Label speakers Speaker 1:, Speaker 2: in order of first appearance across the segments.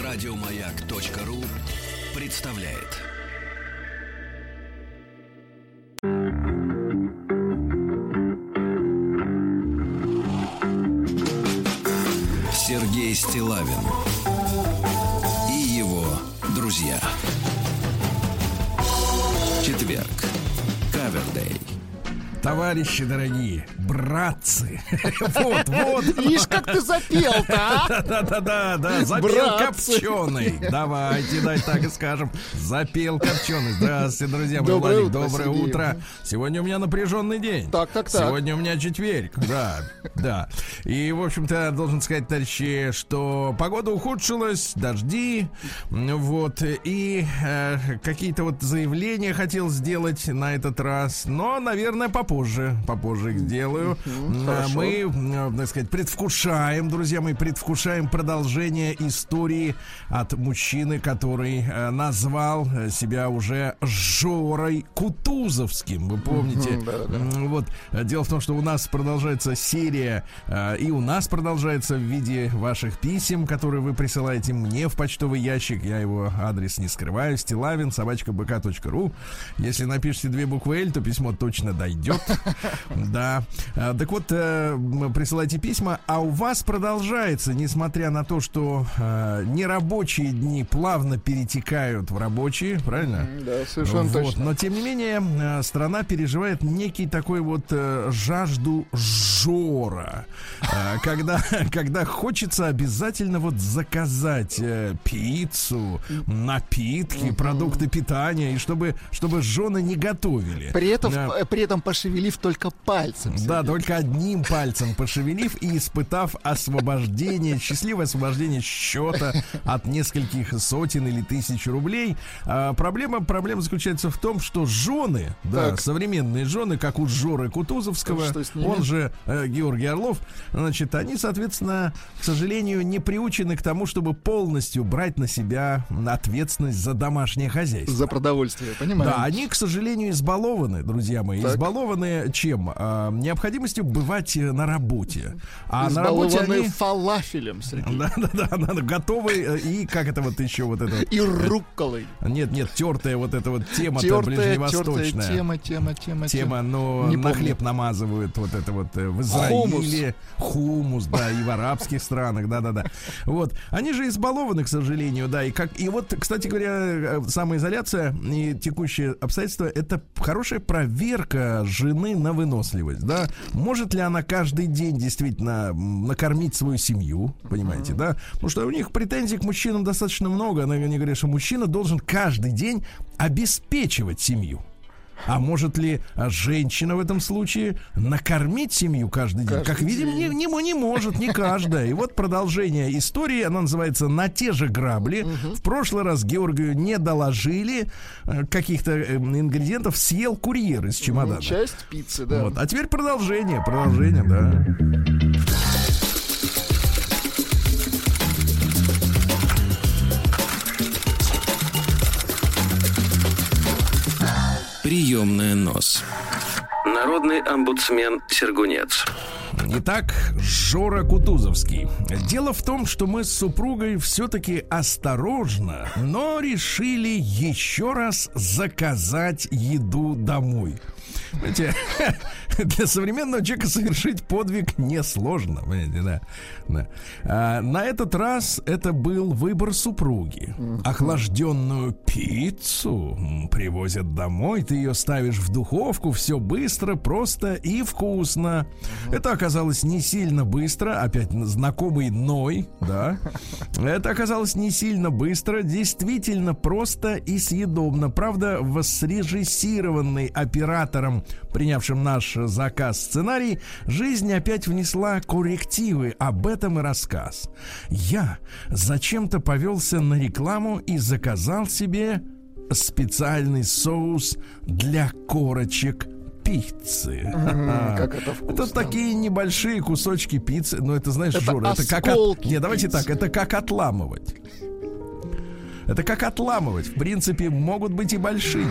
Speaker 1: Радиомаяк.ру представляет. Сергей Стиллавин и его друзья. Четверг. Кавердей.
Speaker 2: Товарищи дорогие, братцы. Вот.
Speaker 3: Видишь, как ты запел-то, а?
Speaker 2: Да, запел копченый. Давайте так и скажем. Запел копченый. Здравствуйте, друзья мои. Владик, доброе утро. Сегодня у меня напряженный день.
Speaker 3: Так.
Speaker 2: Сегодня у меня четверг. Да. И, в общем-то, должен сказать, товарищи, что погода ухудшилась, дожди. Вот. И какие-то вот заявления хотел сделать на этот раз. Но, наверное, попозже их сделаю. Мы, так сказать, предвкушаем, друзья мои, продолжение истории от мужчины, который назвал себя уже Жорой Кутузовским. Вы помните? Вот. Дело в том, что у нас продолжается серия, и у нас продолжается в виде ваших писем, которые вы присылаете мне в почтовый ящик. Я его адрес не скрываю. Stilavin@bk.ru. Если напишите 2 буквы L, то письмо точно дойдет. Да. Так вот, присылайте письма, а у вас продолжается, несмотря на то, что нерабочие дни плавно перетекают в рабочие, правильно?
Speaker 3: Да, совершенно точно.
Speaker 2: Но, тем не менее, страна переживает некий такой вот жажду жора, когда хочется обязательно вот заказать пиццу, напитки, продукты питания, и чтобы жены не готовили.
Speaker 3: При этом пошевелив только пальцем.
Speaker 2: Да, только одним пальцем пошевелив и испытав счастливое освобождение счета от нескольких сотен или тысяч рублей. Проблема заключается в том, что жены, современные жены, как у Жоры Кутузовского, он же Георгий Орлов, значит, они, соответственно, к сожалению, не приучены к тому, чтобы полностью брать на себя ответственность за домашнее хозяйство.
Speaker 3: За продовольствие, понимаешь? Да,
Speaker 2: они, к сожалению, избалованы, друзья мои. Избалованы чем? Необходимостью бывать на работе. А на работе они...
Speaker 3: фалафелем, Сергей.
Speaker 2: Да, готовы. И как это вот еще вот это...
Speaker 3: И рукколой.
Speaker 2: Нет, тертая вот эта вот тема-то ближневосточная. Тема, но на хлеб намазывают вот это вот в Израиле. Хумус, да, и в арабских странах, да. Вот. Они же избалованы, к сожалению, да. И вот, кстати говоря, самоизоляция и текущие обстоятельства — это хорошая проверка жены на выносливость, да. Может ли она каждый день действительно накормить свою семью, понимаете, да? Потому что у них претензий к мужчинам достаточно много. Они говорят, что мужчина должен каждый день обеспечивать семью. А может ли женщина в этом случае накормить семью каждый день? Как видим, не может, не каждая. И вот продолжение истории, она называется «На те же грабли». В прошлый раз Георгию не доложили каких-то ингредиентов, съел курьер из чемодана.
Speaker 3: Часть пиццы, да.
Speaker 2: Вот. А теперь продолжение, да.
Speaker 1: Приемная нос. Народный омбудсмен Сергунец.
Speaker 2: Итак, Жора Кутузовский. Дело в том, что мы с супругой все-таки осторожно, но решили еще раз заказать еду домой. Знаете, для современного человека совершить подвиг несложно, понимаете, да. На этот раз это был выбор супруги. Охлажденную пиццу привозят домой, ты ее ставишь в духовку, все быстро, просто и вкусно. Это оказалось не сильно быстро, опять знакомый Ной, да. Это оказалось не сильно быстро, действительно просто и съедобно. Правда, в срежиссированный оператором, принявшим наш заказ, сценарий, жизнь опять внесла коррективы. Об этом и рассказ. Я зачем-то повелся на рекламу и заказал себе специальный соус для корочек пиццы.
Speaker 3: Как это вкусно.
Speaker 2: Это такие небольшие кусочки пиццы. Но это, знаешь,
Speaker 3: это
Speaker 2: Жора, это как...
Speaker 3: Нет,
Speaker 2: давайте так, это как отламывать. Это как отламывать. В принципе, могут быть и большими.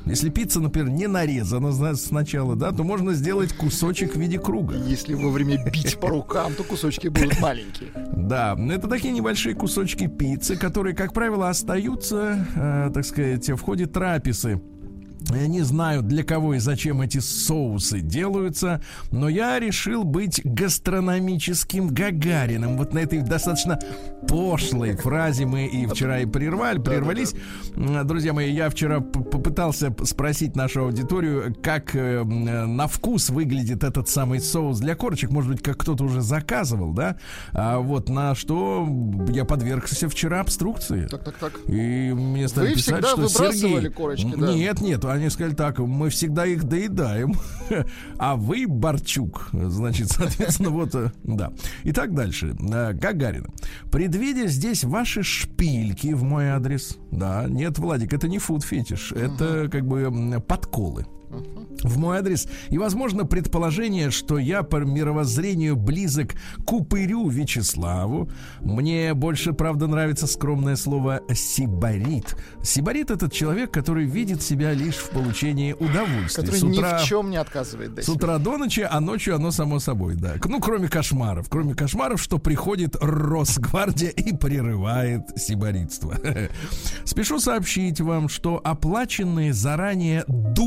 Speaker 2: Если пицца, например, не нарезана сначала, да, то можно сделать кусочек в виде круга.
Speaker 3: Если вовремя бить по рукам, то кусочки будут маленькие.
Speaker 2: Да, это такие небольшие кусочки пиццы, которые, как правило, остаются, так сказать, в ходе трапезы. Я не знаю, для кого и зачем эти соусы делаются, но я решил быть гастрономическим Гагарином. Вот на этой достаточно пошлой фразе мы и вчера и прервались. Друзья мои, я вчера попытался спросить нашу аудиторию, как на вкус выглядит этот самый соус для корочек. Может быть, как кто-то уже заказывал, да? Вот на что я подвергся вчера обструкции.
Speaker 3: Так.
Speaker 2: И мне стали
Speaker 3: Вы
Speaker 2: писать,
Speaker 3: всегда
Speaker 2: что
Speaker 3: выбрасывали
Speaker 2: Сергей...
Speaker 3: корочки, да?
Speaker 2: Нет, они сказали так: мы всегда их доедаем, а вы, Борчук, значит, соответственно, вот, да. Итак, дальше. Гагарина. Предвидя здесь ваши шпильки в мой адрес, да, нет, Владик, это не фуд-фетиш, это как бы подколы в мой адрес. И, возможно, предположение, что я по мировоззрению близок к упырю Вячеславу. Мне больше, правда, нравится скромное слово «сибарит». Сибарит — это человек, который видит себя лишь в получении удовольствия.
Speaker 3: Который ни в чем не отказывает.
Speaker 2: С утра до ночи, а ночью оно само собой, да. Ну, кроме кошмаров. Кроме кошмаров, что приходит Росгвардия и прерывает сибаритство. Спешу сообщить вам, что оплаченные заранее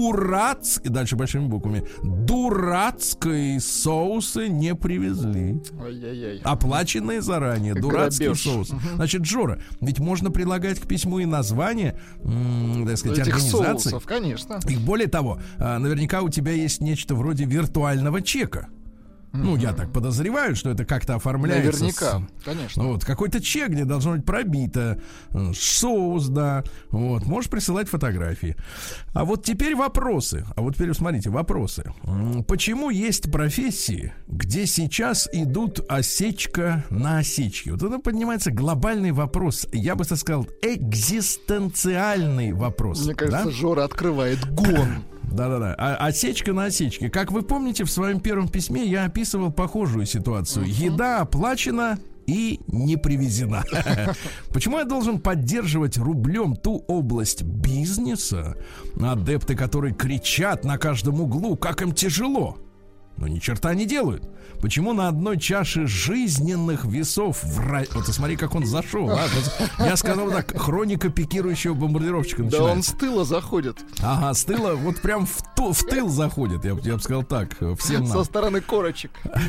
Speaker 2: и дальше большими буквами дурацкие соусы не привезли.
Speaker 3: Ай-яй-яй.
Speaker 2: Оплаченные заранее дурацкие соусы. Значит, Жора, ведь можно прилагать к письму и название, так сказать,
Speaker 3: этих
Speaker 2: организаций.
Speaker 3: Соусов, конечно.
Speaker 2: И более того, наверняка у тебя есть нечто вроде виртуального чека. Ну, я так подозреваю, что это как-то оформляется.
Speaker 3: Наверняка, конечно.
Speaker 2: Вот, какой-то чек, где должно быть пробито соус, да. Вот, можешь присылать фотографии. А вот теперь вопросы. Смотрите, вопросы. Почему есть профессии, где сейчас идут осечка на осечке? Вот это поднимается глобальный вопрос. Я бы так сказал, экзистенциальный вопрос.
Speaker 3: Мне кажется,
Speaker 2: да?
Speaker 3: Жора открывает гон.
Speaker 2: Да-да-да. Осечка на осечке. Как вы помните, в своем первом письме я описывал похожую ситуацию. Еда оплачена и не привезена. Почему я должен поддерживать рублем ту область бизнеса, адепты которой кричат на каждом углу, как им тяжело, но ни черта не делают? Почему на одной чаше жизненных весов Вот смотри, как он зашел. Я сказал так: хроника пикирующего бомбардировщика начинается.
Speaker 3: Да он с тыла заходит.
Speaker 2: Ага, с тыла, вот прям в тыл заходит. Я бы сказал так, всем нам.
Speaker 3: Со стороны корочек.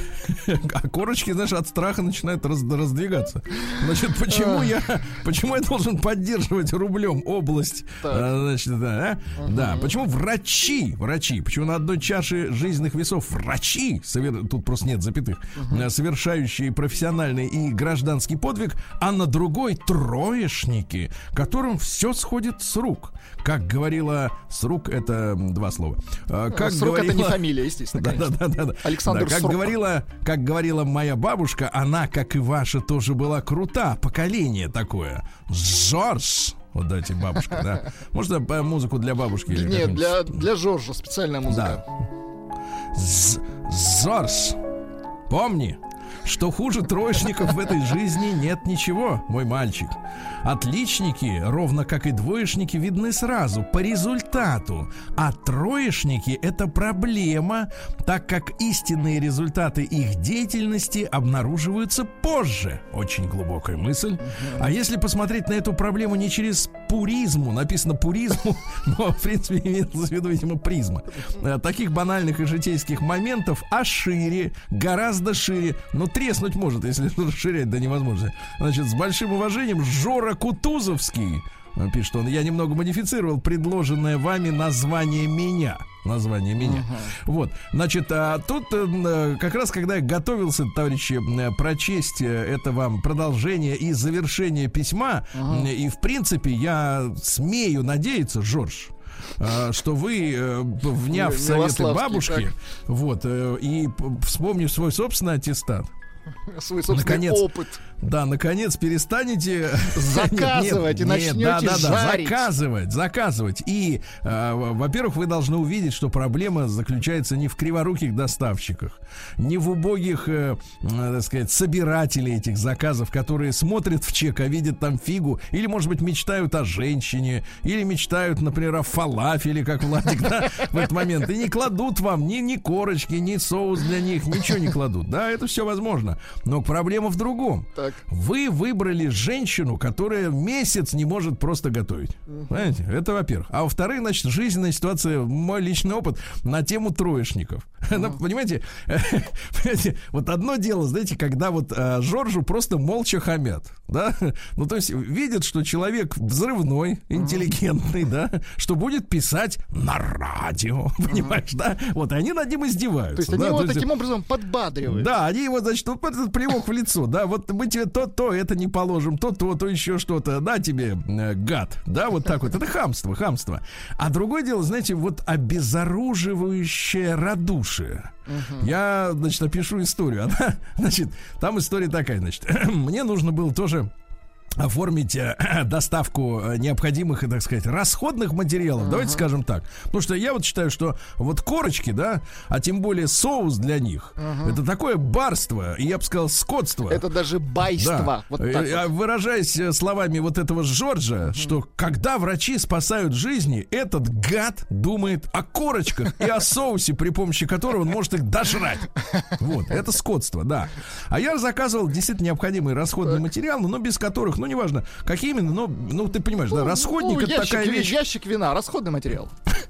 Speaker 2: А корочки, знаешь, от страха начинают раздвигаться. Значит, почему я должен поддерживать рублем область? Значит, да, почему врачи, почему на одной чаше жизненных весов врачи, тут просто нет запятых, совершающие профессиональный и гражданский подвиг, а на другой троечники, которым все сходит с рук. Как говорила, с рук — это два слова.
Speaker 3: С рук — это не фамилия, естественно.
Speaker 2: Да.
Speaker 3: Александр
Speaker 2: Срок. Как говорила моя бабушка, она, как и ваша, тоже была крута. Поколение такое. Жорж. Вот дайте бабушка, да. Можно музыку для бабушки?
Speaker 3: Нет, для Жоржа специальная музыка.
Speaker 2: Жорж, помни, что хуже троечников в этой жизни нет ничего, мой мальчик. Отличники, ровно как и двоечники, видны сразу, по результату. А троечники — это проблема, так как истинные результаты их деятельности обнаруживаются позже. Очень глубокая мысль. А если посмотреть на эту проблему не через пуризму, написано пуризму, но в принципе имеется в виду, видимо, призма, таких банальных и житейских моментов, а шире, гораздо шире, но треснуть может, если расширять до невозможности. Значит, с большим уважением, Жора Кутузовский пишет он: я немного модифицировал предложенное вами название меня. Вот, значит, тут как раз, когда я готовился, товарищи, прочесть это вам продолжение и завершение письма, и в принципе я смею надеяться, Жорж, что вы, вняв советы бабушки, вот, и вспомнив свой собственный аттестат,
Speaker 3: свой собственный опыт.
Speaker 2: Да, наконец перестанете
Speaker 3: заказывать и начнете жарить.
Speaker 2: Заказывать. И, во-первых, вы должны увидеть, что проблема заключается не в криворуких доставщиках, не в убогих, так сказать, собирателей этих заказов, которые смотрят в чек, а видят там фигу, или, может быть, мечтают о женщине, или мечтают, например, о фалафеле, как Владик, да, в этот момент, и не кладут вам ни корочки, ни соус для них, ничего не кладут. Да, это все возможно. Но проблема в другом.
Speaker 3: Так.
Speaker 2: Вы выбрали женщину, которая месяц не может просто готовить. Понимаете? Это во-первых. А во-вторых, значит, жизненная ситуация, мой личный опыт на тему троечников. Понимаете, вот одно дело, знаете, когда вот Жоржу просто молча хамят, да, ну, то есть видят, что человек взрывной, интеллигентный, да, что будет писать на радио, понимаешь, да, вот, и они над ним издеваются.
Speaker 3: То есть они его таким образом подбадривают.
Speaker 2: Да, они его, значит, вот этот плевок в лицо, да, вот мы тебе то это не положим, то еще что-то, да, тебе, гад, да, вот так вот, это хамство. А другое дело, знаете, вот обезоруживающее радушие. Я, значит, опишу историю. Значит, там история такая, значит, мне нужно было тоже оформить доставку необходимых, так сказать, расходных материалов, давайте скажем так. Потому что я вот считаю, что вот корочки, да, а тем более соус для них, это такое барство, и я бы сказал, скотство.
Speaker 3: Это даже байство.
Speaker 2: Да.
Speaker 3: Вот так вот.
Speaker 2: Выражаясь словами вот этого Жоржа, что когда врачи спасают жизни, этот гад думает о корочках и о соусе, при помощи которого он может их дожрать. Вот, это скотство, да. А я заказывал действительно необходимые расходные материалы, но без которых, ну, неважно, какие именно, ну, ты понимаешь, да, расходник это такая вещь.
Speaker 3: Ящик вина, расходный материал.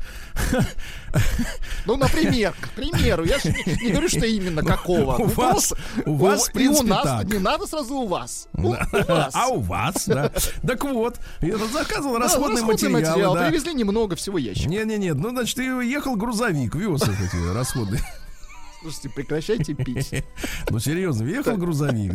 Speaker 3: Ну, например, к примеру, я же не говорю, что именно какого.
Speaker 2: У вас, в принципе, так.
Speaker 3: Не надо сразу у вас.
Speaker 2: А у вас, да. Так вот, я заказывал расходные материалы.
Speaker 3: Привезли немного, всего ящик.
Speaker 2: Не, ну, значит, ехал грузовик, вез эти расходные.
Speaker 3: Слушайте, прекращайте пить.
Speaker 2: Ну, серьезно, ехал грузовик,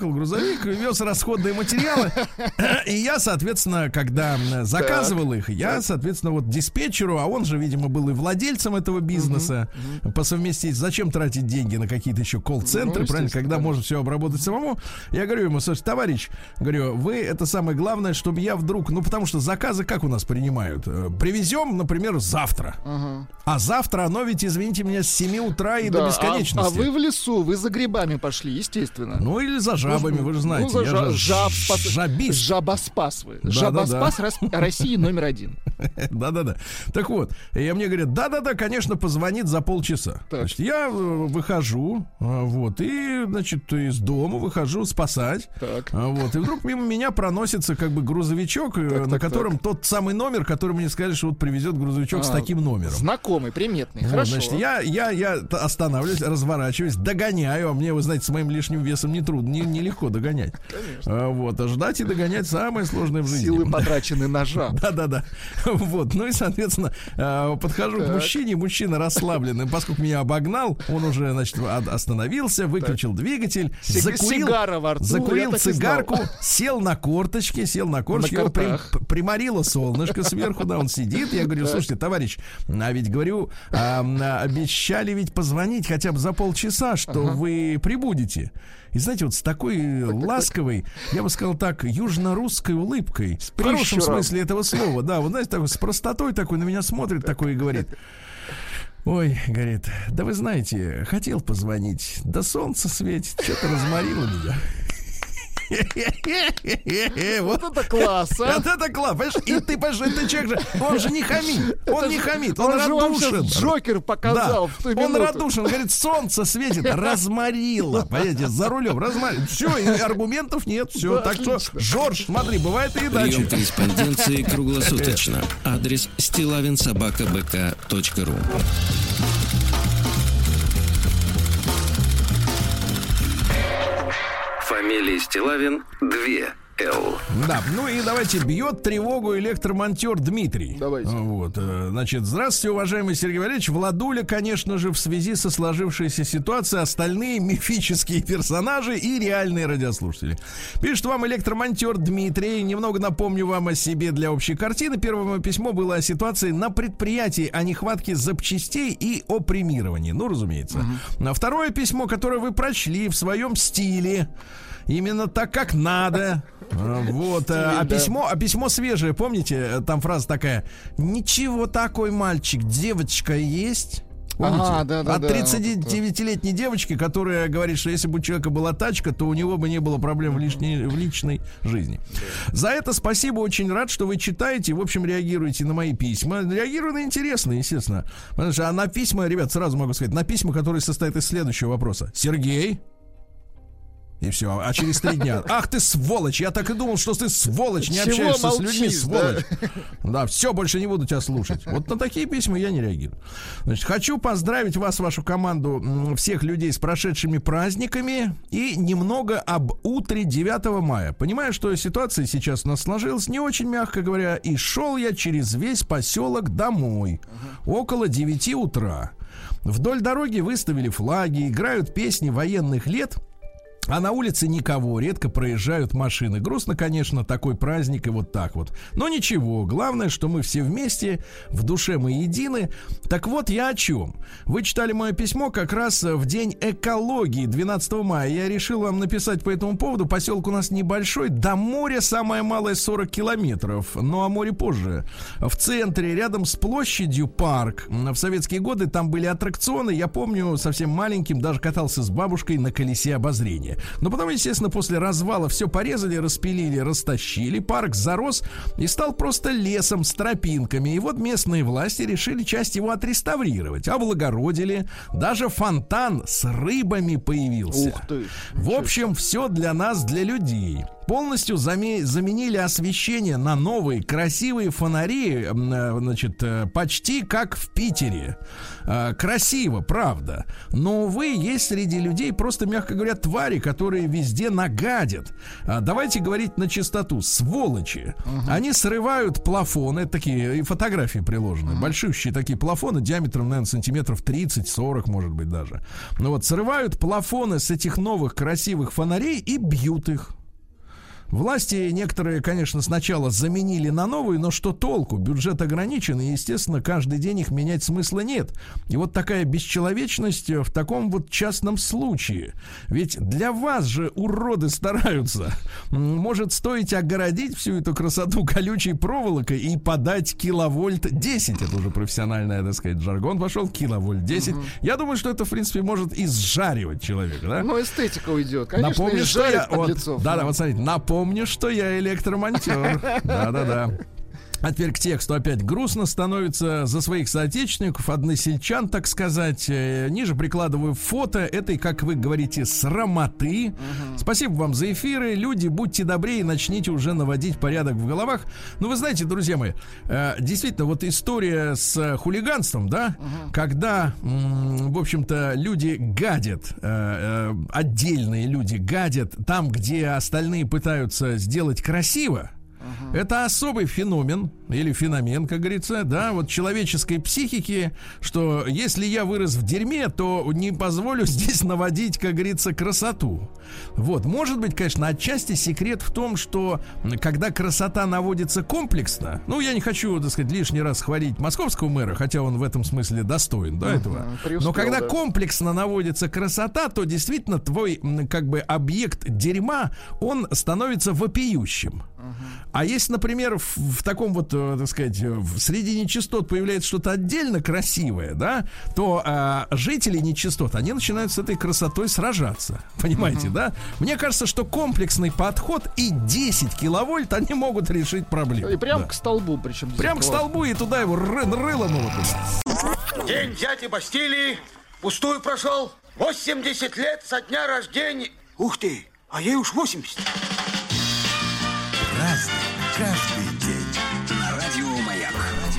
Speaker 2: вез расходные материалы. И я, соответственно, когда заказывал их, я, соответственно, вот диспетчеру, а он же, видимо, был и владельцем этого бизнеса, по совместительству, зачем тратить деньги на какие-то еще колл-центры, правильно, когда можно все обработать самому. Я говорю ему, слушай, товарищ, говорю, вы, это самое главное, чтобы я вдруг, ну, потому что заказы как у нас принимают? Привезем, например, завтра. А завтра оно ведь, извините меня, с 7 утра и до бесконечности.
Speaker 3: А вы в лесу, вы за грибами пошли, естественно.
Speaker 2: Ну, или за жабами, вы же знаете.
Speaker 3: Ну,
Speaker 2: я
Speaker 3: жабист. Жабоспас вы. Жабоспас России номер 1.
Speaker 2: Да-да-да. Так вот, мне говорят, да-да-да, конечно, позвонит за полчаса. Значит, я выхожу, вот, и, значит, из дома выхожу спасать. Вот, и вдруг мимо меня проносится как бы грузовичок, на котором тот самый номер, который мне сказали, что вот привезет грузовичок с таким номером.
Speaker 3: Знакомый, приметный,
Speaker 2: вот,
Speaker 3: хорошо.
Speaker 2: Значит, я останавливаюсь, разворачиваюсь, догоняю, а мне, вы знаете, с моим лишним весом нетрудно, нелегко догонять.
Speaker 3: Конечно.
Speaker 2: Вот, а ждать и догонять самое сложное в жизни.
Speaker 3: Силы потрачены на жаб.
Speaker 2: Да-да-да. Вот, ну и, соответственно, подхожу к мужчине, мужчина расслабленный, поскольку меня обогнал, он уже, значит, остановился, выключил двигатель, закурил цигарку, сел на корточки, его приморило солнышко сверху, да, он сидит, я говорю, слушайте, товарищ, а ведь, говорю, обещали ведь позвонить хотя бы за полчаса, что вы прибудете. И знаете, вот с такой ласковой, я бы сказал так, южно-русской улыбкой, в хорошем смысле этого слова, да, вот знаете, такой, с простотой такой на меня смотрит такой и говорит: ой, говорит, да вы знаете, хотел позвонить, да солнце светит, что-то разморило меня.
Speaker 3: Вот это класс, а?
Speaker 2: Вот это класс, понимаешь? И ты, понимаешь, это человек же, он же не хамит, он радушен.
Speaker 3: Джокер показал в ту минуту.
Speaker 2: Он радушен, говорит, солнце светит, разморило, понимаете, за рулем, разморило. Все, и аргументов нет, все. Так что, Жорж, смотри, бывает и иначе.
Speaker 1: Прием корреспонденции круглосуточно. Адрес stilavinsobakabk.ru. Фамилия Стилавин 2 Л.
Speaker 2: Да, ну и давайте, бьет тревогу электромонтер Дмитрий.
Speaker 3: Давайте.
Speaker 2: Вот, значит, здравствуйте, уважаемый Сергей Валерьевич. Владуля, конечно же, в связи со сложившейся ситуацией, остальные мифические персонажи и реальные радиослушатели. Пишет вам электромонтер Дмитрий. Немного напомню вам о себе для общей картины. Первое мое письмо было о ситуации на предприятии, о нехватке запчастей и о премировании. Ну, разумеется. Второе письмо, которое вы прочли в своем стиле. Именно так, как надо. Вот. А письмо свежее, помните? Там фраза такая: ничего такой мальчик, девочка есть. Помните? От 39-летней девочки, которая говорит, что если бы у человека была тачка, то у него бы не было проблем в личной жизни. За это спасибо, очень рад, что вы читаете и, в общем, реагируете на мои письма. Реагирую на интересные, естественно. Потому что, на письма, ребят, сразу могу сказать, на письма, которые состоят из следующего вопроса. Сергей? И все, а через 3 дня: ах ты сволочь, я так и думал, что ты сволочь, не общаешься с людьми, сволочь. Да, все, больше не буду тебя слушать. Вот на такие письма я не реагирую. Значит, хочу поздравить вас, вашу команду, всех людей с прошедшими праздниками и немного об утре 9 мая. Понимаю, что ситуация сейчас у нас сложилась не очень, мягко говоря, и шел я через весь поселок домой около 9 утра. Вдоль дороги выставили флаги, играют песни военных лет. А на улице никого, редко проезжают машины. Грустно, конечно, такой праздник и вот так вот. Но ничего, главное, что мы все вместе, в душе мы едины. Так вот, я о чем? Вы читали мое письмо как раз в день экологии, 12 мая. Я решил вам написать по этому поводу. Поселок у нас небольшой, до моря самое малое 40 километров. Ну, а море позже. В центре, рядом с площадью, парк. В советские годы там были аттракционы. Я помню, совсем маленьким даже катался с бабушкой на колесе обозрения. Но потом, естественно, после развала все порезали, распилили, растащили. Парк зарос и стал просто лесом с тропинками. И вот местные власти решили часть его отреставрировать, облагородили. Даже фонтан с рыбами появился.
Speaker 3: Ух ты!
Speaker 2: В общем, все для нас, для людей. Полностью заменили освещение на новые красивые фонари, значит, почти как в Питере. Красиво, правда. Но, увы, есть среди людей просто, мягко говоря, твари, которые везде нагадят. Давайте говорить на чистоту. Сволочи. Они срывают плафоны, такие и фотографии приложены. Большущие такие плафоны, диаметром, наверное, сантиметров 30-40, может быть, даже. Ну вот, срывают плафоны с этих новых красивых фонарей и бьют их. Власти некоторые, конечно, сначала заменили на новые, но что толку? Бюджет ограничен, и, естественно, каждый день их менять смысла нет. И вот такая бесчеловечность в таком вот частном случае. Ведь для вас же уроды стараются. Может стоить огородить всю эту красоту колючей проволокой и подать киловольт 10. Это уже профессиональный, так сказать, жаргон пошел. Киловольт 10. Я думаю, что это, в принципе, может изжаривать человека, да?
Speaker 3: Ну, эстетика уйдет. Конечно,
Speaker 2: напомню, что я...
Speaker 3: Вот,
Speaker 2: да, вот смотрите, Помню, что я электромонтер. Да-да-да. А теперь к тексту опять грустно становится за своих соотечественников, односельчан, так сказать. Ниже прикладываю фото этой, как вы говорите, срамоты. Спасибо вам за эфиры. Люди, будьте добрее, начните уже наводить порядок в головах. Ну, вы знаете, друзья мои, действительно, вот история с хулиганством, да, когда, в общем-то, люди гадят, отдельные люди гадят там, где остальные пытаются сделать красиво. Это особый феномен, или феномен, как говорится, да, вот человеческой психики, что если я вырос в дерьме, то не позволю здесь наводить, как говорится, красоту. Вот, может быть, конечно, отчасти секрет в том, что когда красота наводится комплексно, ну, я не хочу, так сказать, лишний раз хвалить московского мэра, хотя он в этом смысле достоин, да, этого. Но когда комплексно наводится красота, то действительно твой, как бы, объект дерьма, он становится вопиющим. А если, например, в таком вот, так сказать, в среди нечистот появляется что-то отдельно красивое, да, то жители нечистот, они начинают с этой красотой сражаться. Понимаете, да? Мне кажется, что комплексный подход и 10 киловольт, они могут решить проблему.
Speaker 3: И прям к столбу, причем.
Speaker 2: Прям к столбу, и туда его рыло, ну вот.
Speaker 4: День дяди Бастилии пустую прошел. 80 лет со дня рождения. Ух ты, а ей уж 80.
Speaker 5: Разный, каждый день. На радио Маяк.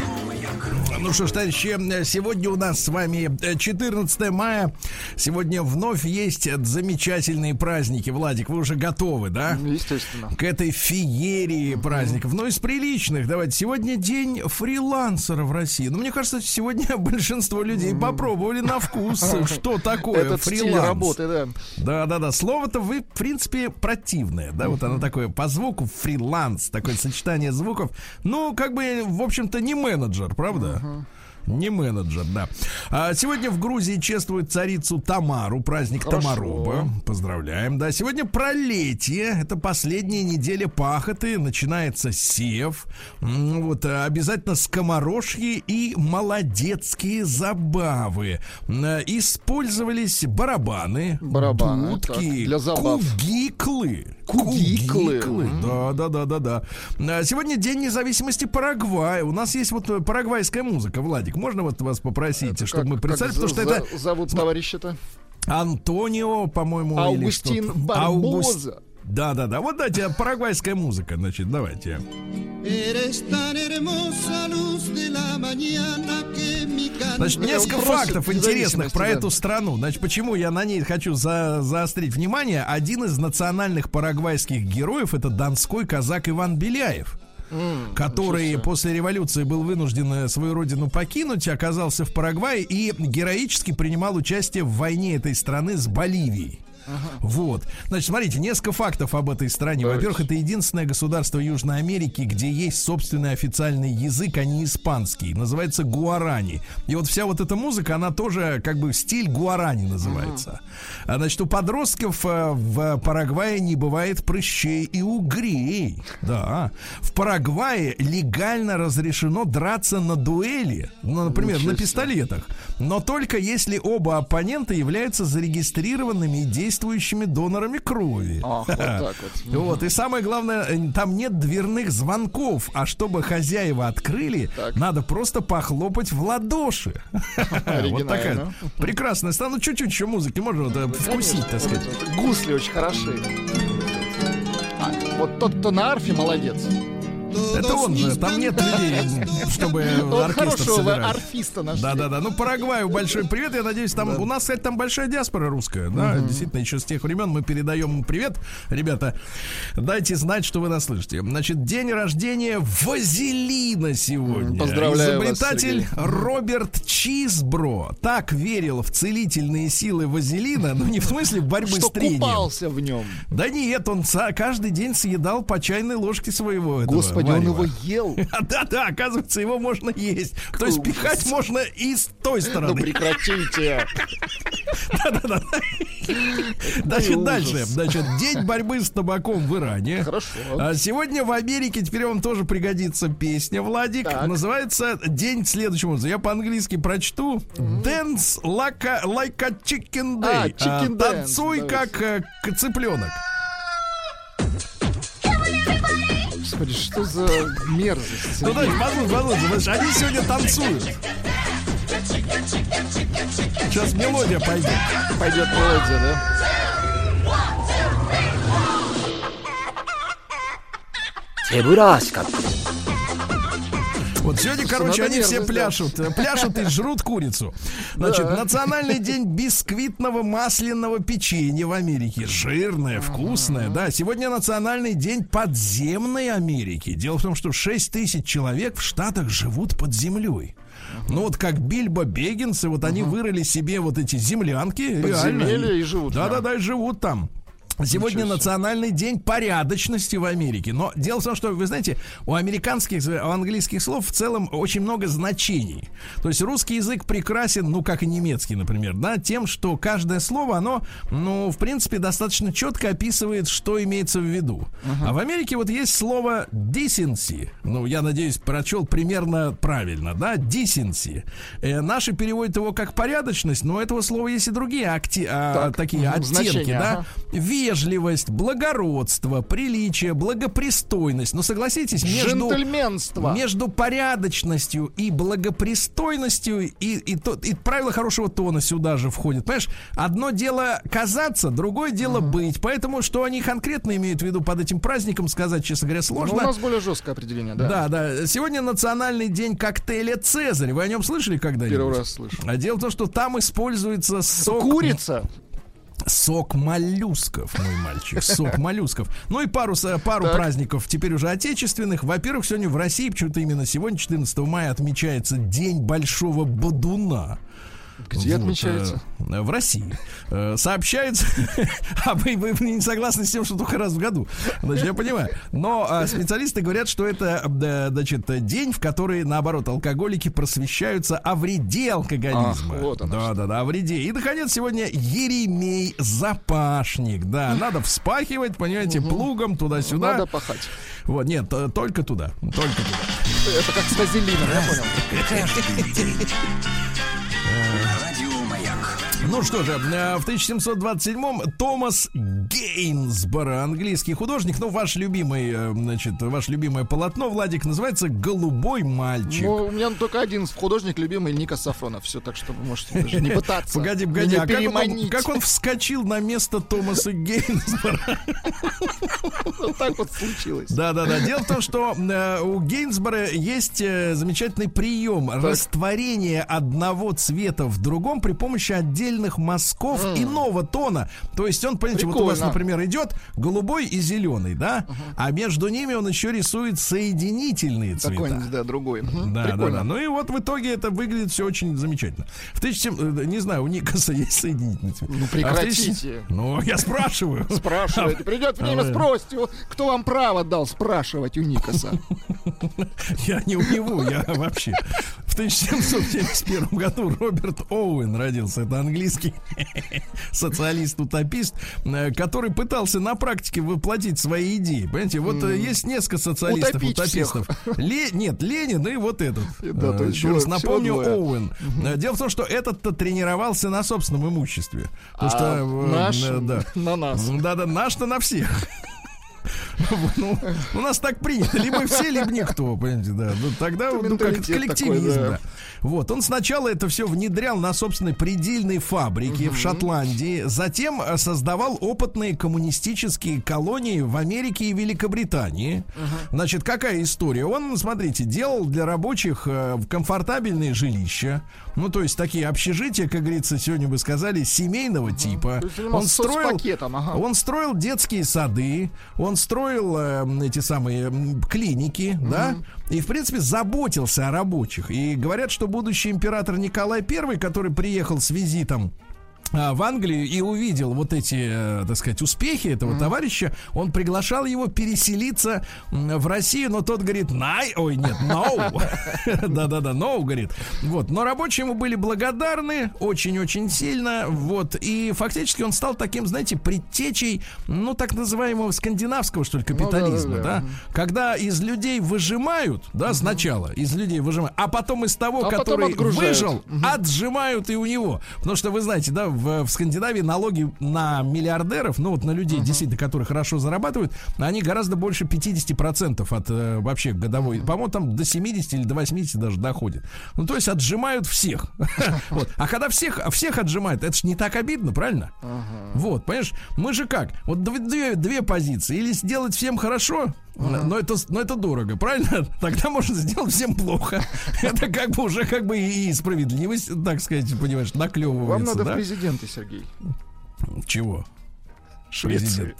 Speaker 2: Ну что ж, товарищи, сегодня у нас с вами 14 мая. Сегодня вновь есть замечательные праздники. Владик, вы уже готовы, да?
Speaker 3: Естественно.
Speaker 2: К этой феерии праздников. Но из приличных. Давайте. Сегодня день фрилансера в России. Ну, мне кажется, сегодня большинство людей попробовали на вкус, что такое
Speaker 3: этот
Speaker 2: фриланс.
Speaker 3: Стиль работы, да.
Speaker 2: Да. Слово-то вы, в принципе, противное. Да, вот оно такое по звуку фриланс. Такое сочетание звуков. Ну, как бы, в общем-то, не менеджер, правда? Не менеджер, да. Сегодня в Грузии чествуют царицу Тамару, праздник Тамароба. Поздравляем, да. Сегодня пролетие, это последняя неделя пахоты, начинается сев. Вот, обязательно скоморожьи и молодецкие забавы. Использовались барабаны, дудки,
Speaker 3: для забав.
Speaker 2: Кугиклы. Да. Сегодня День независимости Парагвая. У нас есть вот парагвайская музыка. Владик, можно вот вас попросить, чтобы мы представили, потому что это...
Speaker 3: Зовут товарища-то?
Speaker 2: Антонио, по-моему,
Speaker 3: Аугустин Барбоза.
Speaker 2: Да. Вот дайте парагвайская музыка, значит, давайте. Значит, несколько фактов интересных про эту страну. Значит, почему я на ней хочу заострить внимание. Один из национальных парагвайских героев — это донской казак Иван Беляев, который после революции был вынужден свою родину покинуть, оказался в Парагвае и героически принимал участие в войне этой страны с Боливией. Вот. Значит, смотрите, несколько фактов об этой стране. Во-первых, это единственное государство Южной Америки, где есть собственный официальный язык, а не испанский. Называется гуарани. И вот вся вот эта музыка, она тоже как бы стиль гуарани называется. Значит, у подростков в Парагвае не бывает прыщей и угрей. Да. В Парагвае легально разрешено драться на дуэли, ну, например, на пистолетах, но только если оба оппонента являются зарегистрированными и действующими донорами крови.
Speaker 3: Вот так вот.
Speaker 2: Вот. И самое главное, там нет дверных звонков, а чтобы хозяева открыли, надо просто похлопать в ладоши. Вот такая прекрасная страна. Ну, чуть-чуть еще музыки можно вкусить, так сказать.
Speaker 3: Гусли очень хороши. Вот тот, кто на арфе, молодец.
Speaker 2: Это он же, там нет людей, чтобы оркестр собирать.
Speaker 3: Арфиста нашли.
Speaker 2: Да. Ну, Парагваю большой привет. Я надеюсь, там у нас, кстати, там большая диаспора русская. Да, действительно, еще с тех времен мы передаем им привет. Ребята, дайте знать, что вы нас слышите. Значит, день рождения Вазелина сегодня.
Speaker 3: Поздравляю
Speaker 2: Изобретатель
Speaker 3: вас,
Speaker 2: Роберт Чизбро так верил в целительные силы Вазелина, ну, не в смысле борьбы с трением.
Speaker 3: Что купался в нем.
Speaker 2: Да нет, он каждый день съедал по чайной ложке своего этого.
Speaker 3: Господи, он его ел.
Speaker 2: Да, оказывается, его можно есть. То есть пихать можно и с той стороны.
Speaker 3: Ну прекратите.
Speaker 2: Да. Значит, дальше. Значит, день борьбы с табаком в Иране.
Speaker 3: Хорошо.
Speaker 2: Сегодня в Америке, теперь вам тоже пригодится песня, Владик. Называется день следующего. Я по-английски прочту. Dance like a chicken day. Танцуй как цыпленок.
Speaker 3: Господи, что за мерзость?
Speaker 2: Ну, дайте, послушай, они сегодня танцуют. Сейчас мелодия пойдет.
Speaker 3: Пойдет мелодия, да?
Speaker 2: Вот сегодня, короче, они все пляшут и жрут курицу. Значит, национальный день бисквитного масляного печенья в Америке. Жирное, вкусное, да. Сегодня национальный день подземной Америки. Дело в том, что 6 тысяч человек в Штатах живут под землей. Ну вот как Бильбо Беггинсы, вот они вырыли себе вот эти землянки.
Speaker 3: Подземелья и живут.
Speaker 2: Да, и живут там. Сегодня национальный день порядочности в Америке. Но дело в том, что, вы знаете, у английских слов в целом очень много значений. То есть русский язык прекрасен, ну, как и немецкий, например, да, тем, что каждое слово, оно, ну, в принципе, достаточно четко описывает, что имеется в виду. А в Америке вот есть слово decency. Ну, я надеюсь, прочел примерно правильно, да, decency. Наши переводят его как порядочность, но у этого слова есть и другие такие оттенки, да. Вежливость, благородство, приличие, благопристойность. Но согласитесь, между порядочностью и благопристойностью и правило хорошего тона сюда же входит. Понимаешь, одно дело казаться, другое дело быть. Поэтому, что они конкретно имеют в виду под этим праздником, сказать, честно говоря, сложно.
Speaker 3: Но у нас более жесткое определение, да.
Speaker 2: Да. Сегодня национальный день коктейля «Цезарь». Вы о нем слышали когда-нибудь?
Speaker 3: Первый раз слышу.
Speaker 2: А дело в том, что там используется сок...
Speaker 3: Курица.
Speaker 2: Сок моллюсков, мой мальчик, сок моллюсков. Ну и пару праздников, теперь уже отечественных. Во-первых, сегодня в России, почему-то именно сегодня, 14 мая, отмечается День Большого Бодуна.
Speaker 3: Где отмечается?
Speaker 2: В России. Сообщается... А вы не согласны с тем, что только раз в году? Значит, я понимаю. Но специалисты говорят, что это, значит, день, в который, наоборот, алкоголики просвещаются о вреде алкоголизма.
Speaker 3: Вот оно.
Speaker 2: Да, о вреде. И, наконец, сегодня Еремей Запашник. Да, надо вспахивать, понимаете, плугом туда-сюда.
Speaker 3: Надо пахать.
Speaker 2: Вот, нет, только туда. Только туда.
Speaker 3: Это как с вазелином, я понял.
Speaker 5: Каждый день. Радио Маяк.
Speaker 2: Ну что же, в 1727-м Томас Гейнсборо, английский художник, ну, ваше любимое полотно, Владик, называется «Голубой мальчик».
Speaker 3: Ну, у меня только один художник любимый, Никос Сафронов. Все, так что вы можете даже не пытаться.
Speaker 2: Погоди,
Speaker 3: меня
Speaker 2: а как он вскочил на место Томаса Гейнсборо?
Speaker 3: Вот так вот случилось.
Speaker 2: Да. Дело в том, что у Гейнсборо есть замечательный прием растворения одного цвета в другом при помощи отдельных мазков иного тона. То есть он, понимаете, вот у вас, например, идет голубой и зеленый, да? А между ними он еще рисует соединительные цвета.
Speaker 3: Какой-нибудь, да, другой.
Speaker 2: Да. Ну и вот в итоге это выглядит все очень замечательно. Не знаю, у Никоса есть соединительные цвета.
Speaker 3: Ну прекратите.
Speaker 2: Ну, я спрашиваю.
Speaker 3: Спрашивайте. Придет время, спросите, кто вам право дал спрашивать у Никоса?
Speaker 2: Я не у него, я вообще. В 1771 году Роберт Оуэн родился. Это английский социалист-утопист, который пытался на практике воплотить свои идеи. Понимаете, вот есть несколько социалистов-утопистов. Нет, Ленин и вот этот. Еще раз напомню, Оуэн. Дело в том, что этот-то тренировался на собственном имуществе. Потому что
Speaker 3: наш на нас.
Speaker 2: Да, наш-то на всех. Ну, у нас так принято. Либо все, либо никто, понимаете, да. Ну, тогда как коллективизм, такой, да. Вот, он сначала это все внедрял на собственной предельной фабрике в Шотландии, затем создавал опытные коммунистические колонии в Америке и Великобритании. Значит, какая история? Он, смотрите, делал для рабочих комфортабельные жилища, ну, то есть такие общежития, как говорится, сегодня бы сказали, семейного типа. Он строил детские сады, он строил эти самые клиники, да, и, в принципе, заботился о рабочих. И говорят, что будущий император Николай I, который приехал с визитом в Англию и увидел вот эти, так сказать, успехи этого товарища, он приглашал его переселиться в Россию, но тот говорит, no. Да, no, говорит. Вот, но рабочие ему были благодарны очень-очень сильно, вот, и фактически он стал таким, знаете, предтечей, ну, так называемого скандинавского, что ли, капитализма, да, когда из людей выжимают, да, сначала из людей выжимают, а потом из того, который выжил, отжимают и у него, потому что, вы знаете, да, в Скандинавии налоги на миллиардеров, ну вот на людей, действительно, которые хорошо зарабатывают, они гораздо больше 50% от вообще годовой, по-моему, там до 70 или до 80 даже доходит. Ну, то есть отжимают всех. Вот. А когда всех отжимают, это ж не так обидно, правильно? Вот, понимаешь, мы же как? Вот две позиции. Или сделать всем хорошо, но это дорого, правильно? Тогда можно сделать всем плохо. Это как бы уже как бы и справедливость, так сказать, понимаешь, наклевывается.
Speaker 3: Вам надо
Speaker 2: да?
Speaker 3: в президенты, Сергей.
Speaker 2: Чего?
Speaker 3: Швеции.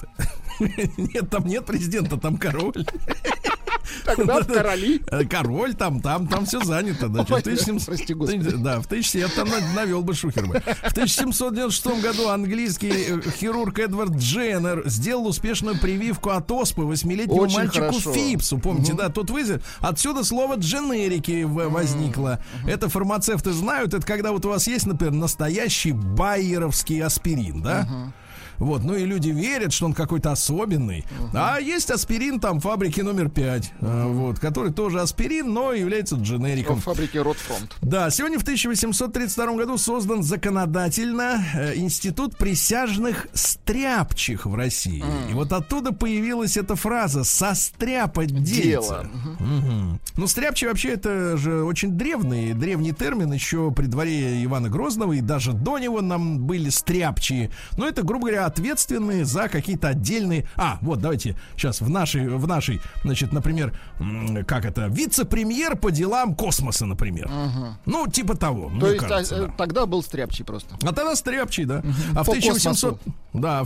Speaker 2: Нет, там нет президента, там король.
Speaker 3: Тогда в короли.
Speaker 2: Король там все занято.
Speaker 3: Прости, господи.
Speaker 2: Да, я там навел бы шухер бы. В 1796 году английский хирург Эдвард Дженнер сделал успешную прививку от оспы 8-летнему мальчику Фипсу. Помните, да, тот вызов. Отсюда слово дженерики возникло. Это фармацевты знают. Это когда вот у вас есть, например, настоящий байеровский аспирин, да? Вот, ну и люди верят, что он какой-то особенный. А есть аспирин там фабрики номер 5, вот, который тоже аспирин, но является дженериком.
Speaker 3: В фабрике Ротфронт.
Speaker 2: Да, сегодня в 1832 году создан законодательно институт присяжных стряпчих в России. И вот оттуда появилась эта фраза «состряпать дельце». Ну, стряпчий вообще это же очень древний термин. Еще при дворе Ивана Грозного и даже до него нам были стряпчие. Но это, грубо говоря, ответственные за какие-то отдельные... Вот, давайте сейчас в нашей, значит, например, вице-премьер по делам космоса, например. Ну, типа того,
Speaker 3: мне кажется. Да. Тогда был Стряпчий просто.
Speaker 2: А тогда Стряпчий, да. А в 1800... Да.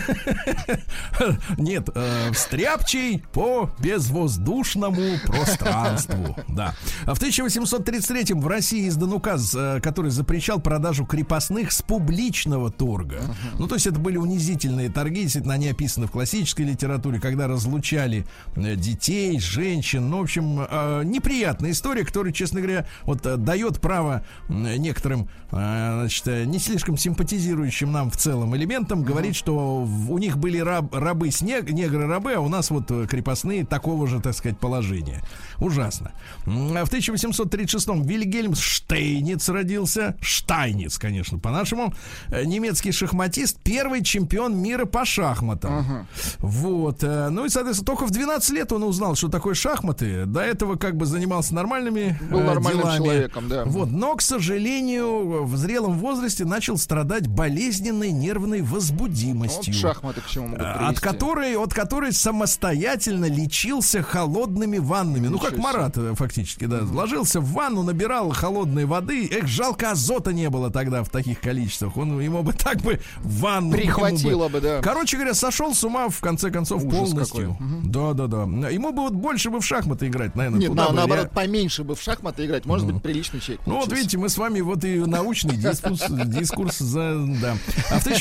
Speaker 2: Нет, Стряпчий по безвоздушному пространству. Да. А в 1833-м в России издан указ, который запрещал продажу крепостных с публичного торга. Ну, то есть это были унизительные торги, действительно, они описаны в классической литературе, когда разлучали детей, женщин. Ну, в общем, неприятная история, которая, честно говоря, вот дает право некоторым, значит, не слишком симпатизирующим нам в целом элементам говорить, что у них были рабы, негры-рабы, а у нас вот крепостные такого же, так сказать, положения. Ужасно. В 1836-м Вильгельм Штейниц родился. Штайниц, конечно, по-нашему. Немецкий шахматист, первый чемпион мира по шахматам. Вот. Ну и, соответственно, только в 12 лет он узнал, что такое шахматы. До этого как бы занимался нормальными
Speaker 3: Был нормальным
Speaker 2: делами.
Speaker 3: Человеком, да.
Speaker 2: Вот. Но, к сожалению, в зрелом возрасте начал страдать болезненной нервной возбудимостью.
Speaker 3: Вот шахматы к чему могут привести.
Speaker 2: От которой самостоятельно лечился холодными ваннами. Ну, как Марат, фактически, да. Ложился в ванну, набирал холодной воды. Жалко, азота не было тогда в таких количествах. Ему бы так бы в ванну
Speaker 3: прихватило бы, да.
Speaker 2: Короче говоря, сошел с ума, в конце концов, ужас полностью. Да. Ему бы вот больше бы в шахматы играть, наверное.
Speaker 3: Нет, наоборот, поменьше бы в шахматы играть. Может быть, приличный человек.
Speaker 2: Ну, вот видите, мы с вами вот и научный дискурс да. А в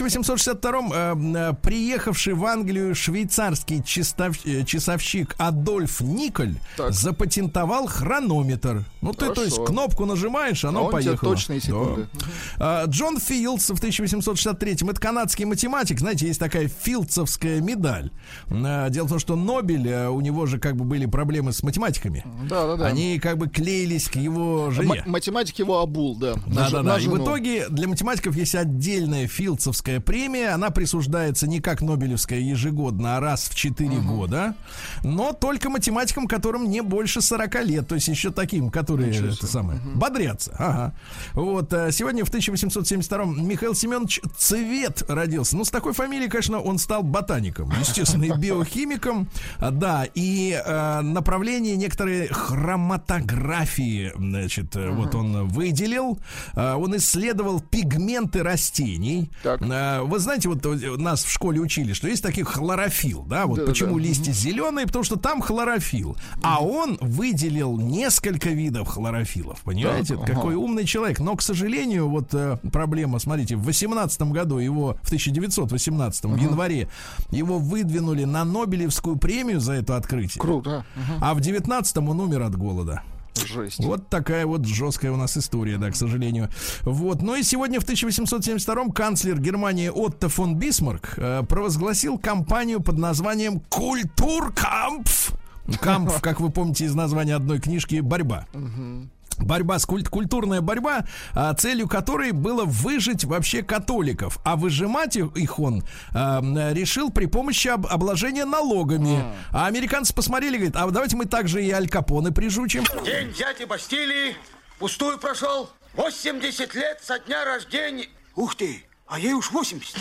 Speaker 2: 1862-м приехавший в Англию швейцарский часовщик Адольф Николь запатентовал хронометр. Ну, ты, то есть, кнопку нажимаешь, оно поехало.
Speaker 3: Точные секунды.
Speaker 2: Да. Джон Филдс в 1863-м, это канадский математик, знаете, есть такая филдсовская медаль. Дело в том, что Нобель, у него же как бы были проблемы с математиками. Да. Они как бы клеились к его жене.
Speaker 3: Математик его обул, да.
Speaker 2: Да. И в итоге для математиков есть отдельная филдсовская премия. Она присуждается не как Нобелевская ежегодно, а раз в 4 года. Но только математикам, которым не больше 40 лет. То есть еще таким, которые бодрятся. Ага. Вот. Сегодня в 1872-м Михаил Семенович Цвет родился. Ну, с такой фамилией, конечно, он стал ботаником. Естественно, и биохимиком. Да, и направление некоторой хроматографии, значит, вот он выделил. Он исследовал пигменты растений. Вы знаете, вот нас в школе учили, что есть таких хлорофилл, да? Вот почему листья зеленые, потому что там хлорофилл. А он выделил несколько видов хлорофиллов, понимаете? Какой умный человек. Но, к сожалению, вот проблема, смотрите, в 18-м году его, в 1918-м, в январе, его выдвинули на Нобелевскую премию за это открытие.
Speaker 3: Круто.
Speaker 2: А в 19-м он умер от голода.
Speaker 3: Жесть.
Speaker 2: Вот такая вот жесткая у нас история, да, к сожалению. Вот. Ну и сегодня в 1872-м канцлер Германии Отто фон Бисмарк провозгласил кампанию под названием «Культуркампф». Кампф, как вы помните из названия одной книжки, борьба. Борьба, культурная борьба, целью которой было выжить вообще католиков. А выжимать их он решил при помощи обложения налогами. А американцы посмотрели, говорят, а давайте мы также и Аль Капоне прижучим.
Speaker 4: День взятия Бастилии пустую прошел. 80 лет со дня рождения. Ух ты, а ей уж 80.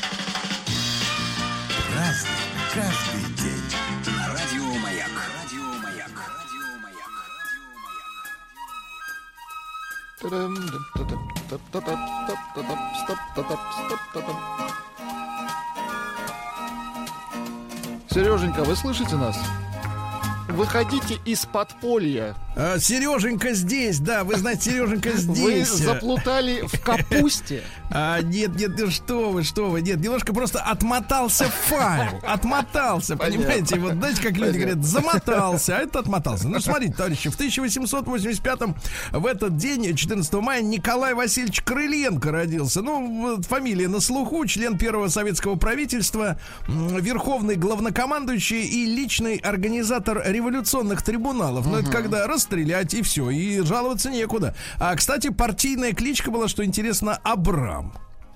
Speaker 5: Разный, каждый день. На радио Маяк.
Speaker 3: Сереженька, вы слышите нас? Выходите из подполья.
Speaker 2: Сереженька здесь, да, вы знаете, Сереженька здесь.
Speaker 3: Вы заплутали в капусте.
Speaker 2: Нет, что вы, нет, немножко просто отмотался файл, понимаете, вот знаете, как люди говорят, замотался, а это отмотался. Ну, смотрите, товарищи, в 1885-м в этот день, 14 мая, Николай Васильевич Крыленко родился. Ну, фамилия на слуху, член первого советского правительства, верховный главнокомандующий и личный организатор революционных трибуналов. Но это когда расстрелять и все, и жаловаться некуда. А, кстати, партийная кличка была, что интересно, Абрам.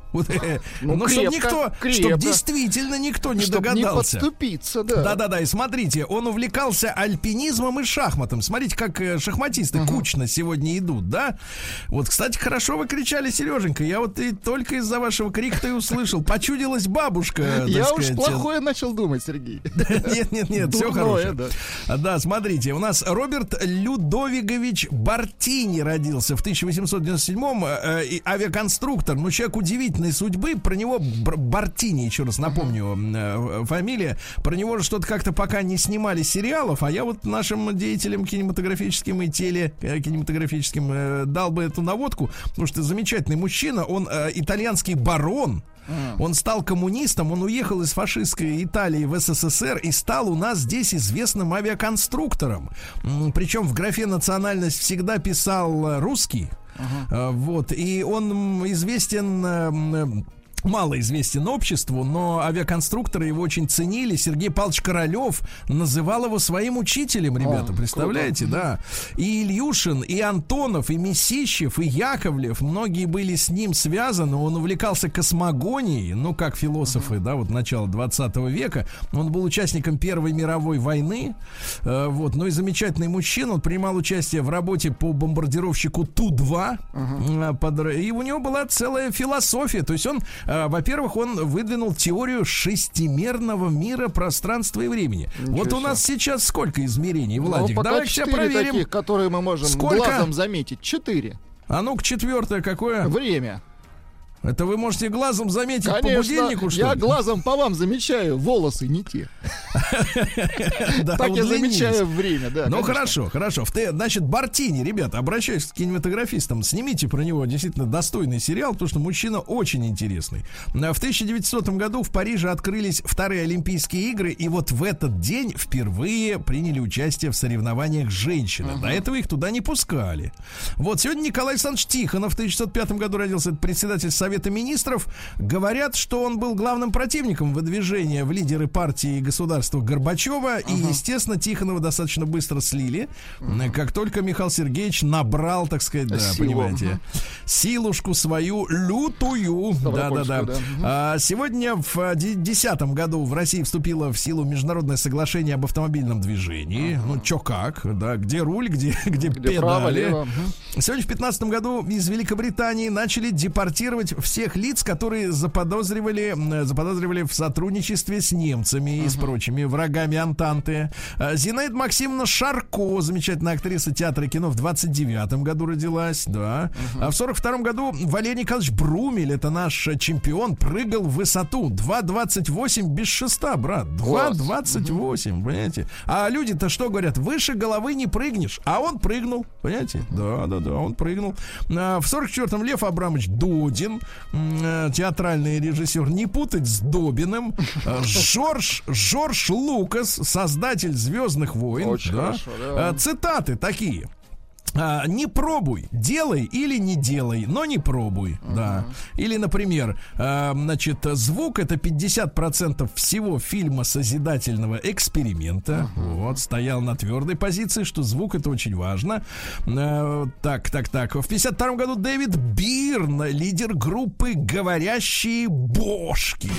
Speaker 2: Ну, чтобы никто, чтобы действительно никто не догадался.
Speaker 3: Не подступиться, да.
Speaker 2: Да-да-да, и смотрите, он увлекался альпинизмом и шахматом. Смотрите, как шахматисты кучно сегодня идут, да? Вот, кстати, хорошо вы кричали, Сереженька. Я вот и только из-за вашего крика-то и услышал. Почудилась бабушка.
Speaker 3: Я уж плохое начал думать, Сергей.
Speaker 2: Нет, все хорошее. Да, смотрите, у нас Роберт Людовигович Бартини родился в 1897-м, авиаконструктор, ну, человек удивительной судьбы, про него Бартини, еще раз напомню, фамилия, про него же что-то как-то пока не снимали сериалов, а я вот нашим деятелям кинематографическим и телекинематографическим дал бы эту наводку, потому что замечательный мужчина, он итальянский барон. Он стал коммунистом, он уехал из фашистской Италии в СССР и стал у нас здесь известным авиаконструктором. Причем в графе национальность всегда писал русский. Вот, и он известен... Мало известен обществу, но авиаконструкторы его очень ценили. Сергей Павлович Королев называл его своим учителем, ребята, представляете, круто. Да. И Ильюшин, и Антонов, и Месищев, и Яковлев, многие были с ним связаны. Он увлекался космогонией, ну, как философы, да, вот начала 20 века. Он был участником Первой мировой войны, вот, ну и замечательный мужчина. Он принимал участие в работе по бомбардировщику Ту-2, и у него была целая философия, то есть он... Во-первых, он выдвинул теорию шестимерного мира, пространства и времени. Ничего вот у нас сейчас сколько измерений, Владик?
Speaker 3: Ну, давай сейчас проверим. Таких, которые мы можем глазом заметить. 4.
Speaker 2: А ну-ка, 4 какое?
Speaker 3: Время.
Speaker 2: Это вы можете глазом заметить. Конечно, по будильнику, что ли?
Speaker 3: Я глазом по вам замечаю, волосы не те. Так я замечаю время, да.
Speaker 2: Ну, хорошо. Значит, Бартини, ребята, обращаюсь к кинематографистам, снимите про него действительно достойный сериал, потому что мужчина очень интересный. В 1900 году в Париже открылись вторые Олимпийские игры, и вот в этот день впервые приняли участие в соревнованиях женщины. До этого их туда не пускали. Вот сегодня Николай Александрович Тихонов в 1905 году родился, это председатель Совета министров. Говорят, что он был главным противником выдвижения в лидеры партии и государства Горбачева. И, естественно, Тихонова достаточно быстро слили. Как только Михаил Сергеевич набрал, так сказать, да, понимаете, силушку свою лютую. Да. Сегодня в 2010 году в России вступило в силу международное соглашение об автомобильном движении. Ну, чё как, да, где руль, где педали.
Speaker 3: Право, лево.
Speaker 2: Сегодня в 2015 году из Великобритании начали депортировать всех лиц, которые заподозривали в сотрудничестве с немцами и с прочими врагами Антанты. Зинаида Максимовна Шарко, замечательная актриса театра и кино, в 29-м году родилась, да. А в 42-м году Валерий Николаевич Брумель, это наш чемпион, прыгал в высоту 2,28 без шеста, брат. 2,28, понимаете? А люди-то что говорят? Выше головы не прыгнешь. А он прыгнул, понимаете? Да, он прыгнул. В 44-м Лев Абрамович Додин, театральный режиссер, не путать с Добиным. Жорж Лукас, создатель «Звездных войн». Очень хорошо, да. Цитаты такие. Не пробуй, делай или не делай, но не пробуй, да. Или, например, значит, звук — это 50% всего фильма созидательного эксперимента. Вот, стоял на твердой позиции, что звук — это очень важно. Так. В 52-м году Дэвид Бирн, лидер группы «Говорящие бошки».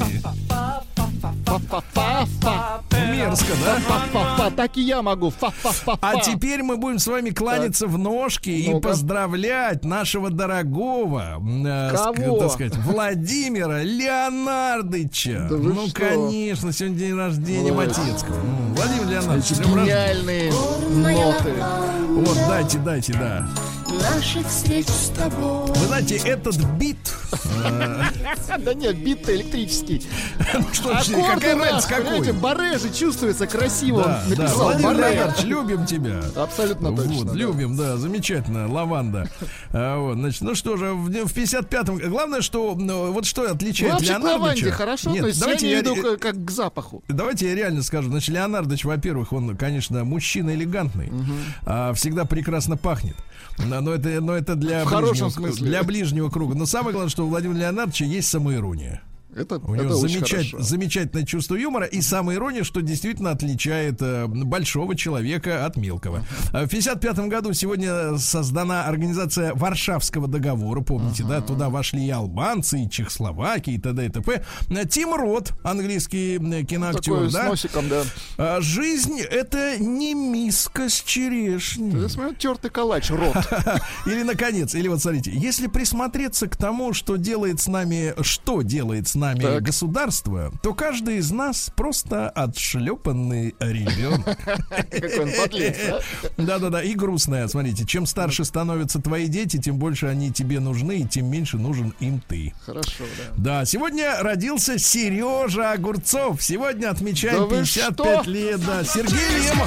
Speaker 2: Мерзко, да?
Speaker 3: Так и я могу.
Speaker 2: А теперь мы будем с вами кланяться в ножки и поздравлять нашего дорогого, так сказать, Владимира Леонардовича. Ну, конечно, сегодня день рождения Матецкого. Владимир Леонардович,
Speaker 3: гениальные ноты.
Speaker 2: Вот, дайте, да.
Speaker 6: Наших встреч с тобой.
Speaker 2: Вы знаете, этот бит...
Speaker 3: Да нет, бит-то электрический.
Speaker 2: Ну что ж, какая разница, какой?
Speaker 3: Баре же чувствуется красиво.
Speaker 2: Да, Владимир Леонардович, любим тебя.
Speaker 3: Абсолютно точно.
Speaker 2: Вот, любим, да, замечательно, лаванда. Вот, значит, ну что же, в 55-м... Главное, что... Вот что отличает Леонардовича...
Speaker 3: Вообще к лаванде хорошо,
Speaker 2: нет,
Speaker 3: то есть я не иду как к запаху.
Speaker 2: Давайте я реально скажу. Значит, Леонардович, во-первых, он, конечно, мужчина элегантный, всегда прекрасно пахнет. Но это для ближнего круга. Но самое главное, что у Владимира Леонардовича есть самоирония. У него замечательное чувство юмора и самоирония, что действительно отличает большого человека от мелкого. В 1955 году сегодня создана организация Варшавского договора. Помните, да? Туда вошли и албанцы, и Чехословакия, и т.д. и т.п. Тим Рот, английский киноактер,
Speaker 3: такой
Speaker 2: да?
Speaker 3: С носиком, да.
Speaker 2: Жизнь — это не миска с черешней.
Speaker 3: Я смотрю, тертый калач, рот.
Speaker 2: Или, наконец, или вот смотрите, если присмотреться к тому, что делает с нами
Speaker 3: Так.
Speaker 2: государство, то каждый из нас просто отшлепанный ребенок.
Speaker 3: Какой он подлец, да?
Speaker 2: Да-да-да, и грустная, смотрите, чем старше становятся твои дети, тем больше они тебе нужны, и тем меньше нужен им ты.
Speaker 3: Хорошо, да.
Speaker 2: Да, сегодня родился Сережа Огурцов. Сегодня отмечаем 55 лет, да. Сергей Лемов.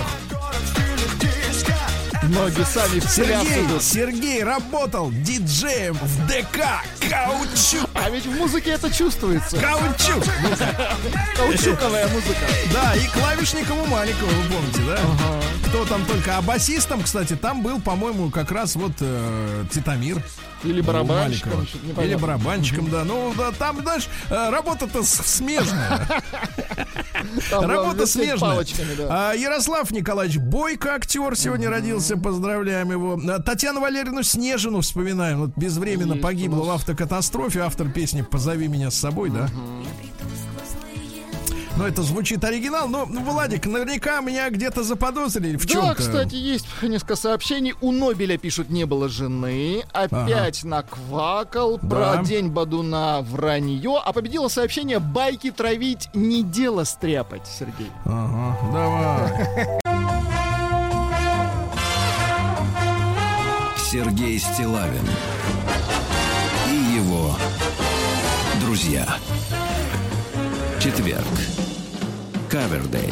Speaker 3: Ноги сами в пляс идут.
Speaker 2: Сергей работал диджеем в ДК «Каучук».
Speaker 3: А ведь в музыке это чувствуется.
Speaker 2: «Каучук».
Speaker 3: Каучуковая музыка.
Speaker 2: Да, и клавишником у Маликова, вы помните, да? Кто там только. А басистом, кстати, там был, по-моему, как раз вот Титамир.
Speaker 3: Или барабанщиком.
Speaker 2: Или барабанщиком, да. Ну, да, там, знаешь, работа-то смежная. Работа смежная.
Speaker 3: Да.
Speaker 2: Ярослав Николаевич Бойко, актер, сегодня родился. Поздравляем его. Татьяну Валерьевну Снежину вспоминаем. Вот безвременно погибла в автокатастрофе. Автор песни «Позови меня с собой», да? Ну, это звучит оригинал, но, Владик, наверняка меня где-то заподозрили в чем-то.
Speaker 3: Да, кстати, есть несколько сообщений. У Нобеля, пишут, не было жены. Опять наквакал. Про день Бадуна вранье. А победило сообщение: байки травить, не дело стряпать, Сергей.
Speaker 2: Ага, давай.
Speaker 1: Сергей Стиллавин и его друзья. Четверг. Кавердей.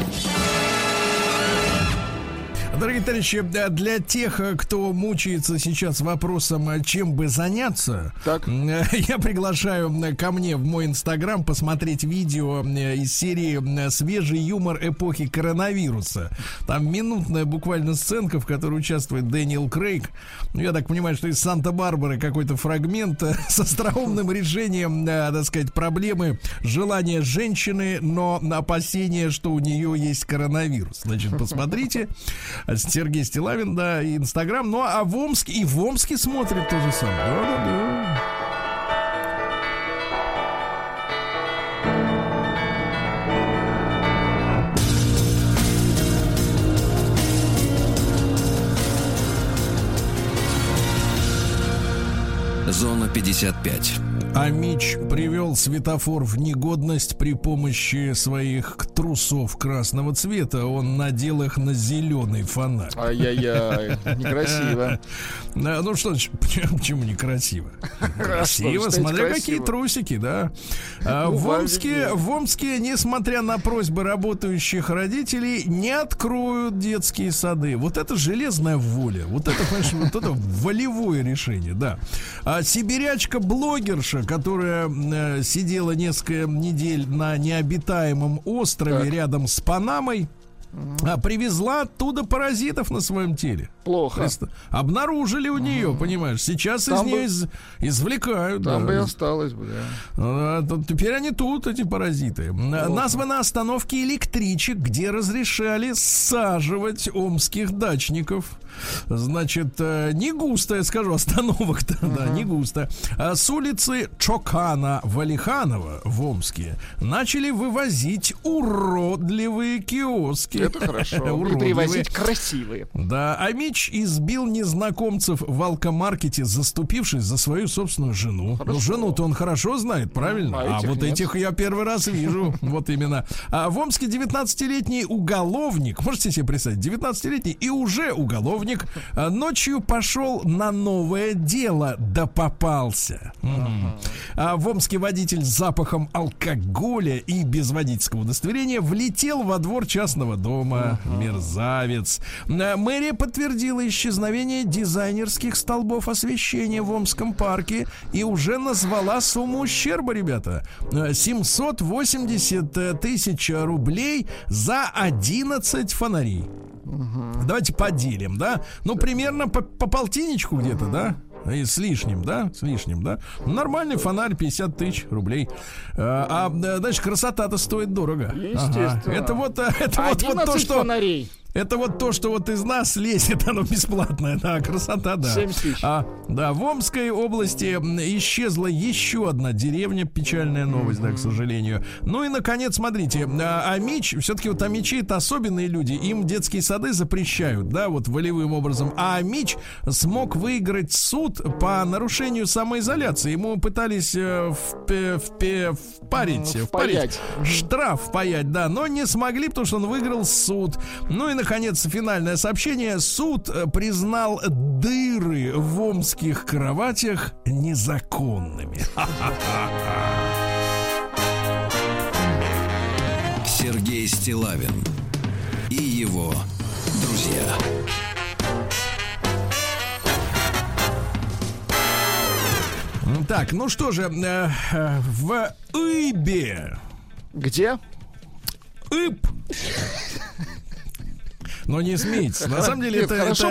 Speaker 2: Дорогие товарищи, для тех, кто мучается сейчас вопросом, чем бы заняться,
Speaker 3: так.
Speaker 2: Я приглашаю ко мне в мой инстаграм посмотреть видео из серии «Свежий юмор эпохи коронавируса». Там минутная буквально сценка, в которой участвует Дэниел Крейг. Я так понимаю, что из Санта-Барбары какой-то фрагмент с остроумным решением, так сказать, проблемы желания женщины, но опасения, что у нее есть коронавирус. Значит, посмотрите. Сергей Стиллавин, да, и Инстаграм. Ну, а в Омске смотрит то же самое. Да-да-да.
Speaker 1: Зона 55.
Speaker 2: Амич привел светофор в негодность при помощи своих трусов красного цвета. Он надел их на зеленый фонарь.
Speaker 3: Ай-яй-яй, некрасиво.
Speaker 2: Ну что, почему некрасиво? Красиво, смотря какие трусики, да. В Омске, несмотря на просьбы работающих родителей, не откроют детские сады. Вот это железная воля. Вот это, понимаешь, вот это волевое решение, да. А сибирячка-блогерша, которая сидела несколько недель на необитаемом острове рядом с Панамой, привезла оттуда паразитов на своем теле.
Speaker 3: Плохо.
Speaker 2: Просто обнаружили у нее, понимаешь, сейчас там из нее извлекают.
Speaker 3: Там бы и осталось бы, да.
Speaker 2: Теперь они тут, эти паразиты. Названы остановки электричек, где разрешали саживать омских дачников. Значит, не густо, я скажу, остановок-то, да, не густо. С улицы Чокана-Валиханова в Омске начали вывозить уродливые киоски.
Speaker 3: Это хорошо. И привозить красивые.
Speaker 2: Да, Амич избил незнакомцев в алкомаркете, заступившись за свою собственную жену.
Speaker 3: Хорошо.
Speaker 2: Ну, жену-то он хорошо знает, правильно? А вот нет. Этих я первый раз вижу. Вот именно. А в Омске 19-летний уголовник, можете себе представить, 19-летний и уже уголовник, ночью пошел на новое дело, да попался. А в Омске водитель с запахом алкоголя и без водительского удостоверения влетел во двор частного дома. Мерзавец. Мэрия подтвердила исчезновение дизайнерских столбов освещения в Омском парке и уже назвала сумму ущерба, ребята. 780 тысяч рублей за 11 фонарей. Давайте поделим, да? Ну, примерно по полтинничку где-то, да? И с лишним, да? Нормальный фонарь 50 тысяч рублей. Дальше красота-то стоит дорого.
Speaker 3: Естественно.
Speaker 2: Это вот то, что...
Speaker 3: фонарей.
Speaker 2: Это вот то, что вот из нас лезет, оно бесплатное. Да, красота, да.
Speaker 3: 70 тысяч.
Speaker 2: Да, в Омской области исчезла еще одна деревня. Печальная новость, да, к сожалению. Ну и, наконец, смотрите, амич, все-таки вот амичи — это особенные люди. Им детские сады запрещают, да, вот волевым образом. А амич смог выиграть суд по нарушению самоизоляции. Ему пытались впарить, штраф впаять, да, но не смогли, потому что он выиграл суд. Ну и, наконец, финальное сообщение. Суд признал дыры в омских кроватях незаконными.
Speaker 1: Сергей Стиллавин и его друзья.
Speaker 2: Так, ну что же, в Ибе.
Speaker 3: Где?
Speaker 2: Иб. Но не смейтесь. На самом деле,
Speaker 3: Нет,
Speaker 2: это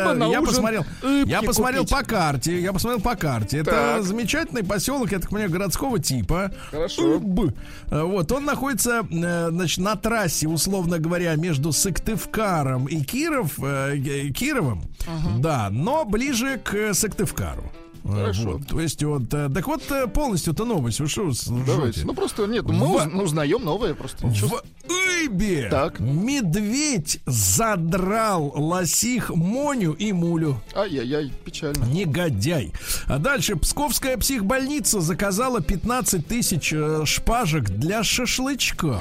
Speaker 2: я посмотрел
Speaker 3: купить.
Speaker 2: по карте. Это замечательный поселок, я так понимаю, городского типа.
Speaker 3: Хорошо.
Speaker 2: Вот, он находится, значит, на трассе, условно говоря, между Сыктывкаром и Кировом. Да, но ближе к Сыктывкару.
Speaker 3: Хорошо.
Speaker 2: Вот, то есть вот, так вот, полностью-то новость. Вы что,
Speaker 3: Давайте. Ну просто нет, мы узнаем новое просто.
Speaker 2: В Ибе медведь задрал лосих Моню и Мулю.
Speaker 3: Ай-яй-яй, печально.
Speaker 2: Негодяй. А дальше псковская психбольница заказала 15 тысяч шпажек для шашлычка.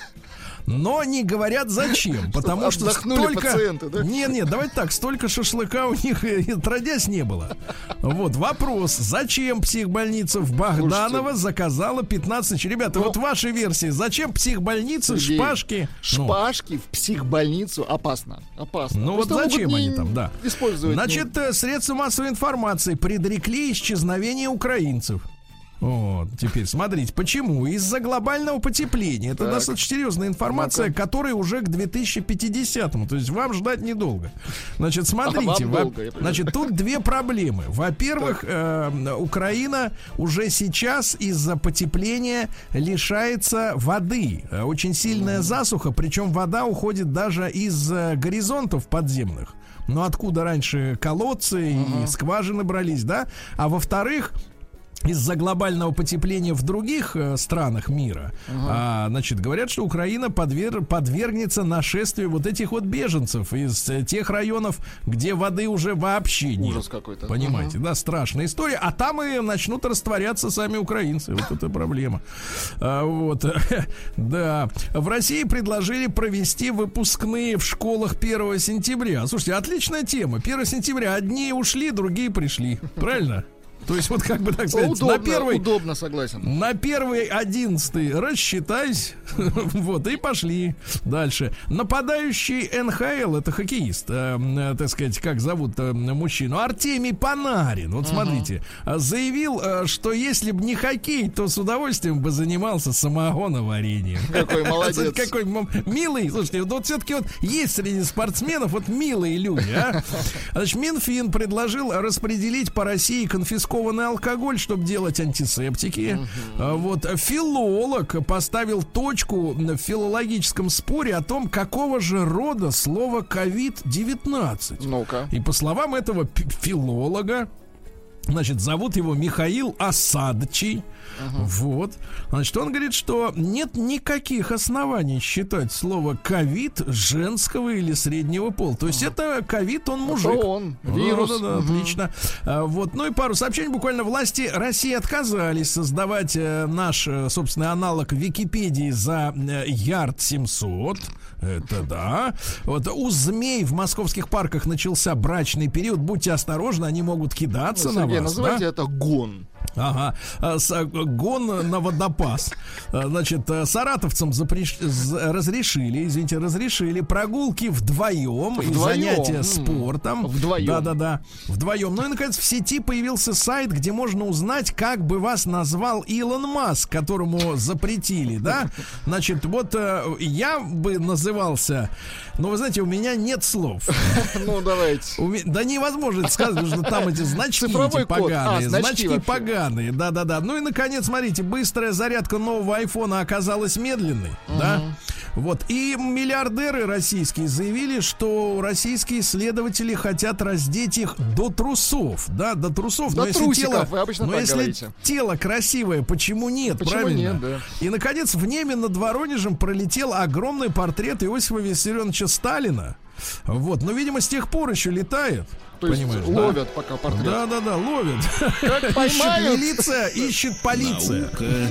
Speaker 2: Но не говорят зачем, потому что столько...
Speaker 3: пациенты, да?
Speaker 2: Не, давайте так, столько шашлыка у них отродясь не было. Вот вопрос, зачем психбольница в Богданово заказала 15 тысяч? Ребята, вот ваши версии, зачем психбольнице шпажки?
Speaker 3: Шпажки в психбольницу опасно.
Speaker 2: Ну вот зачем они там, да.
Speaker 3: Использовать.
Speaker 2: Значит, средства массовой информации предрекли исчезновение украинцев. Вот, теперь смотрите, почему? Из-за глобального потепления. Это достаточно серьезная информация, которая уже к 2050-му. То есть вам ждать недолго. Значит, смотрите, значит, тут две проблемы. Во-первых, Украина уже сейчас из-за потепления лишается воды. Очень сильная засуха, причем вода уходит даже из горизонтов подземных. Но откуда раньше колодцы и скважины брались, да? А во-вторых, из-за глобального потепления в других странах мира, значит, говорят, что Украина подвергнется нашествию вот этих вот беженцев из тех районов, где воды уже вообще нет.
Speaker 3: Ужас какой-то.
Speaker 2: Понимаете, да, страшная история. А там и начнут растворяться сами украинцы. Вот это проблема. Вот, да. В России предложили провести выпускные в школах 1 сентября. Слушайте, отличная тема. 1 сентября одни ушли, другие пришли. Правильно? То есть вот как бы так сказать,
Speaker 3: удобно, согласен.
Speaker 2: На 1-11 рассчитайся, вот, и пошли дальше. Нападающий НХЛ, это хоккеист, так сказать, как зовут мужчину, Артемий Панарин, вот смотрите, заявил, что если бы не хоккей, то с удовольствием бы занимался самогоноварением.
Speaker 3: Какой молодец.
Speaker 2: Какой милый, слушайте, вот все-таки вот есть среди спортсменов вот милые люди, а? Значит, Минфин предложил распределить по России конфискованный алкоголь, чтобы делать антисептики. Вот филолог поставил точку в филологическом споре о том, какого же рода слово COVID-19.
Speaker 3: Ну-ка.
Speaker 2: И по словам этого филолога, значит, зовут его Михаил Осадчий. Вот. Значит, он говорит, что нет никаких оснований считать слово ковид женского или среднего пола. То есть это ковид, он мужик.
Speaker 3: Это он, вирус.
Speaker 2: Да, отлично. Вот. Ну и пару сообщений. Буквально власти России отказались создавать наш собственный аналог Википедии за ярд 700. Это да. Вот у змей в московских парках начался брачный период. Будьте осторожны, они могут кидаться на вас.
Speaker 3: Называйте это гон.
Speaker 2: Ага, гон на водопас. Значит, саратовцам разрешили прогулки вдвоем и занятия спортом.
Speaker 3: Вдвоем.
Speaker 2: Да, вдвоем. Ну и, наконец, в сети появился сайт, где можно узнать, как бы вас назвал Илон Маск, которому запретили, да? Значит, вот я бы назывался... Но, вы знаете, у меня нет слов.
Speaker 3: Ну, давайте.
Speaker 2: Да невозможно это сказать, потому что там эти значки эти поганые. Значки поганые, да. Ну и, наконец, смотрите, быстрая зарядка нового айфона оказалась медленной, да? Вот. И миллиардеры российские заявили, что российские исследователи хотят раздеть их до трусов, да, до трусов.
Speaker 3: До трусиков, вы обычно так
Speaker 2: если
Speaker 3: говорите.
Speaker 2: Тело красивое, почему нет,
Speaker 3: почему
Speaker 2: правильно?
Speaker 3: Нет, да.
Speaker 2: И, наконец, в небе над Воронежем пролетел огромный портрет Иосифа Виссарионовича Сталина. Вот, но, видимо, с тех пор еще летает.
Speaker 3: То есть ловят пока портрет.
Speaker 2: Да, ловят.
Speaker 3: Как поймают.
Speaker 2: Ищет милиция, ищет полиция.
Speaker 1: Наука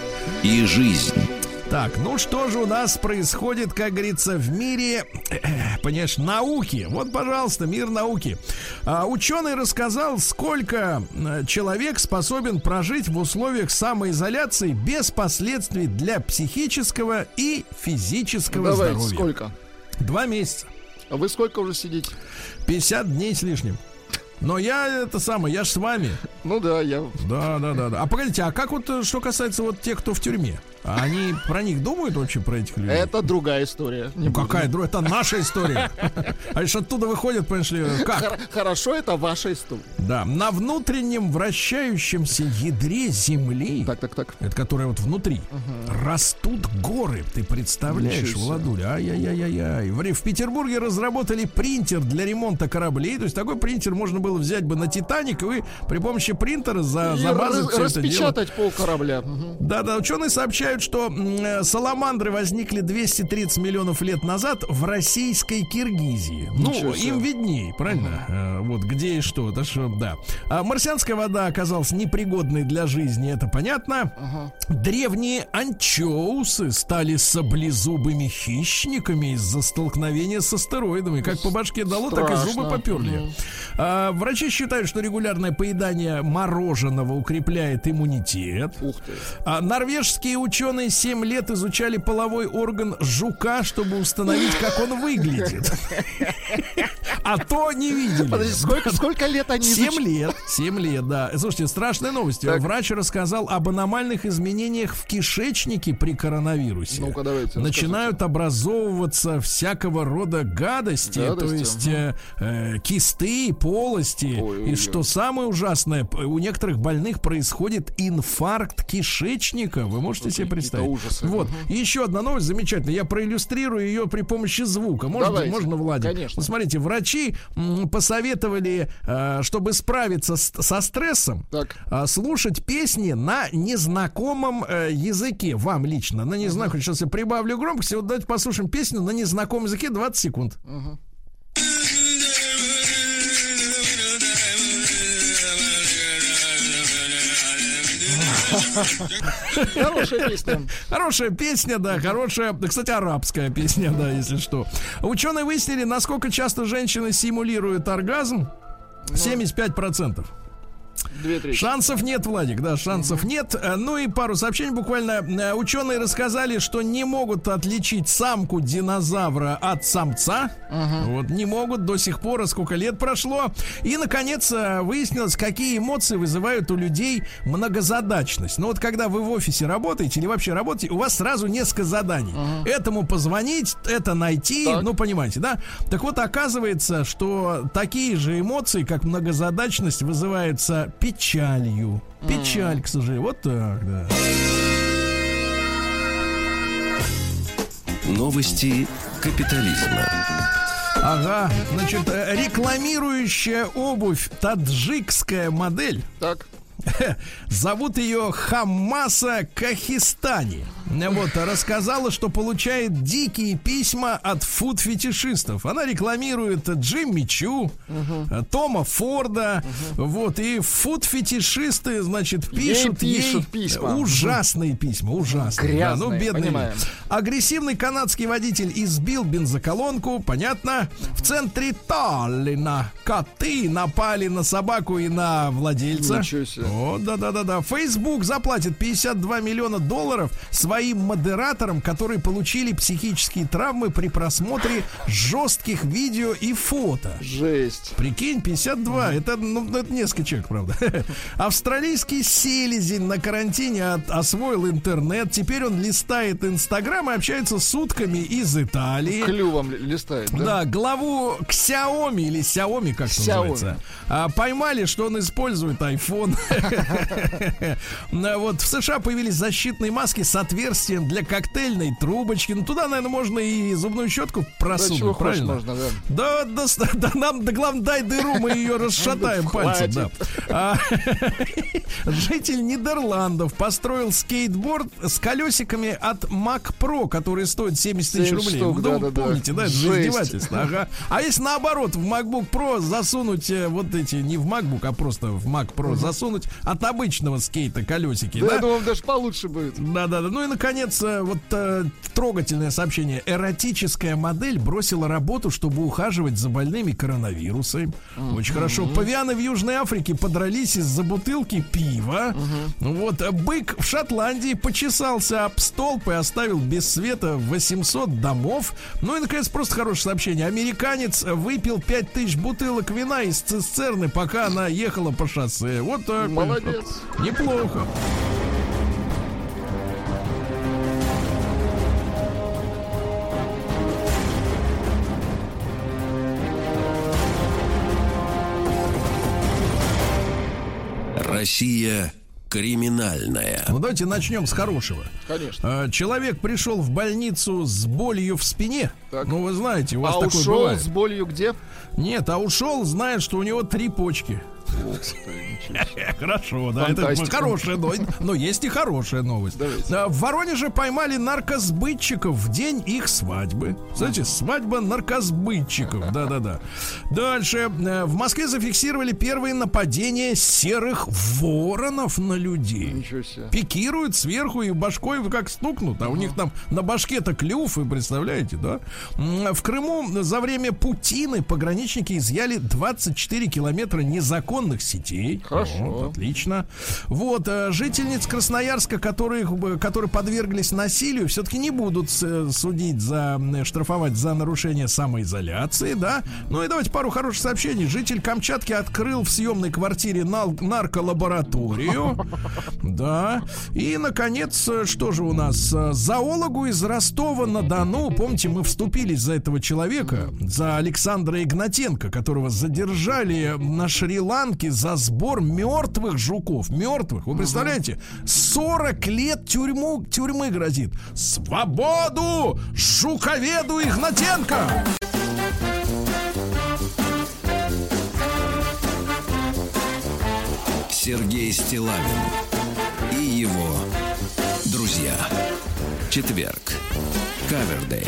Speaker 1: и жизнь.
Speaker 2: Так, ну что же у нас происходит, как говорится, в мире, понимаешь, науки. Вот, пожалуйста, мир науки. Ученый рассказал, сколько человек способен прожить в условиях самоизоляции без последствий для психического и физического здоровья.
Speaker 3: Сколько?
Speaker 2: 2 месяца.
Speaker 3: А вы сколько уже сидите?
Speaker 2: 50 дней с лишним. Но я я ж с вами.
Speaker 3: Ну да, я...
Speaker 2: Да. А погодите, а как вот, что касается вот тех, кто в тюрьме? Они про них думают вообще, про этих людей?
Speaker 3: Это другая история.
Speaker 2: Ну какая другая? Это наша история. А лишь оттуда выходят, понимаешь ли, как?
Speaker 3: Хорошо, это ваша история.
Speaker 2: Да, на внутреннем вращающемся ядре Земли,
Speaker 3: так.
Speaker 2: это которое вот внутри, растут горы. Ты представляешь, Владуля? Ай-яй-яй-яй. В Петербурге разработали принтер для ремонта кораблей. То есть такой принтер можно было взять бы на Титаник, и вы при помощи принтера замазать все это дело.
Speaker 3: Распечатать пол корабля.
Speaker 2: Да, ученые сообщают, что саламандры возникли 230 миллионов лет назад в российской Киргизии. Ну, им видней, правильно? Вот где и что. Да. А марсианская вода оказалась непригодной для жизни, это понятно. Древние анчоусы стали саблезубыми хищниками из-за столкновения с астероидами. Как по башке дало, так и зубы поперли. Врачи считают, что регулярное поедание мороженого укрепляет иммунитет.
Speaker 3: Ух ты.
Speaker 2: Норвежские ученые 7 лет изучали половой орган жука, чтобы установить, как он выглядит. А то не видели.
Speaker 3: Подожди, сколько лет они изучали?
Speaker 2: 7 лет, да. Слушайте, страшная новость. Так. Врач рассказал об аномальных изменениях в кишечнике при коронавирусе.
Speaker 3: Ну-ка, давайте.
Speaker 2: Начинают образовываться всякого рода гадости. То есть кисты, полости. И что самое ужасное, у некоторых больных происходит инфаркт кишечника. Вы можете себе представить? Вот. И еще одна новость замечательная. Я проиллюстрирую ее при помощи звука. Можно, Владик?
Speaker 3: Конечно.
Speaker 2: Вот смотрите, врачи посоветовали, чтобы справиться со стрессом, слушать песни на незнакомом языке. Вам лично. На незнакомом. Сейчас я прибавлю громкости. Вот давайте послушаем песню на незнакомом языке 20 секунд.
Speaker 3: Хорошая песня.
Speaker 2: Хорошая песня, да, хорошая. Кстати, арабская песня, да, если что. Ученые выяснили, насколько часто женщины симулируют оргазм. 75%.
Speaker 3: 2/3.
Speaker 2: Шансов нет, Владик, да, шансов нет. Ну и пару сообщений буквально. Ученые рассказали, что не могут отличить самку динозавра от самца. Вот не могут до сих пор, сколько лет прошло. И, наконец, выяснилось, какие эмоции вызывают у людей многозадачность. Ну вот когда вы в офисе работаете или вообще работаете, у вас сразу несколько заданий. Этому позвонить, это найти, ну понимаете, да? Так вот, оказывается, что такие же эмоции, как многозадачность, вызываются печалью. Печаль, к сожалению. Вот так, да.
Speaker 1: Новости капитализма.
Speaker 2: Ага, значит, рекламирующая обувь таджикская модель.
Speaker 3: Так.
Speaker 2: Зовут ее Хаммаса Кахистани. вот, рассказала, что получает дикие письма от фуд-фетишистов. Она рекламирует Джимми Чу, Тома Форда, вот, и фуд-фетишисты, значит, пишут ей
Speaker 3: письма.
Speaker 2: Ужасные письма, ужасные.
Speaker 3: Грязные,
Speaker 2: да, ну, бедные.
Speaker 3: понимаем.
Speaker 2: Агрессивный канадский водитель избил бензоколонку, понятно. В центре Таллина коты напали на собаку и на владельца.
Speaker 3: Ничего себе.
Speaker 2: О, да. Facebook заплатит $52 миллиона своим модераторам, которые получили психические травмы при просмотре жестких видео и фото.
Speaker 3: Жесть.
Speaker 2: Прикинь, 52. Это несколько человек, правда. Австралийский селезень на карантине освоил интернет. Теперь он листает Инстаграм и общается сутками из Италии.
Speaker 3: Клювом листает, да?
Speaker 2: Да, главу Xiaomi или Xiaomi, как это называется, поймали, что он использует iPhone. Вот в США появились защитные маски с отверстием для коктейльной трубочки. Ну, туда, наверное, можно и зубную щетку просунуть, правильно?
Speaker 3: Можно, да.
Speaker 2: Да, нам, главное, дай дыру, мы ее расшатаем пальцем. Да. Житель Нидерландов построил скейтборд с колесиками от Mac Pro, который стоит 70 тысяч рублей. Вы помните, да? Это же издевательство. Ага. А если наоборот в MacBook Pro засунуть вот эти, не в MacBook, а просто в Mac Pro засунуть от обычного скейта колесики.
Speaker 3: Да, я думаю, даже получше будет.
Speaker 2: Да. Ну и, наконец, вот трогательное сообщение. Эротическая модель бросила работу, чтобы ухаживать за больными коронавирусом. Очень хорошо. Павианы в Южной Африке подрались из-за бутылки пива. Вот. Бык в Шотландии почесался об столб и оставил без света 800 домов. Ну и, наконец, просто хорошее сообщение. Американец выпил 5000 бутылок вина из цистерны, пока она ехала по шоссе. Вот так.
Speaker 3: Молодец.
Speaker 2: Неплохо.
Speaker 1: Россия криминальная.
Speaker 2: Ну, давайте начнем с хорошего.
Speaker 3: Конечно.
Speaker 2: Человек пришел в больницу с болью в спине.
Speaker 3: Так.
Speaker 2: Ну, вы знаете, у вас такое
Speaker 3: ушел
Speaker 2: бывает.
Speaker 3: с болью где?
Speaker 2: Нет, ушел, зная, что у него 3 почки. Хорошо, да, это хорошая новость. Но есть и хорошая новость. В Воронеже поймали наркосбытчиков в день их свадьбы. Знаете, свадьба наркосбытчиков. Да. Дальше. В Москве зафиксировали первые нападения серых воронов на людей.
Speaker 3: Ничего себе.
Speaker 2: Пикируют сверху и башкой как стукнут. А у них там на башке-то клюв, вы представляете, да? В Крыму за время путины пограничники изъяли 24 километра незаконных сетей.
Speaker 3: Хорошо.
Speaker 2: Вот, отлично. Вот, жительниц Красноярска, которые подверглись насилию, все-таки не будут штрафовать за нарушение самоизоляции, да? Ну и давайте пару хороших сообщений. Житель Камчатки открыл в съемной квартире нарколабораторию. Да. И, наконец, что же у нас? Зоологу из Ростова-на-Дону, помните, мы вступились за этого человека, за Александра Игнатенко, которого задержали на Шри-Ланке за сбор мертвых жуков. Мертвых, вы представляете? 40 лет тюрьмы грозит. Свободу жуковеду Игнатенко!
Speaker 1: Сергей Стиллавин и его друзья. Четверг. Кавердей.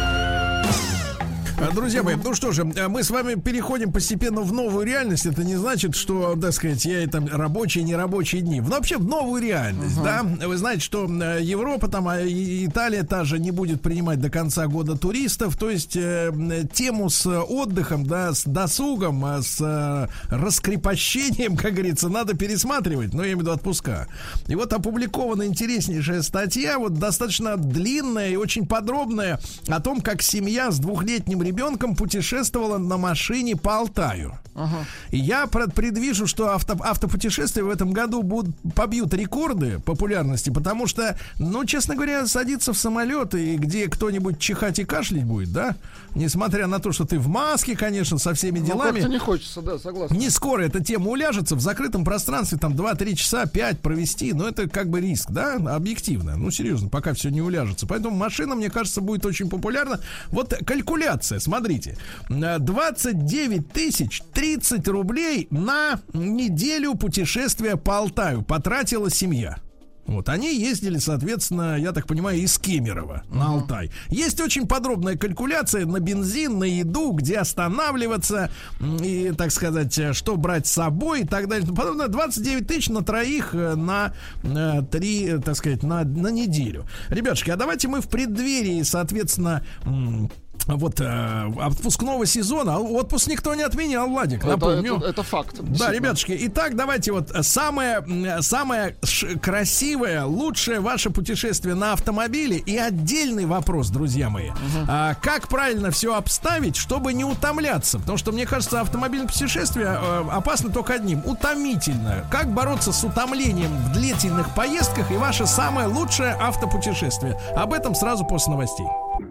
Speaker 2: Друзья мои, ну что же, мы с вами переходим постепенно в новую реальность. Это не значит, что, так сказать, я там рабочие, нерабочие дни. Вообще в новую реальность, да. Вы знаете, что Европа, там, Италия та же не будет принимать до конца года туристов. То есть тему с отдыхом, да, с досугом, с раскрепощением, как говорится, надо пересматривать. Ну, я имею в виду отпуска. И вот опубликована интереснейшая статья, вот достаточно длинная и очень подробная, о том, как семья с 2-летним ребенком путешествовала на машине по Алтаю. И я предвижу, что автопутешествия в этом году побьют рекорды популярности, потому что, ну, честно говоря, садиться в самолет, и где кто-нибудь чихать и кашлять будет, да, несмотря на то, что ты в маске, конечно, со всеми делами.
Speaker 3: Как-то не хочется, да, согласен.
Speaker 2: Не скоро эта тема уляжется, в закрытом пространстве там 2-3 часа, 5 провести, но это как бы риск, да, объективно. Ну, серьезно, пока все не уляжется. Поэтому машина, мне кажется, будет очень популярна. Вот калькуляция, смотрите. 29 тысяч 30 рублей на неделю путешествия по Алтаю потратила семья. Вот, они ездили, соответственно, я так понимаю, из Кемерово на Алтай. Есть очень подробная калькуляция на бензин, на еду, где останавливаться, и, так сказать, что брать с собой и так далее. Подобное 29 тысяч на троих на 3, так сказать, на неделю. Ребятушки, а давайте мы в преддверии, соответственно, вот отпускного сезона. Отпуск никто не отменял, Владик, напомню.
Speaker 3: Это факт.
Speaker 2: Да, ребятушки, итак, давайте вот самое красивое, лучшее ваше путешествие на автомобиле. И отдельный вопрос, друзья мои. Как правильно все обставить, чтобы не утомляться? Потому что, мне кажется, автомобильное путешествие опасно только одним — утомительно. Как бороться с утомлением в длительных поездках и ваше самое лучшее автопутешествие? Об этом сразу после новостей.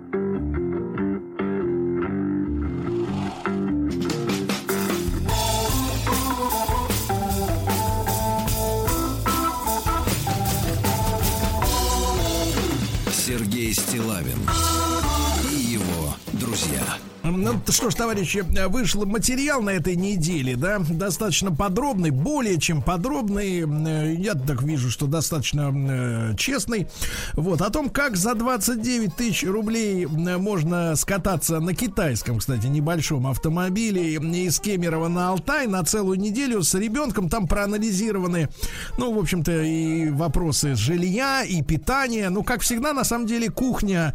Speaker 1: Сергей Стиллавин и его друзья.
Speaker 2: Ну что ж, товарищи, вышел материал на этой неделе, да, достаточно подробный, более чем подробный, я так вижу, что достаточно честный, вот, о том, как за 29 тысяч рублей можно скататься на китайском, кстати, небольшом автомобиле из Кемерово на Алтай на целую неделю с ребенком. Там проанализированы, ну, в общем-то, и вопросы жилья, и питания, ну, как всегда, на самом деле, кухня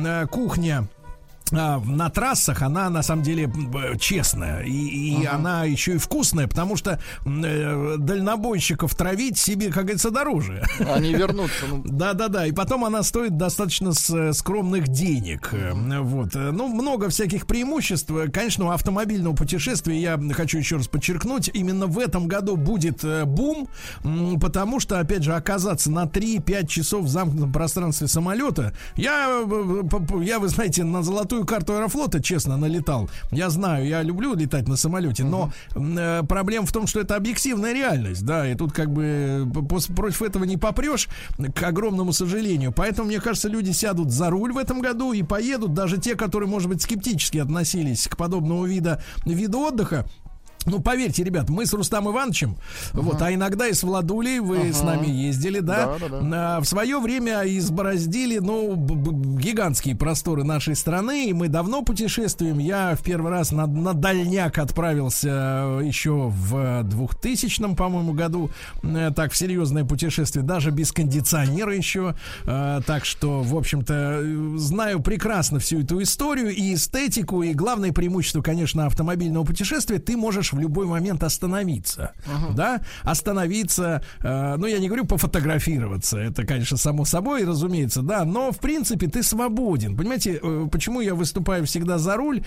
Speaker 2: на трассах, она на самом деле честная. И она еще и вкусная, потому что дальнобойщиков травить себе, как говорится, дороже.
Speaker 3: Они вернутся.
Speaker 2: Да. И потом она стоит достаточно скромных денег. Вот. Ну, много всяких преимуществ. Конечно, у автомобильного путешествия, я хочу еще раз подчеркнуть, именно в этом году будет бум, потому что, опять же, оказаться на 3-5 часов в замкнутом пространстве самолета. Я, вы знаете, на золотую карту Аэрофлота, честно, налетал. Я знаю, я люблю летать на самолете, но проблема в том, что это объективная реальность, да, и тут как бы против этого не попрешь, к огромному сожалению. Поэтому, мне кажется, люди сядут за руль в этом году и поедут, даже те, которые, может быть, скептически относились к подобному виду отдыха. Ну, поверьте, ребят, мы с Рустам Ивановичем, вот, а иногда и с Владулей, вы с нами ездили, да? В свое время избороздили, ну, гигантские просторы нашей страны, и мы давно путешествуем. Я в первый раз на дальняк отправился еще в 2000-м, по-моему, году, так, в серьезное путешествие, даже без кондиционера еще, так что, в общем-то, знаю прекрасно всю эту историю и эстетику, и главное преимущество, конечно, автомобильного путешествия — ты можешь в любой момент остановиться, да, остановиться, ну, я не говорю пофотографироваться, это, конечно, само собой, разумеется, да, но, в принципе, ты свободен, понимаете, почему я выступаю всегда за руль,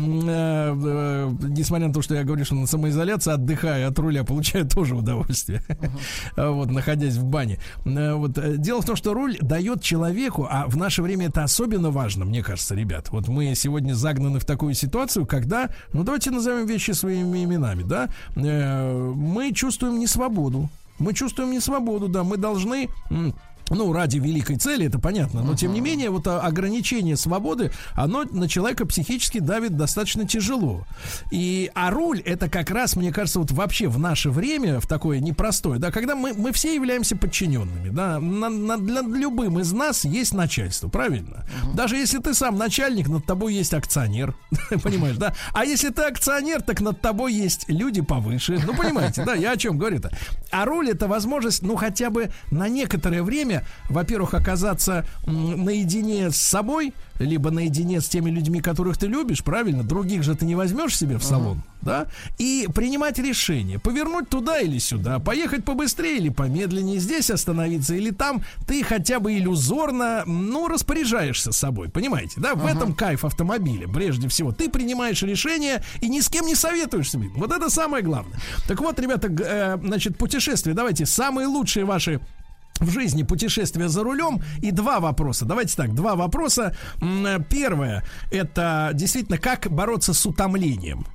Speaker 2: несмотря на то, что я говорю, что на самоизоляции, отдыхаю от руля, получаю тоже удовольствие, вот, находясь в бане, вот, дело в том, что руль дает человеку, а в наше время это особенно важно, мне кажется, ребят, вот мы сегодня загнаны в такую ситуацию, когда, ну, давайте назовем вещи своими именами, да, мы чувствуем несвободу. Да, мы должны, ну, ради великой цели, это понятно, но тем не менее, вот ограничение свободы, оно на человека психически давит достаточно тяжело. А руль — это как раз, мне кажется, вот вообще в наше время, в такое непростое, да, когда мы все являемся подчиненными, да, для любым из нас есть начальство, правильно? Даже если ты сам начальник, над тобой есть акционер, понимаешь, да? А если ты акционер, так над тобой есть люди повыше, ну, понимаете, да, я о чем говорю-то? А руль — это возможность, ну, хотя бы на некоторое время, во-первых, оказаться наедине с собой, либо наедине с теми людьми, которых ты любишь, правильно? Других же ты не возьмешь себе в салон, да? И принимать решение, повернуть туда или сюда, поехать побыстрее или помедленнее, здесь остановиться или там. Ты хотя бы иллюзорно, ну, распоряжаешься собой, понимаете, да? В этом кайф автомобиля, прежде всего. Ты принимаешь решение и ни с кем не советуешься. Вот это самое главное. Так вот, ребята, значит, путешествия, давайте, самые лучшие ваши в жизни путешествия за рулем. И два вопроса. Давайте так, два вопроса. Первое — это действительно, как бороться с утомлением.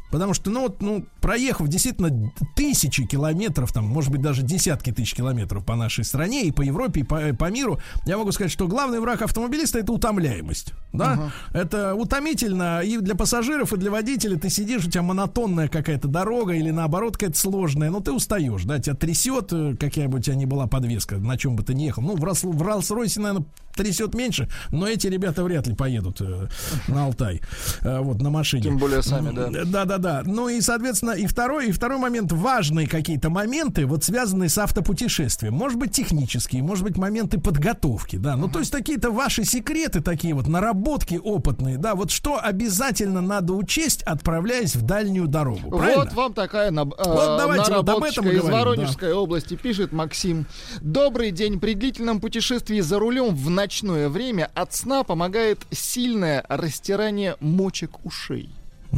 Speaker 2: Потому что, проехав действительно тысячи километров, там, может быть, даже десятки тысяч километров по нашей стране и по Европе, и по миру, я могу сказать, что главный враг автомобилиста — это утомляемость. Да? Это утомительно и для пассажиров, и для водителя. Ты сидишь, у тебя монотонная какая-то дорога или, наоборот, какая-то сложная, но ты устаешь, да, тебя трясет, какая бы у тебя ни была подвеска, на чем бы ты ни ехал. В Роллс-Ройсе, наверное, трясет меньше, но эти ребята вряд ли поедут на Алтай, на машине.
Speaker 3: Тем более сами, да.
Speaker 2: Да. Ну и, соответственно, и второй момент, важные какие-то моменты, вот связанные с автопутешествием. Может быть, технические, может быть, моменты подготовки, да. Ну, то есть, какие-то ваши секреты такие вот, наработки опытные, да. Вот что обязательно надо учесть, отправляясь в дальнюю дорогу, правильно?
Speaker 3: Вот вам такая
Speaker 2: давайте вот об этом
Speaker 3: из
Speaker 2: говорим,
Speaker 3: Воронежской области, пишет Максим. Добрый день. При длительном путешествии за рулем в ночное время от сна помогает сильное растирание мочек ушей.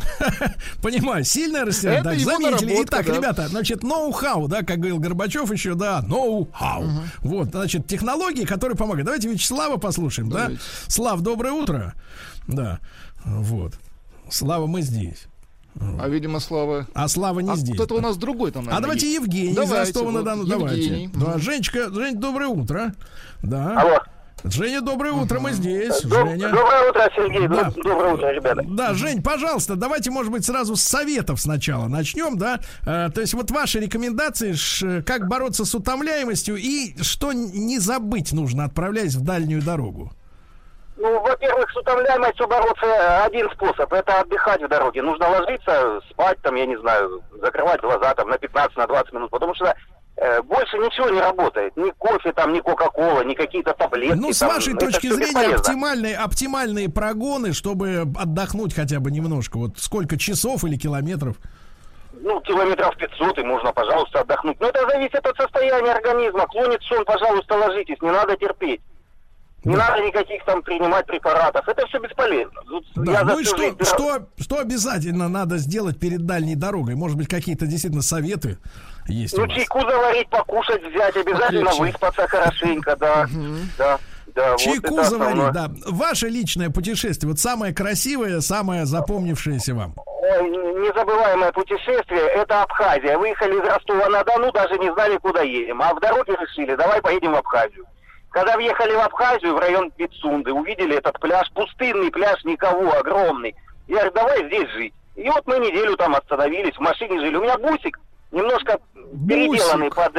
Speaker 2: Понимаю, сильное растирание. Так, заметили. Итак, да. Ребята, значит, ноу-хау, да, как говорил Горбачев еще, да, ноу-хау. Вот, значит, технологии, которые помогают. Давайте Вячеслава послушаем, да? Слав, доброе утро. Да, вот. Слава, мы здесь.
Speaker 3: А, видимо, Слава...
Speaker 2: А Слава не здесь.
Speaker 3: Кто-то у нас другой там, наверное,
Speaker 2: давайте
Speaker 3: есть.
Speaker 2: Евгений из Ростова-на-Дону. Давайте. Да, Женечка, Жень, доброе утро. Да.
Speaker 7: Алло.
Speaker 2: Женя, доброе утро, мы здесь.
Speaker 7: Женя. Доброе утро, Сергей. Да. Доброе утро, ребята.
Speaker 2: Да, Жень, пожалуйста, давайте, может быть, сразу с советов сначала начнем, да? То есть вот ваши рекомендации, как бороться с утомляемостью и что не забыть нужно, отправляясь в дальнюю дорогу.
Speaker 7: Ну, во-первых, с утомляемостью бороться один способ. Это отдыхать в дороге. Нужно ложиться, спать там, я не знаю, закрывать глаза там на 15-20 минут, потому что больше ничего не работает. Ни кофе, там, ни кока-кола, ни какие-то таблетки.
Speaker 2: Ну, с вашей точки зрения, оптимальные прогоны, чтобы отдохнуть хотя бы немножко. Вот сколько часов или километров?
Speaker 7: Ну, километров 500, и можно, пожалуйста, отдохнуть. Но это зависит от состояния организма. Клонит сон, пожалуйста, ложитесь, не надо терпеть. Не надо никаких там принимать препаратов. Это все бесполезно.
Speaker 2: Да, ну и что обязательно надо сделать перед дальней дорогой? Может быть, какие-то действительно советы есть у вас?
Speaker 7: Чайку заварить, покушать взять, обязательно выспаться хорошенько, да. Да,
Speaker 2: чайку
Speaker 7: вот
Speaker 2: заварить, да. Ваше личное путешествие, вот самое красивое, самое запомнившееся вам?
Speaker 7: Незабываемое путешествие — это Абхазия. Выехали из Ростова-на-Дону, даже не знали, куда едем. А в дороге решили, давай поедем в Абхазию. Когда въехали в Абхазию, в район Пицунды, увидели этот пляж, пустынный пляж, никого, огромный. Я говорю, давай здесь жить. И вот мы неделю там остановились, в машине жили. У меня бусик, немножко переделанный под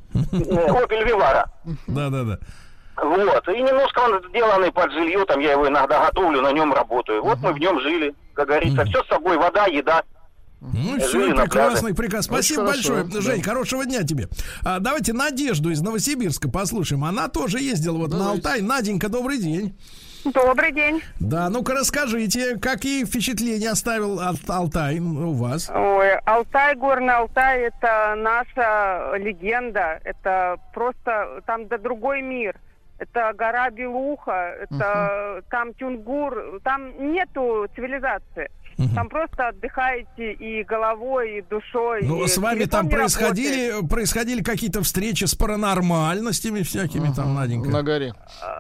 Speaker 7: Opel Vivaro.
Speaker 2: Да.
Speaker 7: Вот, и немножко он сделанный под жилье, там я его иногда готовлю, на нем работаю. Вот мы в нем жили, как говорится, все с собой, вода, еда.
Speaker 2: Ну все, прекрасно. Спасибо большое, Жень, хорошего дня тебе. Давайте Надежду из Новосибирска послушаем. Она тоже ездила вот на Алтай. Наденька, добрый день.
Speaker 8: Добрый день.
Speaker 2: Да, ну-ка расскажите, какие впечатления оставил Алтай у вас?
Speaker 8: Ой, Алтай, Горный Алтай — это наша легенда. Это просто там другой мир. Это гора Белуха, это там Тюнгур, там нету цивилизации. Там просто отдыхаете и головой, и душой.
Speaker 2: Ну, с вами там происходили какие-то встречи с паранормальностями всякими там, Наденька?
Speaker 3: На горе.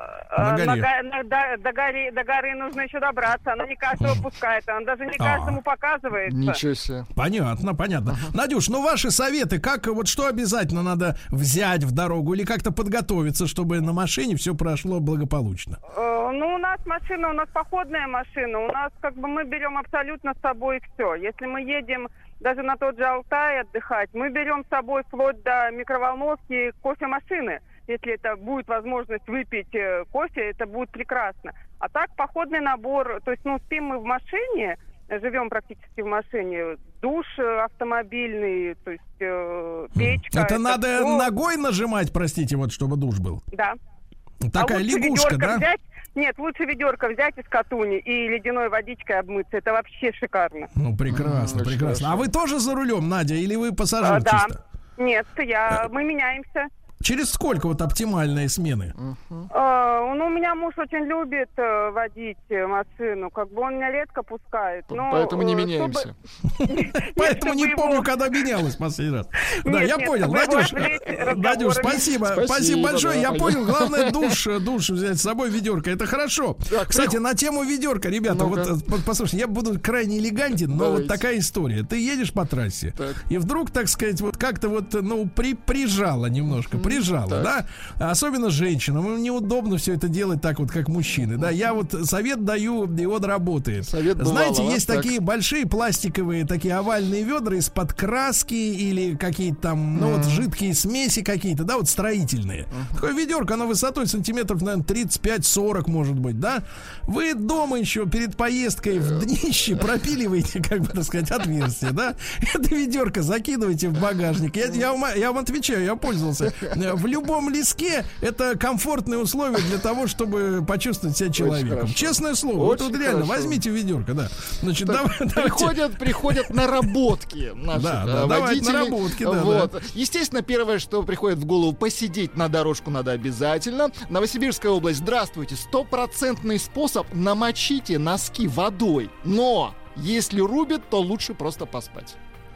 Speaker 8: До горы нужно еще добраться. Она не каждого пускает, она даже не каждому показывается.
Speaker 3: Ничего себе.
Speaker 2: Понятно. Надюш, ну ваши советы, вот что обязательно надо взять в дорогу или как-то подготовиться, чтобы на машине все прошло благополучно?
Speaker 8: Ну, у нас походная машина. У нас мы берем абсолютно с собой все. Если мы едем даже на тот же Алтай отдыхать, мы берем с собой вплоть до микроволновки кофемашины. Если это будет возможность выпить кофе, это будет прекрасно. А так, походный набор, то есть, спим мы в машине, живем практически в машине, душ автомобильный, то есть печка.
Speaker 2: Это надо все ногой нажимать, простите, вот чтобы душ был?
Speaker 8: Да.
Speaker 2: Такая лягушка, да?
Speaker 8: Нет, лучше ведерко взять из катуни и ледяной водичкой обмыться. Это вообще шикарно.
Speaker 2: Ну, прекрасно. А вы тоже за рулем, Надя, или вы пассажир
Speaker 8: да.
Speaker 2: чисто?
Speaker 8: Нет, мы меняемся.
Speaker 2: Через сколько вот оптимальные смены?
Speaker 8: Ну, у меня муж очень любит водить машину, как бы он меня редко пускает. Но,
Speaker 3: поэтому не меняемся.
Speaker 2: Поэтому не помню, когда менялась последний раз. Да, я понял. Надюш, спасибо. Спасибо большое. Я понял. Главное, душ взять с собой, ведерко. Это хорошо. Кстати, на тему ведерка, ребята, вот послушайте, я буду крайне элегантен, но вот такая история. Ты едешь по трассе, и вдруг, так сказать, вот как-то вот, ну, прижало немножко, да? Особенно женщинам. Неудобно все это делать так вот, как мужчины, да? Я вот совет даю, и он работает. Знаете, есть такие большие пластиковые, такие овальные ведра из-под краски или какие-то там, ну, вот жидкие смеси какие-то, да, вот строительные. Такое ведерко, оно высотой сантиметров, наверное, 35-40, может быть, да? Вы дома еще перед поездкой в днище пропиливаете, как бы, так сказать, отверстие, да? Это ведерко закидываете в багажник. Я вам отвечаю, я пользовался. В любом леске это комфортные условия для того, чтобы почувствовать себя человеком. Честное слово. Вот реально, возьмите ведерко, да. Значит,
Speaker 3: приходят наработки наших водителей.
Speaker 2: Наработки,
Speaker 3: вот. Естественно, первое, что приходит в голову, посидеть на дорожку надо обязательно. Новосибирская область, здравствуйте. 100% способ: намочите носки водой. Но если рубит, то лучше просто поспать.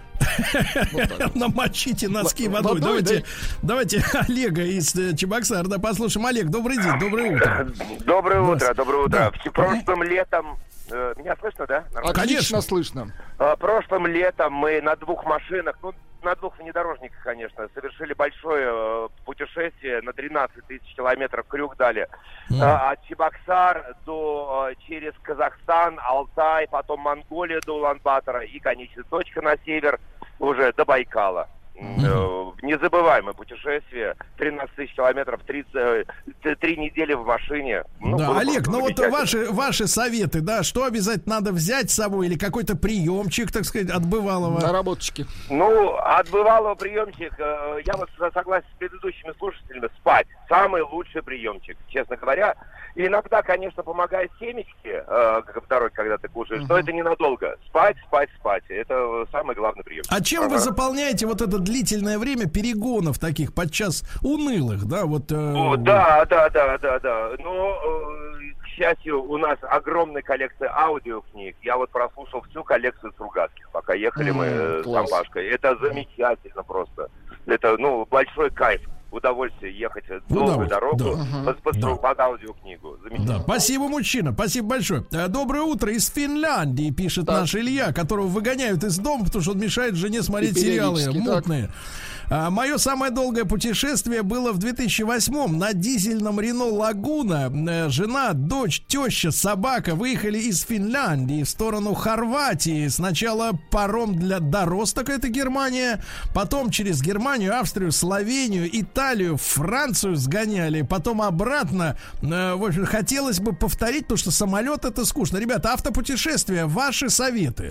Speaker 2: Намочите носки водой. Давайте Олега из Чебоксар послушаем. Олег, добрый день, доброе утро.
Speaker 7: Доброе утро. Прошлым летом... Меня слышно, да?
Speaker 3: Конечно, слышно.
Speaker 7: Прошлым летом мы на двух машинах, на двух внедорожниках, конечно, совершили большое путешествие на 13 тысяч километров, крюк дали. От Чебоксар через Казахстан, Алтай, потом Монголия до Улан-Батора и конечная точка на север уже до Байкала. Незабываемое путешествие. 13 тысяч километров, 3 недели в машине.
Speaker 2: Олег, ну вот ваши советы, да, что обязательно надо взять с собой, или какой-то приемчик, так сказать, от бывалого?
Speaker 3: Наработочки.
Speaker 7: Ну, от бывалого приемчик, я вот согласен с предыдущими слушателями, спать. Самый лучший приемчик, честно говоря. И иногда, конечно, помогает семечки, как в дороге, когда ты кушаешь, но это ненадолго. Спать. Это самый главный прием.
Speaker 2: А чем вы заполняете вот это длительное время перегонов таких, подчас унылых, да? Вот,
Speaker 7: Да. Но, к счастью, у нас огромная коллекция аудиокниг. Я вот прослушал всю коллекцию Стругацких, пока ехали мы с Пашкой. Это замечательно просто. Это, большой кайф. Удовольствие ехать долгую дорогу под аудиокнигу.
Speaker 2: Да. Спасибо, мужчина, спасибо большое. Доброе утро из Финляндии, пишет наш Илья, которого выгоняют из дома, потому что он мешает жене смотреть сериалы мутные. Мое самое долгое путешествие было в 2008-м на дизельном Рено Лагуна. Жена, дочь, теща, собака выехали из Финляндии в сторону Хорватии. Сначала паром до Ростока, это Германия, потом через Германию, Австрию, Словению, Италию, Францию сгоняли, потом обратно. В общем, хотелось бы повторить, потому что самолет — это скучно. Ребята, автопутешествия, ваши советы.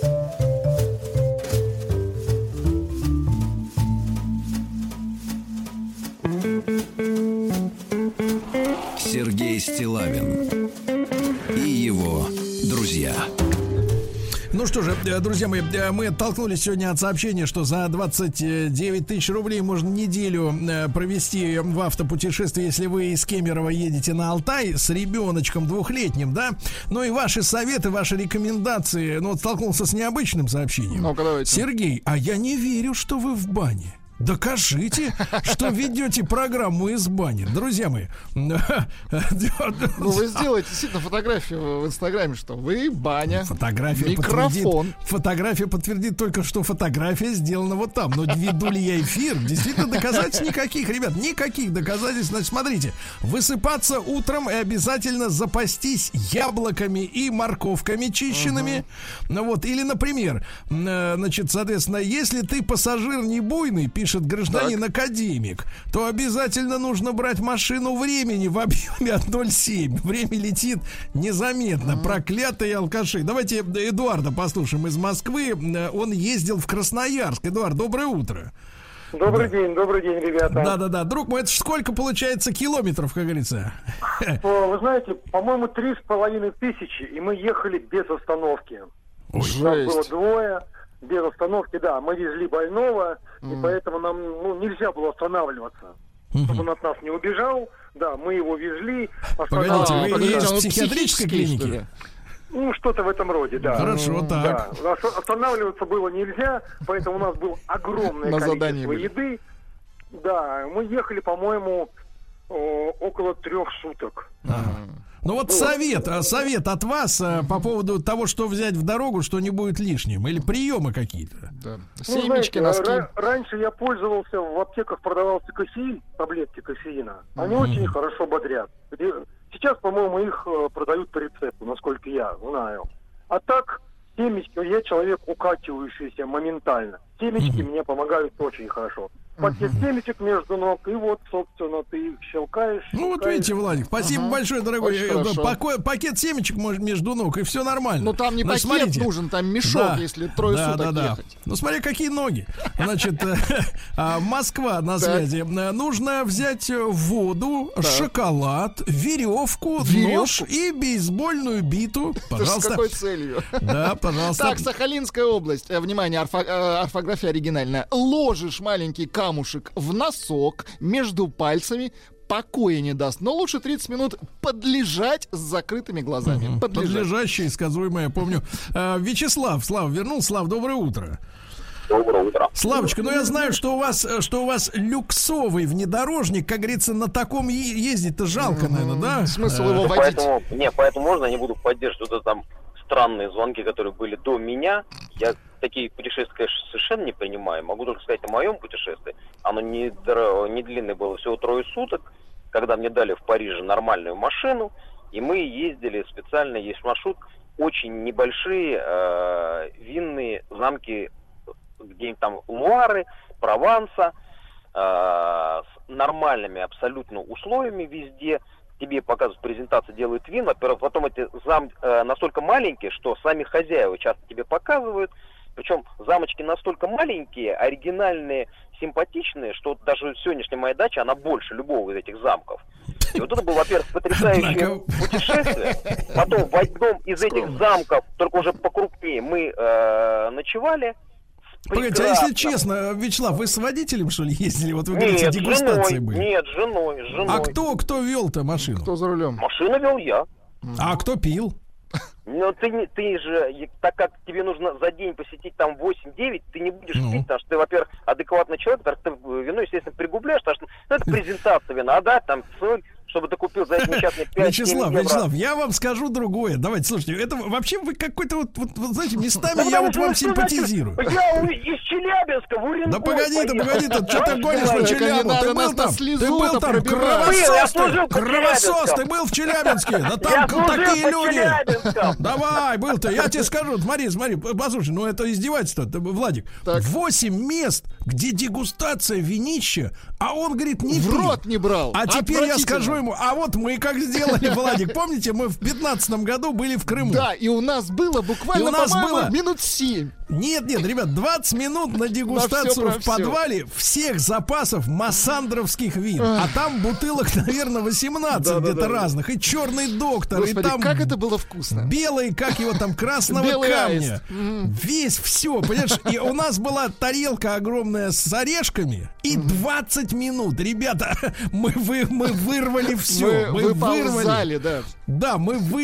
Speaker 1: Сергей Стиллавин и его друзья.
Speaker 2: Ну что же, друзья мои, мы оттолкнулись сегодня от сообщения, что за 29 тысяч рублей можно неделю провести в автопутешествии, если вы из Кемерово едете на Алтай с ребеночком 2-летним, да? Ну и ваши советы, ваши рекомендации. Ну вот столкнулся с необычным сообщением.
Speaker 3: Ну-ка, давайте.
Speaker 2: Сергей, а я не верю, что вы в бане. Докажите, что ведете программу из бани. Друзья мои.
Speaker 3: Ну, вы сделаете действительно фотографию в Инстаграме, что вы баня.
Speaker 2: Фотография подтвердит только, что фотография сделана вот там. Но веду ли я эфир? Действительно, доказательств никаких, ребят, никаких доказательств. Значит, смотрите, высыпаться утром и обязательно запастись яблоками и морковками чищенными. Ну вот, или, например, значит, соответственно, если ты пассажир не буйный, пишет гражданин-академик, то обязательно нужно брать машину времени в объеме 1.07. Время летит незаметно. Проклятые алкаши. Давайте Эдуарда послушаем из Москвы. Он ездил в Красноярск. Эдуард, доброе утро.
Speaker 9: Добрый день, ребята.
Speaker 2: Да. Друг мой, это сколько получается километров, как говорится?
Speaker 9: Вы знаете, по-моему, 3500, и мы ехали без остановки.
Speaker 3: Жесть.
Speaker 9: Нас было двое. Без остановки, да, мы везли больного, и поэтому нам нельзя было останавливаться. чтобы он от нас не убежал. Да, мы его везли.
Speaker 2: Погодите, вы есть в психиатрической клинике?
Speaker 9: Ну, что-то в этом роде, да.
Speaker 2: Хорошо, так.
Speaker 9: Да. Останавливаться было нельзя, поэтому у нас было огромное количество еды. Да, мы ехали, по-моему, около 3 суток.
Speaker 2: Ну вот совет от вас по поводу того, что взять в дорогу, что не будет лишним, или приемы какие-то.
Speaker 3: Да.
Speaker 9: Семечки, носки. Раньше я пользовался, в аптеках продавался кофеин, таблетки кофеина. Они очень хорошо бодрят. Сейчас, по-моему, их продают по рецепту, насколько я знаю. А так, семечки, я человек укачивающийся моментально. Семечки мне помогают очень хорошо. Пакет семечек между ног, и вот, собственно, ты их щелкаешь.
Speaker 2: Ну вот видите, Владик, спасибо большое, дорогой. Пакет семечек между ног, и все нормально.
Speaker 3: Ну там не пакет смотрите. Нужен, там мешок, если 3 суток ехать.
Speaker 2: Ну смотри, какие ноги. Значит, Москва на связи. Нужно взять воду, шоколад, веревку, нож и бейсбольную биту. Пожалуйста.
Speaker 3: С какой целью?
Speaker 2: Да, пожалуйста.
Speaker 3: Так, Сахалинская область. Внимание, орфография оригинальная. Ложишь маленький камушек в носок между пальцами, покоя не даст. Но лучше 30 минут подлежать с закрытыми глазами.
Speaker 2: Подлежащее, сказуемое, помню. Вячеслав, вернул. Слав, доброе утро.
Speaker 7: Доброе утро.
Speaker 2: Славочка, ну я знаю, что у вас люксовый внедорожник, как говорится, на таком ездить-то жалко, наверное, да?
Speaker 3: Смысл его водить?
Speaker 7: Поэтому можно я не буду поддерживать вот там странные звонки, которые были до меня. Я такие путешествия, конечно, совершенно не принимаю. Могу только сказать о моем путешествии. Оно не длинное было, всего 3 суток, когда мне дали в Париже нормальную машину, и мы ездили специально, есть маршрут, очень небольшие винные замки, где-нибудь там Луары, Прованса, с нормальными абсолютно условиями везде. Тебе показывают презентацию, делают вин. Во-первых, потом эти замки настолько маленькие, что сами хозяева часто тебе показывают. Причем замочки настолько маленькие, оригинальные, симпатичные, что даже сегодняшняя моя дача, она больше любого из этих замков. И вот это было, во-первых, потрясающее путешествие. Потом в одном из этих замков, только уже покрупнее, мы ночевали.
Speaker 2: Погодите, а если честно, Вячеслав, вы с водителем, что ли, ездили? Вот вы говорите, дегустации были.
Speaker 7: Нет, с женой.
Speaker 2: А кто вел-то машину?
Speaker 3: Кто за рулем?
Speaker 7: Машину вел я.
Speaker 2: А кто пил?
Speaker 7: Но ты же, так как тебе нужно за день посетить там 8-9, ты не будешь пить, потому что ты, во-первых, адекватный человек, потому что ты вино, естественно, пригубляешь, потому что это презентация вина, там соль, чтобы ты купил за эти несчастные 5
Speaker 2: Вячеслав, я вам скажу другое. Давайте, слушайте, это вообще вы какой-то вот знаете, местами я вот вам симпатизирую.
Speaker 7: Я из Челябинска, в Уренгой.
Speaker 2: Да погоди, что ты гонишь по Челябинску? Ты был там, кровосос, ты был в Челябинске. Да там такие люди. Давай, был-то, я тебе скажу. Смотри, послушай, ну это издевательство, Владик. 8 мест, где дегустация винища, а он, говорит, не пил.
Speaker 3: В рот не брал.
Speaker 2: А теперь я скажу ему, а вот мы как сделали, Владик, помните, мы в 2015 году были в Крыму.
Speaker 3: Да, и у нас было буквально, по-моему, минут 7.
Speaker 2: Нет, ребят, 20 минут на дегустацию в подвале всех запасов массандровских вин. А там бутылок, наверное, 18 где-то разных. И черный доктор,
Speaker 3: Господи,
Speaker 2: и там
Speaker 3: как это было вкусно.
Speaker 2: Белый, как его там, красного
Speaker 3: белый
Speaker 2: камня. Весь все, понимаешь? И у нас была тарелка огромная с орешками. И 20 минут, ребята, мы вырвали все.
Speaker 3: Мы вырвали, да.
Speaker 2: Да,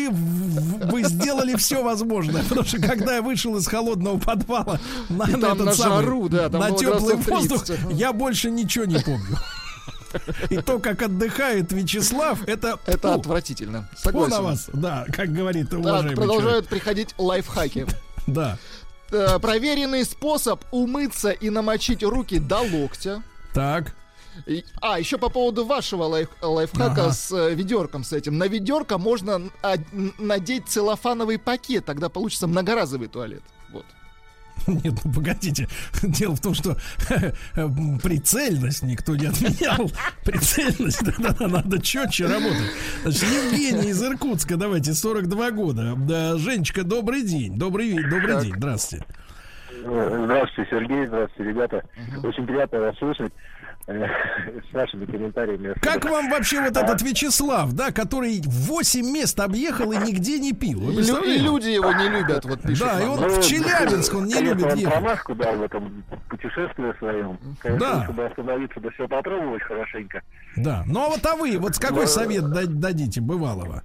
Speaker 2: вы сделали все возможное. Потому что когда я вышел из холодного подвала на
Speaker 3: жару, да,
Speaker 2: на теплый воздух, я больше ничего не помню. И то, как отдыхает Вячеслав, это
Speaker 3: отвратительно. Согласен.
Speaker 2: На вас, да, как говорит уважаемый
Speaker 3: продолжают приходить лайфхаки.
Speaker 2: Да.
Speaker 3: Проверенный способ умыться и намочить руки до локтя.
Speaker 2: Так.
Speaker 3: Еще по поводу вашего лайфхака с ведерком с этим. На ведерко можно надеть целлофановый пакет, тогда получится многоразовый туалет. Вот.
Speaker 2: Нет, ну погодите. Дело в том, что прицельность никто не отменял. Прицельность, надо четче работать. Значит, Евгений из Иркутска, давайте, 42 года. Да, Женечка, добрый день. Добрый день, здравствуйте.
Speaker 10: Здравствуйте, Сергей, здравствуйте, ребята. Очень приятно вас слушать с вашими комментариями.
Speaker 2: Как вам вообще вот этот Вячеслав, да, который 8 мест объехал и нигде не пил?
Speaker 3: И люди его не любят, вот пишут.
Speaker 2: Да, и он в Челябинск, он не любит ехать.
Speaker 10: Он промашку дал в этом путешествии своем. Конечно, чтобы остановиться, да все попробовать хорошенько.
Speaker 2: Да, ну а вы, вот какой совет дадите бывалого?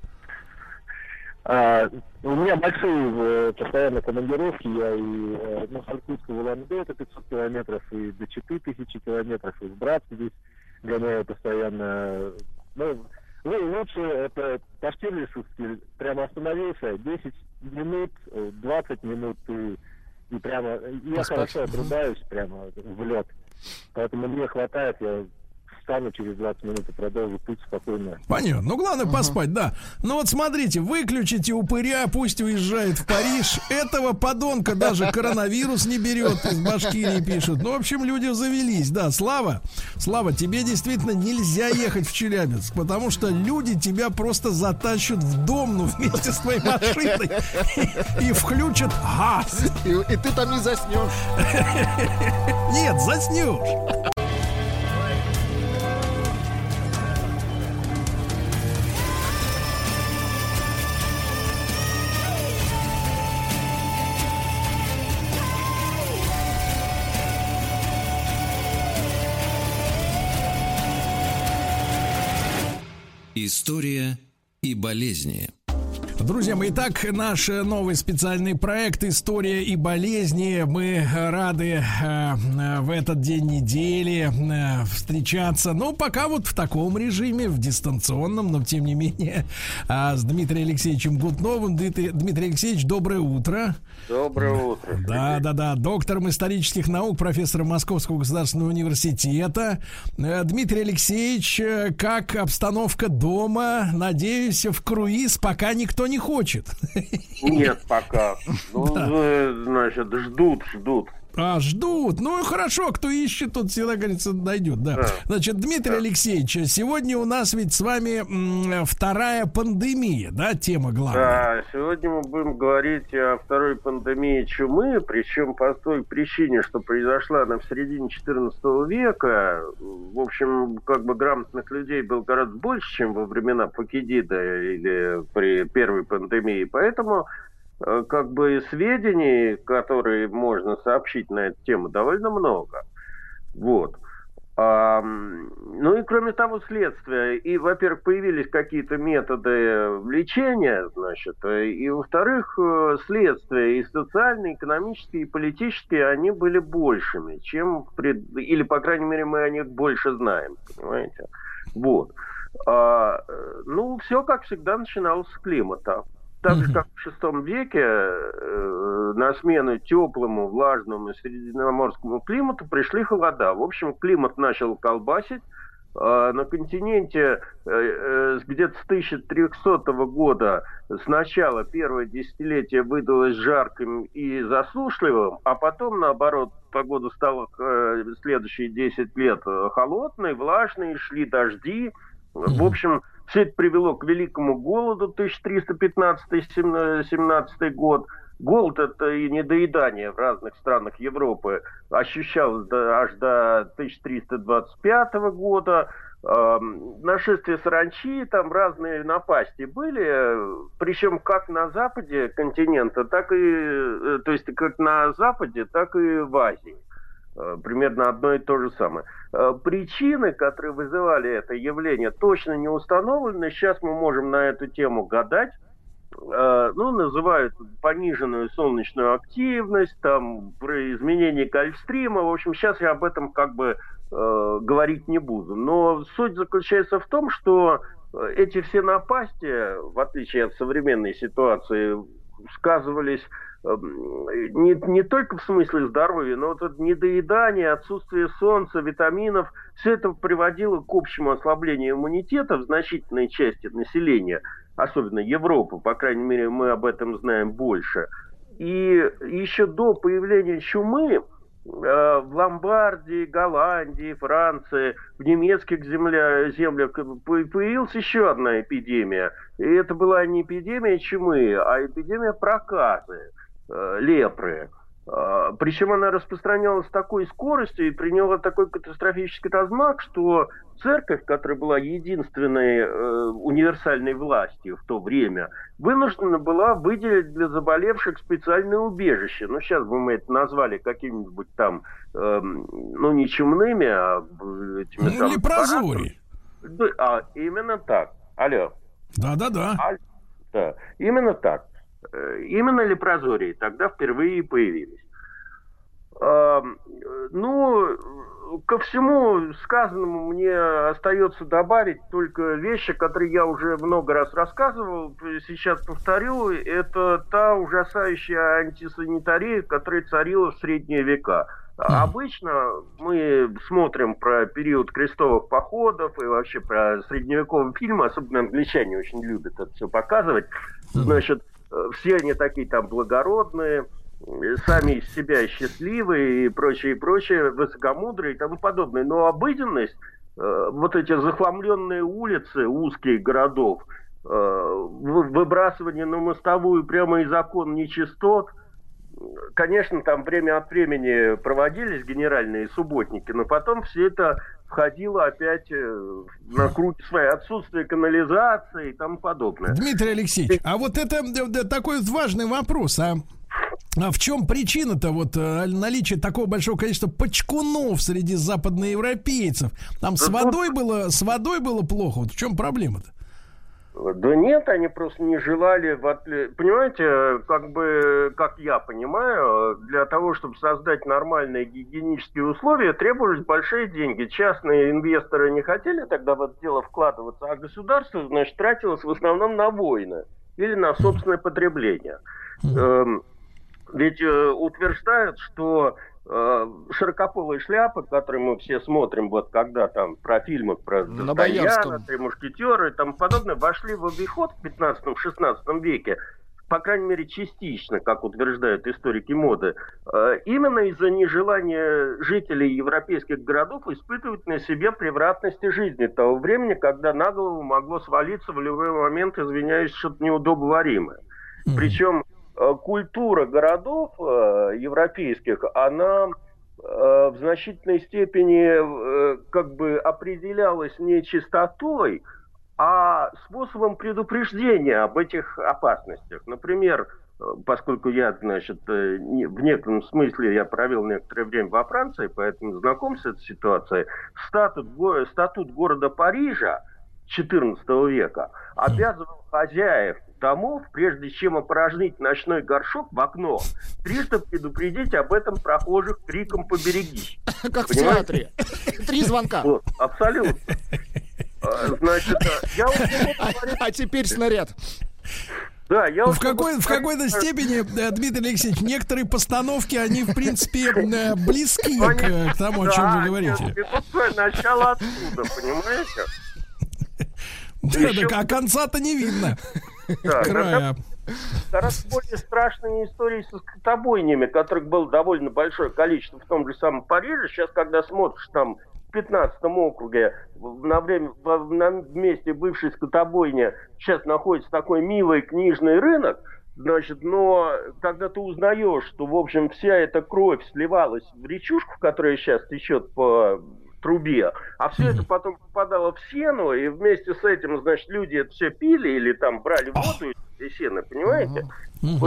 Speaker 10: У меня большие постоянно командировки, я и на Иркутск, в Улан-Удэ это 500 километров, и до Читы 1000 километров, и в Братск здесь гоняю постоянно. Ну, лучше это по Штирлицевски прямо остановился, 10 минут, 20 минут, и прямо, я хорошо отрубаюсь прямо в лед. Поэтому мне хватает, я встану через 20 минут и продолжу путь спокойно.
Speaker 2: Понятно. Ну, главное поспать, да. Ну, вот смотрите, выключите упыря, пусть уезжает в Париж. Этого подонка даже коронавирус не берет, из Башкирии пишут. Ну, в общем, люди завелись, да. Слава, тебе действительно нельзя ехать в Челябинск, потому что люди тебя просто затащат в дом, ну, вместе с твоей машиной и включат газ.
Speaker 3: И ты там не заснешь.
Speaker 2: Нет, заснешь.
Speaker 1: История и болезни.
Speaker 2: Друзья мои, итак, наш новый специальный проект «История и болезни». Мы рады в этот день недели встречаться, но пока вот в таком режиме, в дистанционном, но тем не менее, с Дмитрием Алексеевичем Гутновым. Дмитрий Алексеевич, доброе утро.
Speaker 11: Доброе утро.
Speaker 2: Да, доктором исторических наук, профессором Московского государственного университета. Дмитрий Алексеевич, как обстановка дома? Надеюсь, в круиз пока никто не хочет.
Speaker 11: Нет, пока. Ну, значит, ждут.
Speaker 2: Ждут. Ну, хорошо, кто ищет, тот всегда, говорится, найдет, да. Значит, Дмитрий Алексеевич, сегодня у нас ведь с вами вторая пандемия, да, тема главная.
Speaker 11: Да, сегодня мы будем говорить о второй пандемии чумы, причем по той причине, что произошла она в середине 14 века. В общем, как бы грамотных людей было гораздо больше, чем во времена Фукидида или при первой пандемии, поэтому как бы сведений, которые можно сообщить на эту тему, довольно много. Вот. Ну и кроме того, следствия. И, во-первых, появились какие-то методы лечения, значит, и, во-вторых, следствия и социальные, экономические, и политические, они были большими, чем... Или, по крайней мере, мы о них больше знаем, понимаете? Вот. Ну, все, как всегда, начиналось с климата. Так же, как в VI веке, на смену теплому, влажному средиземноморскому климату пришли холода. В общем, климат начал колбасить. На континенте где-то с 1300 года сначала первое десятилетие выдалось жарким и засушливым, а потом, наоборот, погода стала следующие 10 лет холодной, влажной, шли дожди. В общем, все это привело к Великому голоду 1315-17 год. Голод – это и недоедание в разных странах Европы ощущалось аж до 1325 года. Нашествие саранчи, там разные напасти были, причем как на западе континента, так и, то есть как на западе, так и в Азии. Примерно одно и то же самое. Причины, которые вызывали это явление, точно не установлены. Сейчас мы можем на эту тему гадать. Ну, называют пониженную солнечную активность, там, про изменение гольфстрима. В общем, сейчас я об этом как бы говорить не буду. Но суть заключается в том, что эти все напасти, в отличие от современной ситуации, сказывались не только в смысле здоровья, но вот это недоедание, отсутствие солнца, витаминов, все это приводило к общему ослаблению иммунитета в значительной части населения, особенно Европы, по крайней мере, мы об этом знаем больше. И еще до появления чумы в Ломбардии, Голландии, Франции, в немецких землях появилась еще одна эпидемия. И это была не эпидемия чумы, а эпидемия проказы, лепры. Причем она распространялась с такой скоростью и приняла такой катастрофический размах, что церковь, которая была единственной универсальной властью в то время, вынуждена была выделить для заболевших специальное убежище. Ну, сейчас бы мы это назвали какими-нибудь там, не чумными, а этими там...
Speaker 2: Лепрозорий.
Speaker 11: Именно так. Алло.
Speaker 2: Да.
Speaker 11: Да, именно так. Именно лепрозории тогда впервые появились. Ко всему сказанному мне остается добавить только вещи, которые я уже много раз рассказывал. Сейчас повторю. Это та ужасающая антисанитария, которая царила в средние века. Обычно мы смотрим про период крестовых походов и вообще про средневековые фильмы, особенно англичане очень любят это все показывать. Значит, все они такие там благородные, сами из себя счастливые и прочее, высокомудрые и тому подобное. Но обыденность, вот эти захламленные улицы узких городов, выбрасывание на мостовую прямо из окон нечистот, конечно, там время от времени проводились генеральные субботники, но потом все это входило опять на круг своей отсутствие канализации и тому подобное.
Speaker 2: Дмитрий Алексеевич, а вот это такой важный вопрос, а в чем причина-то вот наличия такого большого количества почкунов среди западноевропейцев? Там с водой было плохо, вот в чем проблема-то?
Speaker 11: Да нет, они просто не желали, понимаете, как я понимаю, для того, чтобы создать нормальные гигиенические условия, требовались большие деньги. Частные инвесторы не хотели тогда в это дело вкладываться, а государство, значит, тратилось в основном на войны или на собственное потребление. Ведь утверждают, что широкополые шляпы, которые мы все смотрим, вот когда там про фильмы про Д'Артаньяна, «Три мушкетера» и тому подобное, вошли в обиход в 15-16 веке, по крайней мере частично, как утверждают историки моды, именно из-за нежелания жителей европейских городов испытывать на себе превратности жизни того времени, когда на голову могло свалиться в любой момент, извиняюсь, что-то неудобоваримое. Причем культура городов европейских, она в значительной степени определялась не чистотой, а способом предупреждения об этих опасностях. Например, поскольку я, значит, в некотором смысле я провел некоторое время во Франции, поэтому знаком с этой ситуацией, статут города Парижа XIV века обязывал хозяев домов, прежде чем опорожнить ночной горшок в окно, трижды предупредить об этом прохожих криком «поберегись».
Speaker 3: Как в театре. 3 звонка.
Speaker 11: Вот, абсолютно. Значит, я уже
Speaker 3: А теперь снаряд.
Speaker 2: Да, в какой-то степени, Дмитрий Алексеевич, некоторые постановки, они, в принципе, близки к тому, о чем вы говорите.
Speaker 11: Начало оттуда, понимаете?
Speaker 2: Да, а конца-то не видно.
Speaker 11: Гораздо более страшные истории со скотобойнями, которых было довольно большое количество в том же самом Париже. Сейчас, когда смотришь там в 15-м округе, на месте бывшей скотобойни, сейчас находится такой милый книжный рынок, значит, но когда ты узнаешь, что, в общем, вся эта кровь сливалась в речушку, которая сейчас течет по трубе, а все это потом попадало в сену, и вместе с этим, значит, люди это все пили или там брали воду из сена, понимаете? Вот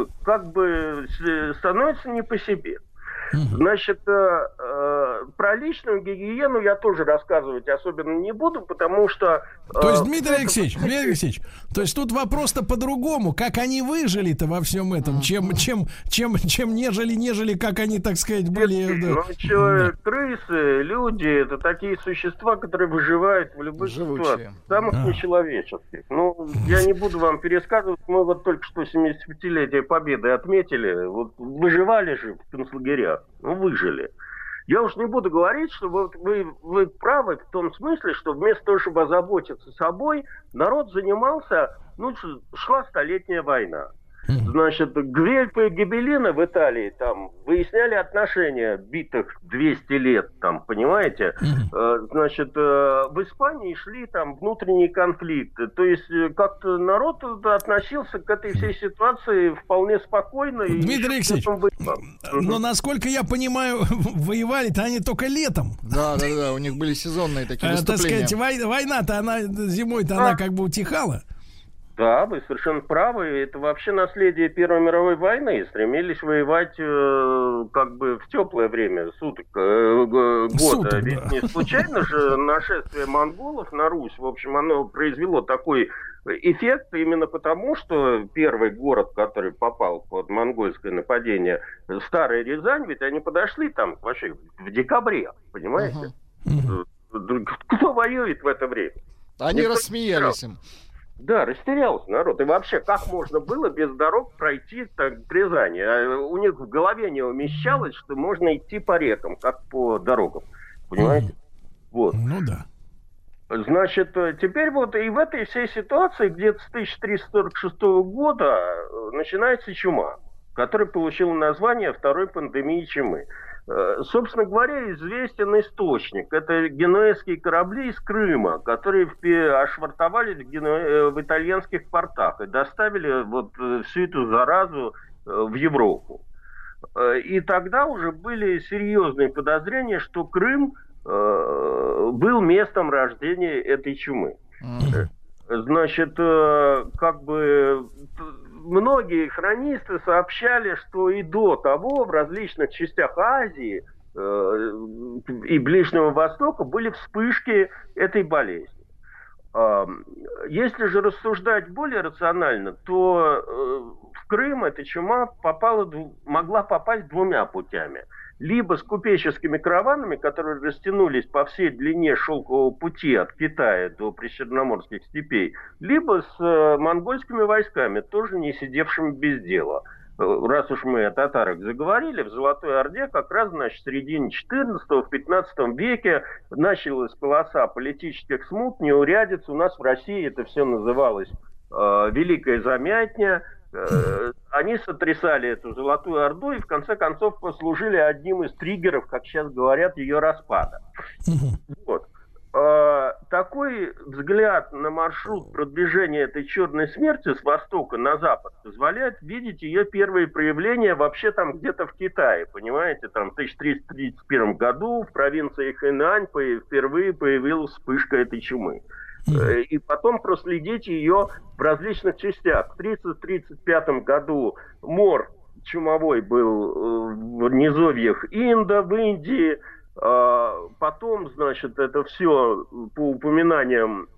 Speaker 11: становится не по себе. Значит, про личную гигиену я тоже рассказывать особенно не буду, потому что...
Speaker 2: То есть, Дмитрий Алексеевич, то есть тут вопрос-то по-другому. Как они выжили-то во всем этом, чем нежели как они, так сказать, были...
Speaker 11: Крысы, люди, это такие существа, которые выживают в любой ситуации. Самых нечеловеческих. Ну, я не буду вам пересказывать. Мы вот только что 75-летие Победы отметили. Вот выживали же в концлагерях. Ну, выжили. Я уж не буду говорить, что вы правы в том смысле, что вместо того, чтобы озаботиться собой, народ занимался, шла столетняя война. Значит, Гвельпа и Гибеллина в Италии там выясняли отношения битых 200 лет, там, понимаете? Значит, в Испании шли там внутренние конфликты. То есть как-то народ относился к этой всей ситуации вполне спокойно.
Speaker 2: Дмитрий Алексеевич, но насколько я понимаю, воевали-то они только летом.
Speaker 3: Да, у них были сезонные такие выступления.
Speaker 2: Так сказать, война-то, она зимой-то она как бы утихала.
Speaker 11: Да, вы совершенно правы. Это вообще наследие Первой мировой войны. Стремились воевать как бы в теплое время суток, года. Ведь да. Не случайно же нашествие монголов на Русь, в общем, оно произвело такой эффект именно потому, что первый город, который попал под монгольское нападение, Старая Рязань, ведь они подошли там вообще в декабре, понимаете? Кто воюет в это время?
Speaker 3: Они рассмеялись им.
Speaker 11: Да, растерялся народ. И вообще, как можно было без дорог пройти так, к Рязани? У них в голове не умещалось, что можно идти по рекам, как по дорогам. Понимаете? Вот.
Speaker 2: Ну да.
Speaker 11: Значит, теперь вот и в этой всей ситуации где-то с 1346 года начинается чума, которая получила название второй пандемии чумы. Собственно говоря, известен источник. Это генуэзские корабли из Крыма, которые ошвартовались в итальянских портах и доставили вот всю эту заразу в Европу. И тогда уже были серьезные подозрения, что Крым был местом рождения этой чумы. Значит, как бы многие хронисты сообщали, что и до того в различных частях Азии и Ближнего Востока были вспышки этой болезни. Если же рассуждать более рационально, то в Крым эта чума могла попасть двумя путями. Либо с купеческими караванами, которые растянулись по всей длине шелкового пути от Китая до причерноморских степей, либо с монгольскими войсками, тоже не сидевшими без дела. Раз уж мы о татарах заговорили, в Золотой Орде как раз, значит, в середине 14-го, в 15 веке началась полоса политических смут, неурядиц. У нас в России это все называлось Великая Замятня. Они сотрясали эту Золотую Орду и в конце концов послужили одним из триггеров, как сейчас говорят, ее распада. Вот. Такой взгляд на маршрут продвижения этой черной смерти с востока на запад позволяет видеть ее первые проявления вообще там где-то в Китае, понимаете, там в 1331 году в провинции Хэнань впервые появилась вспышка этой чумы. И потом проследить ее в различных частях. В 1935 году мор чумовой был в низовьях Инда, в Индии. Потом, значит, это все по упоминаниям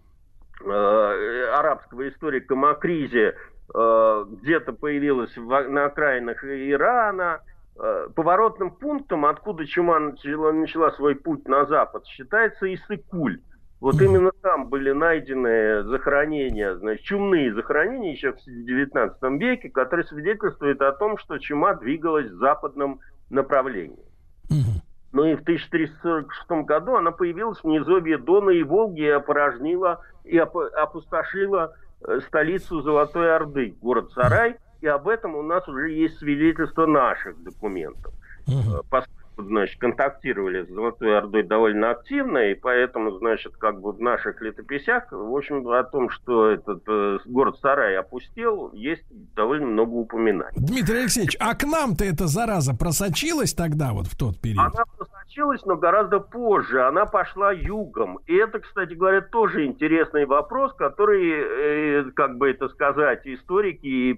Speaker 11: арабского историка Макризи где-то появилось на окраинах Ирана. Поворотным пунктом, откуда чума начала свой путь на запад, считается Иссык-Куль. Вот именно там были найдены захоронения, значит, чумные захоронения еще в XIX веке, которые свидетельствуют о том, что чума двигалась в западном направлении. Ну и в 1346 году она появилась в низовье Дона и Волги и опорожнила и опустошила столицу Золотой Орды, город Сарай, и об этом у нас уже есть свидетельство наших документов. Значит, контактировали с Золотой Ордой довольно активно, и поэтому, значит, как бы в наших летописях, в общем, о том, что этот город Сарай опустел, есть довольно много упоминаний.
Speaker 2: Дмитрий Алексеевич, а к нам-то эта зараза просочилась тогда, вот в тот период?
Speaker 11: Она просочилась, но гораздо позже. Она пошла югом. И это, кстати говоря, тоже интересный вопрос, который, как бы это сказать, историки и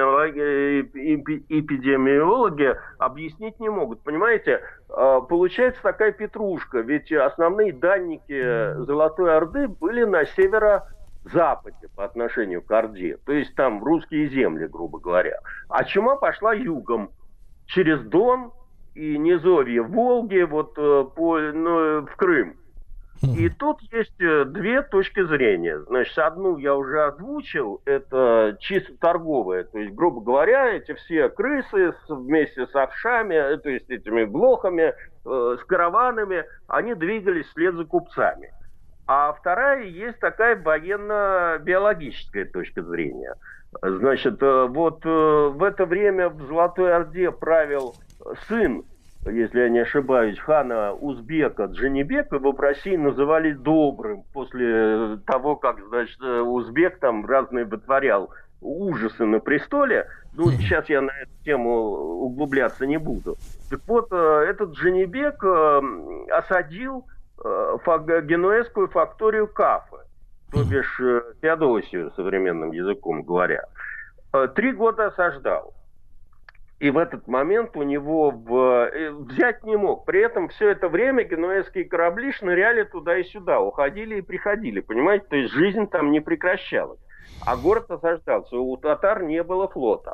Speaker 11: эпидемиологи объяснить не могут. Понимаете, получается такая петрушка, ведь основные данники Золотой Орды были на северо-западе по отношению к Орде, то есть там русские земли, грубо говоря. А чума пошла югом, через Дон и низовье Волги, вот в Крым. И тут есть две точки зрения. Значит, одну я уже озвучил, это чисто торговая. То есть, грубо говоря, эти все крысы вместе с овшами, то есть этими блохами, с караванами, они двигались вслед за купцами. А вторая есть такая военно-биологическая точка зрения. Значит, вот в это время в Золотой Орде правил сын, если я не ошибаюсь, хана Узбека Джанибек, его в России называли добрым после того, как, значит, Узбек там разные вытворял ужасы на престоле. Ну, сейчас я на эту тему углубляться не буду. Так вот, этот Джанибек осадил генуэзскую факторию Кафы, то бишь Феодосию, современным языком говоря. 3 года осаждал. И в этот момент у него взять не мог. При этом все это время генуэзские корабли шныряли туда и сюда, уходили и приходили, понимаете? То есть жизнь там не прекращалась. А город осаждался, у татар не было флота.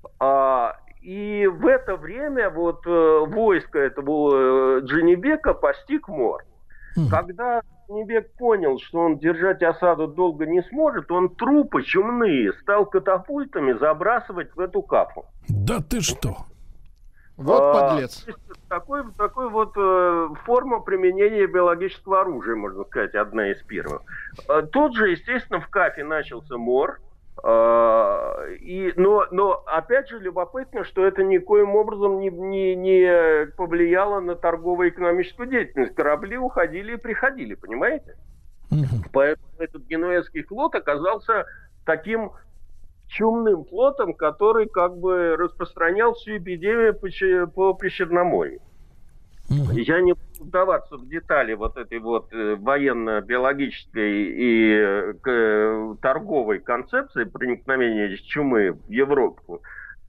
Speaker 11: И в это время вот войско этого Джанибека постиг мор. Когда Джанибек понял, что он держать осаду долго не сможет, он трупы чумные стал катапультами забрасывать в эту Кафу.
Speaker 2: Да ты что?
Speaker 3: Вот подлец.
Speaker 11: Такой вот форма применения биологического оружия, можно сказать, одна из первых. Тут же, естественно, в Кафе начался мор. Но опять же любопытно, что это никоим образом не повлияло на торгово-экономическую деятельность. Корабли уходили и приходили, понимаете? Поэтому этот генуэзский флот оказался таким чумным флотом, который как бы распространял всю эпидемию по Причерноморью. Я не буду вдаваться в детали вот этой вот военно-биологической и торговой концепции проникновения чумы в Европу.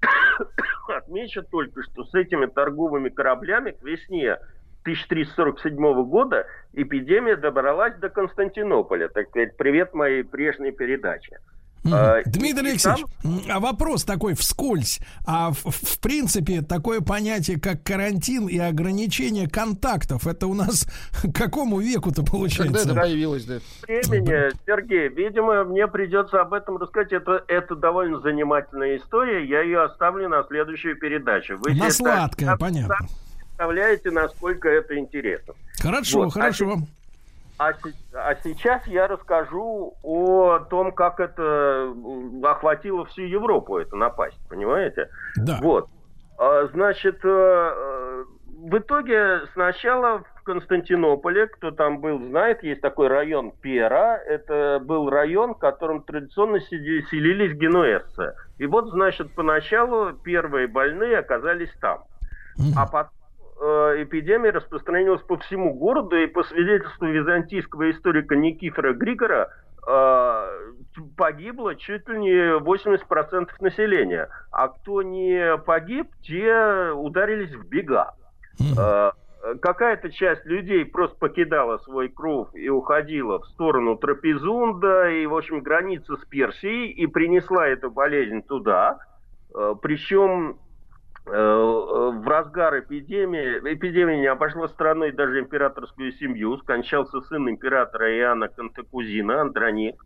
Speaker 11: Отмечу только, что с этими торговыми кораблями к весне 1347 года эпидемия добралась до Константинополя. Так сказать, привет моей прежней передаче.
Speaker 2: Дмитрий Алексеевич, вопрос такой вскользь. В принципе, такое понятие, как карантин и ограничение контактов, это у нас к какому веку-то получается?
Speaker 3: Когда это появилось, да?
Speaker 11: Времени, Сергей, видимо, мне придется об этом рассказать. Это довольно занимательная история. Я ее оставлю на следующую передачу. Вы
Speaker 2: на сладкое, понятно.
Speaker 11: Представляете, насколько это интересно.
Speaker 2: Хорошо, вот. Хорошо.
Speaker 11: А сейчас я расскажу о том, как это охватило всю Европу, эта напасть, понимаете?
Speaker 2: Да.
Speaker 11: Вот. Значит, в итоге сначала в Константинополе, кто там был, знает, есть такой район Пера. Это был район, в котором традиционно селились генуэзцы. И вот, значит, поначалу первые больные оказались там. А потом эпидемия распространилась по всему городу, и по свидетельству византийского историка Никифора Григора погибло чуть ли не 80% населения. А кто не погиб, те ударились в бега. Какая-то часть людей просто покидала свой кров и уходила в сторону Трапезунда и, в общем, границы с Персией, и принесла эту болезнь туда. Причем в разгар эпидемия не обошла страной даже императорскую семью. Скончался сын императора Иоанна Кантакузина, Андроник.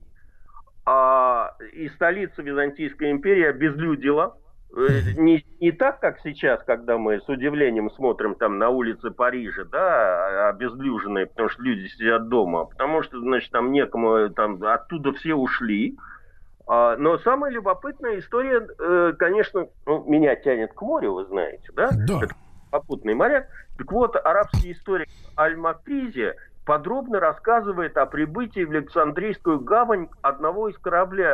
Speaker 11: И столица Византийской империи обезлюдила. Не так, как сейчас, когда мы с удивлением смотрим там на улицы Парижа, да, обезлюженные, потому что люди сидят дома, потому что, значит, там некому, там оттуда все ушли. Но самая любопытная история, конечно, меня тянет к морю, вы знаете, да?
Speaker 2: Да.
Speaker 11: Это попутный моряк. Так вот, арабский историк Аль-Макризи подробно рассказывает о прибытии в Александрийскую гавань одного из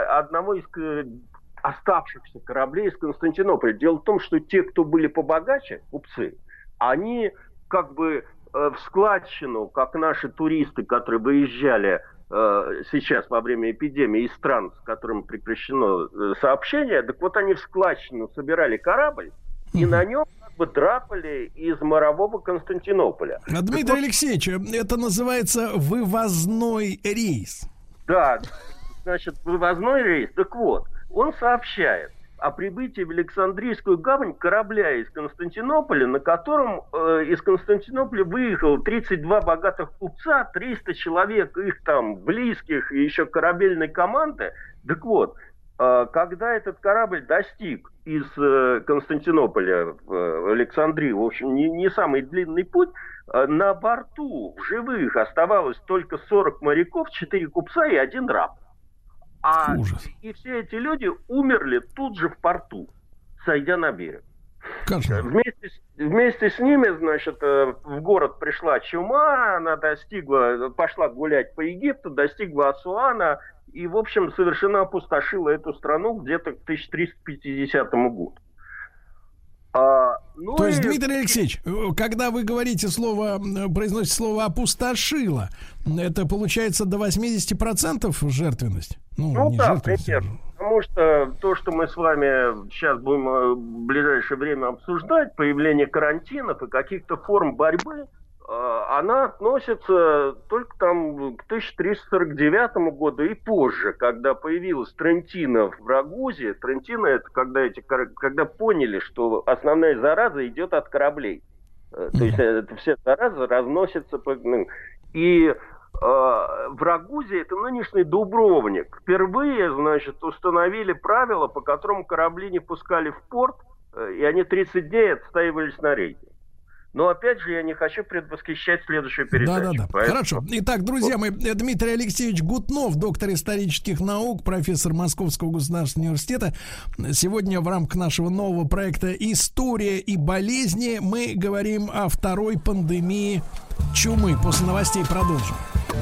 Speaker 11: оставшихся кораблей из Константинополя. Дело в том, что те, кто были побогаче, купцы, они как бы в складчину, как наши туристы, которые выезжали сейчас во время эпидемии из стран, с которыми прекращено сообщение, так вот они в складчину собирали корабль и на нем как бы драпали из морового Константинополя.
Speaker 2: Дмитрий Алексеевич, это называется вывозной рейс.
Speaker 11: Да, значит, вывозной рейс. Так вот, он сообщает о прибытии в Александрийскую гавань корабля из Константинополя, на котором из Константинополя выехало 32 богатых купца, 300 человек их там близких и еще корабельной команды. Так вот, когда этот корабль достиг из Константинополя в Александрию, в общем, не самый длинный путь, на борту в живых оставалось только 40 моряков, 4 купца и 1 раб. И все эти люди умерли тут же в порту, сойдя на берег. Вместе с ними, значит, в город пришла чума, она пошла гулять по Египту, достигла Асуана и, в общем, совершенно опустошила эту страну где-то к 1350 году.
Speaker 2: То есть, Дмитрий Алексеевич, когда вы произносите слово «опустошила», это получается до 80% жертвенность?
Speaker 11: Да, примерно. Потому что то, что мы с вами сейчас будем в ближайшее время обсуждать, появление карантинов и каких-то форм борьбы, она относится только там к 1349 году и позже, когда появилась Трентино в Рагузе. Трентино — это когда поняли, что основная зараза идет от кораблей. То есть это все заразы разносятся по... И в Рагузе, это нынешний Дубровник, впервые, значит, установили правила, по которым корабли не пускали в порт, и они 30 дней отстаивались на рейде. Но, опять же, я не хочу предвосхищать следующую передачу.
Speaker 2: Да. Поэтому... Хорошо. Итак, друзья мои, Дмитрий Алексеевич Гутнов, доктор исторических наук, профессор Московского государственного университета. Сегодня в рамках нашего нового проекта «История и болезни» мы говорим о второй пандемии чумы. После новостей продолжим.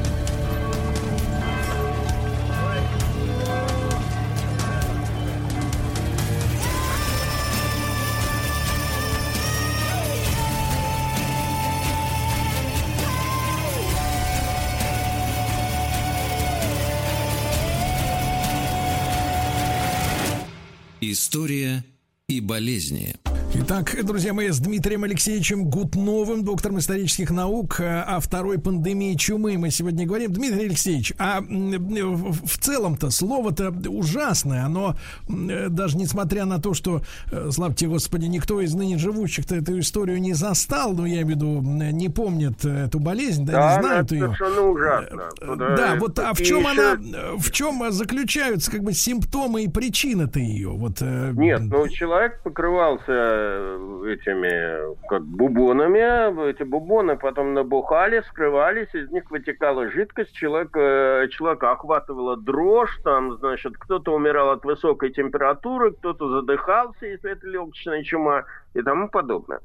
Speaker 1: История и болезни.
Speaker 2: Итак, друзья мои, с Дмитрием Алексеевичем Гутновым, доктором исторических наук, о второй пандемии чумы мы сегодня говорим. Дмитрий Алексеевич, а в целом-то слово-то ужасное, оно даже несмотря на то, что, славьте Господи, никто из ныне живущих-то эту историю не застал, но я имею в виду, не помнит эту болезнь, не знают ее.
Speaker 11: Совершенно ужасно.
Speaker 2: Да, вот, а в чем заключаются как бы симптомы и причины-то ее?
Speaker 11: Нет, человек покрывался этими как бубонами, эти бубоны потом набухали, вскрывались, из них вытекала жидкость, человека охватывала дрожь, там, значит, кто-то умирал от высокой температуры, кто-то задыхался, если это легочная чума и тому подобное.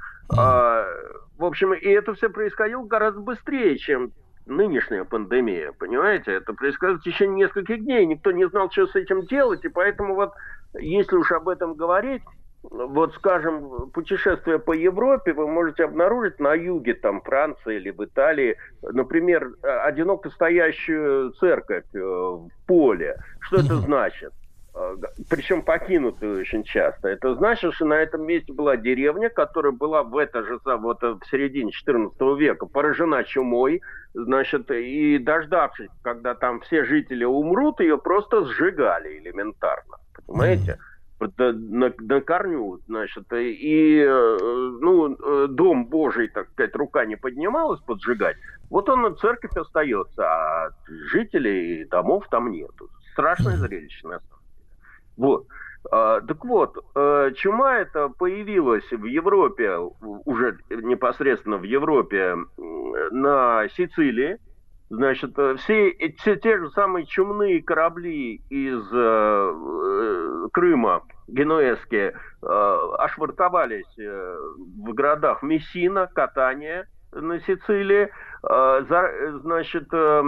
Speaker 11: В общем, и это все происходило гораздо быстрее, чем нынешняя пандемия, понимаете? Это происходило в течение нескольких дней, никто не знал, что с этим делать, и поэтому вот, если уж об этом говорить, вот, скажем, путешествуя по Европе, вы можете обнаружить на юге, там, Франции или в Италии, например, одиноко стоящую церковь в поле. Что это значит? Причем покинутую очень часто. Это значит, что на этом месте была деревня, которая была в середине XIV века поражена чумой, значит, и дождавшись, когда там все жители умрут, ее просто сжигали элементарно. Понимаете? На корню, значит, и дом Божий, так сказать, рука не поднималась поджигать, вот церковь остается, а жителей домов там нету. Страшное зрелище, на самом деле. Вот. Так вот, чума эта появилась в Европе, уже непосредственно в Европе, на Сицилии. Значит, все те же самые чумные корабли из Крыма, генуэзские, ошвартовались в городах Мессина, Катания на Сицилии. Значит,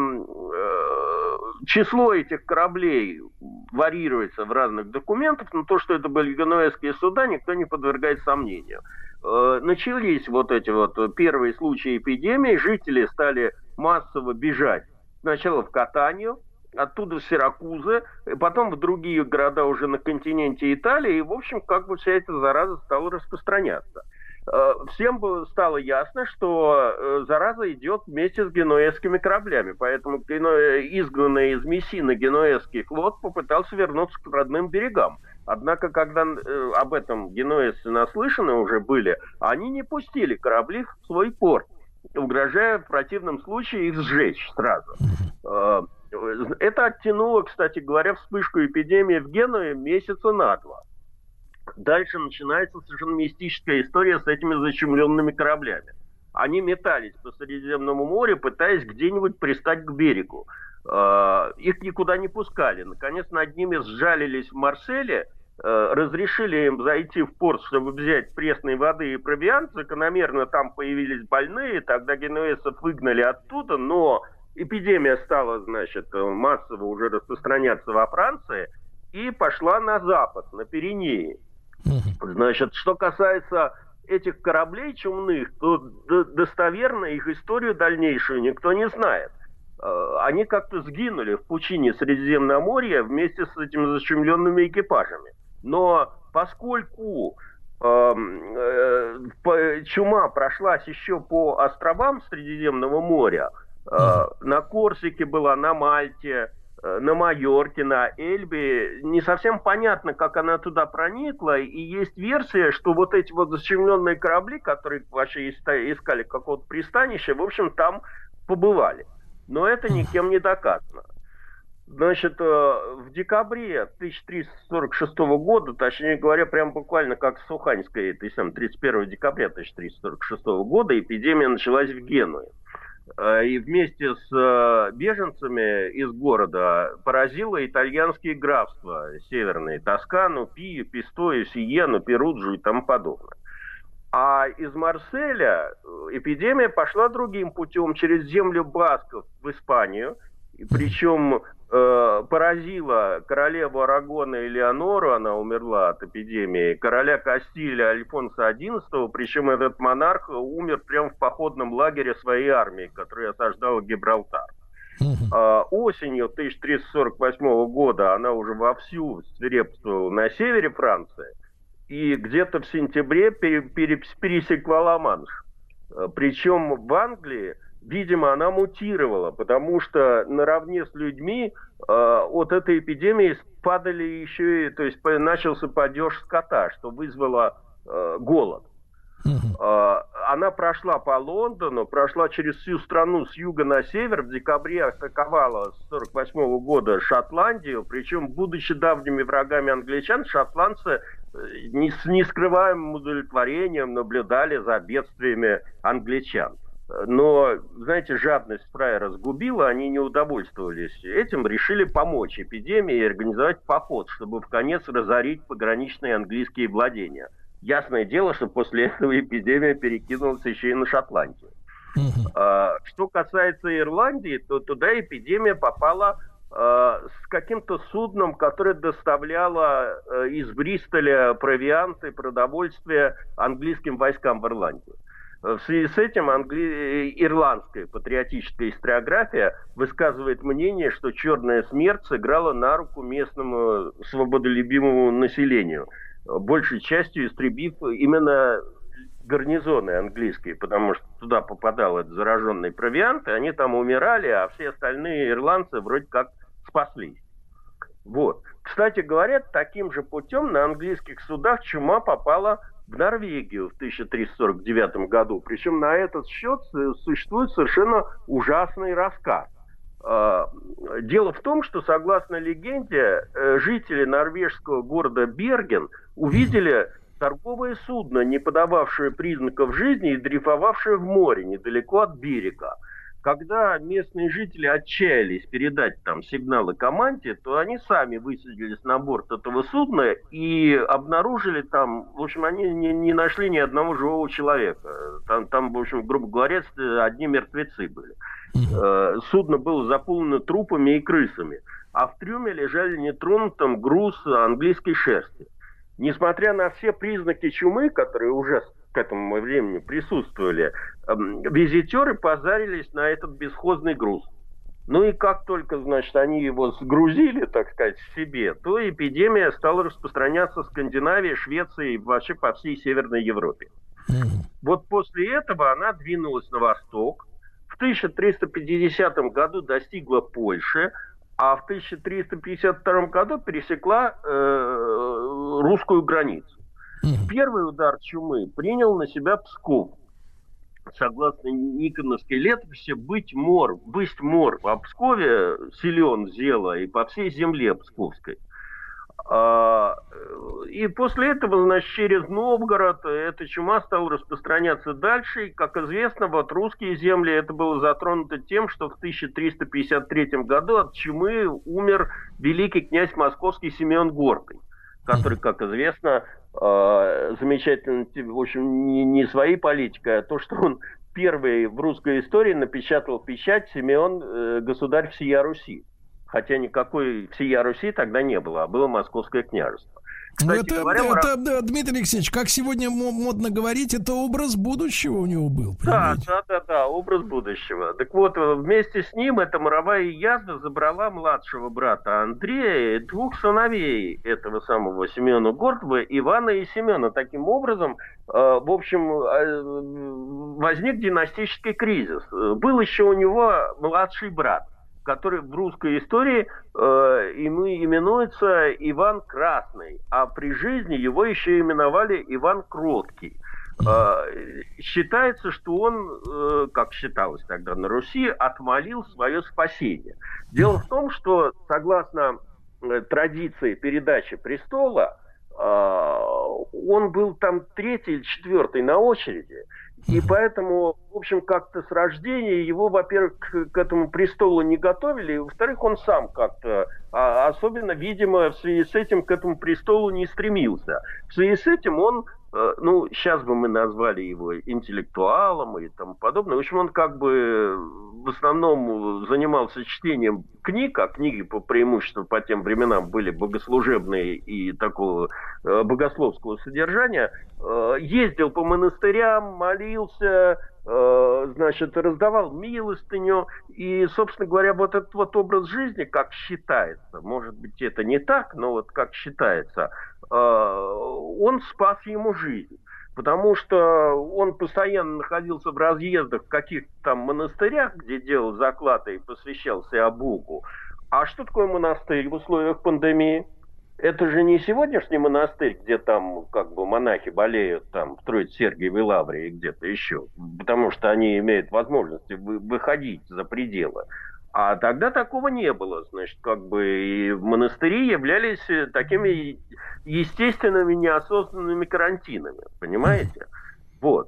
Speaker 11: число этих кораблей варьируется в разных документах, но то, что это были генуэзские суда, никто не подвергает сомнению. Начались вот эти первые случаи эпидемии, жители стали массово бежать сначала в Катанию, оттуда в Сиракузы, потом в другие города уже на континенте Италии, и, в общем, как бы вся эта зараза стала распространяться. Всем стало ясно, что зараза идет вместе с генуэзскими кораблями, поэтому изгнанный из Мессины генуэзский флот попытался вернуться к родным берегам. Однако, когда об этом генуэзцы наслышаны уже были, они не пустили корабли в свой порт, угрожая в противном случае их сжечь сразу. Это оттянуло, кстати говоря, вспышку эпидемии в Генуе месяца на 2. Дальше начинается совершенно мистическая история с этими зачумленными кораблями. Они метались по Средиземному морю, пытаясь где-нибудь пристать к берегу. Их никуда не пускали. Наконец над ними сжалились в Марселе, разрешили им зайти в порт, чтобы взять пресной воды и провиант. Закономерно там появились больные, тогда генуэзцев выгнали оттуда, но эпидемия стала, значит, массово уже распространяться во Франции и пошла на запад, на Пиренеи. Значит, что касается этих кораблей чумных, то достоверно их историю дальнейшую никто не знает. Они как-то сгинули в пучине Средиземноморья вместе с этими зачумленными экипажами. Но поскольку чума прошлась еще по островам Средиземного моря, на Корсике была, на Мальте, на Майорке, на Эльбе, не совсем понятно, как она туда проникла, и есть версия, что вот эти вот зачумленные корабли, которые вообще искали какого-то пристанища, в общем, там побывали. Но это никем не доказано. Значит, в декабре 1346 года, точнее говоря, прям буквально как в Суханьской, 31 декабря 1346 года, эпидемия началась в Генуе. И вместе с беженцами из города поразило итальянские графства северные, Тоскану, Пию, Пистою, Сиену, Перуджу и тому подобное. А из Марселя эпидемия пошла другим путем, через землю басков в Испанию, причем поразила королеву Арагона Элеонору, она умерла от эпидемии, короля Кастилии Альфонса XI, причем этот монарх умер прямо в походном лагере своей армии, которая осаждала Гибралтар. Осенью 1348 года она уже вовсю свирепствовала на севере Франции, и где-то в сентябре пересекла Ла-Манш. Причем в Англии, видимо, она мутировала, потому что наравне с людьми от этой эпидемии падали еще и, то есть начался падеж скота, что вызвало голод. Она прошла по Лондону, прошла через всю страну с юга на север, в декабре атаковала с 1948 года Шотландию, причем, будучи давними врагами англичан, шотландцы с нескрываемым удовлетворением наблюдали за бедствиями англичан. Но, знаете, жадность фраера сгубила, они не удовольствовались этим, решили помочь эпидемии и организовать поход, чтобы вконец разорить пограничные английские владения. Ясное дело, что после этого эпидемия перекинулась еще и на Шотландию. Что касается Ирландии, то туда эпидемия попала с каким-то судном, которое доставляло из Бристоля провианты, продовольствие английским войскам в Ирландию. В связи с этим ирландская патриотическая историография высказывает мнение, что черная смерть сыграла на руку местному свободолюбимому населению, большей частью истребив именно гарнизоны английские, потому что туда попадал этот зараженный провиант, и они там умирали, а все остальные ирландцы вроде как спаслись. Вот. Кстати говоря, таким же путем на английских судах чума попала в Норвегию в 1349 году. Причем на этот счет существует совершенно ужасный рассказ. Дело в том, что, согласно легенде, жители норвежского города Берген увидели торговое судно, не подававшее признаков жизни и дрейфовавшее в море недалеко от берега. Когда местные жители отчаялись передать там сигналы команде, то они сами высадились на борт этого судна и обнаружили там, в общем, они не нашли ни одного живого человека. Там, в общем, грубо говоря, одни мертвецы были. Судно было заполнено трупами и крысами, а в трюме лежали нетронутым груз английской шерсти. Несмотря на все признаки чумы, которые уже к этому времени присутствовали, визитеры позарились на этот бесхозный груз. Ну и как только, значит, они его сгрузили, так сказать, себе, то эпидемия стала распространяться в Скандинавии, Швеции и вообще по всей Северной Европе. Вот после этого она двинулась на восток, в 1350 году достигла Польши, а в 1352 году пересекла русскую границу. Первый удар чумы принял на себя Псков. Согласно Никоновской летописи, быть мор, в Пскове силен зело и по всей земле псковской. И после этого, значит, через Новгород эта чума стала распространяться дальше. И, как известно, вот русские земли, это было затронуто тем, что в 1353 году от чумы умер великий князь московский Симеон Гордый, который, как известно, замечательно, в общем, не своей политикой, а то, что он первый в русской истории напечатал печать «Симеон, государь всея Руси». Хотя никакой всея Руси тогда не было, а было Московское княжество. Кстати,
Speaker 2: это, Дмитрий Алексеевич, как сегодня модно говорить, это образ будущего у него был. Понимаете?
Speaker 11: Да, образ будущего. Так вот, вместе с ним эта моровая язва забрала младшего брата Андрея и двух сыновей этого самого Симеона Гордого, Ивана и Семена. Таким образом, в общем, возник династический кризис. Был еще у него младший брат, который в русской истории именуется Иван Красный, а при жизни его еще именовали Иван Кроткий. Считается, что он, как считалось тогда на Руси, отмолил свое спасение. Дело в том, что согласно традиции передачи престола, он был там 3-й или 4-й на очереди. И поэтому, в общем, как-то с рождения его, во-первых, к этому престолу не готовили, и, во-вторых, он сам как-то, особенно, видимо, в связи с этим к этому престолу не стремился. В связи с этим он, сейчас бы мы назвали его интеллектуалом и тому подобное. В общем, он как бы в основном занимался чтением книг, а книги по преимуществу по тем временам были богослужебные и такого богословского содержания. Ездил по монастырям, молился, значит, раздавал милостыню. И, собственно говоря, вот этот вот образ жизни, как считается, может быть, это не так, но вот как считается, он спас ему жизнь. Потому что он постоянно находился в разъездах в каких-то там монастырях, где делал заклады и посвящался Богу. А что такое монастырь в условиях пандемии? Это же не сегодняшний монастырь, где там как бы монахи болеют там в Троице-Сергиевой лавре и где-то еще, потому что они имеют возможность выходить за пределы. А тогда такого не было. Значит, как бы и монастыри являлись такими естественными, неосознанными карантинами. Понимаете? Вот.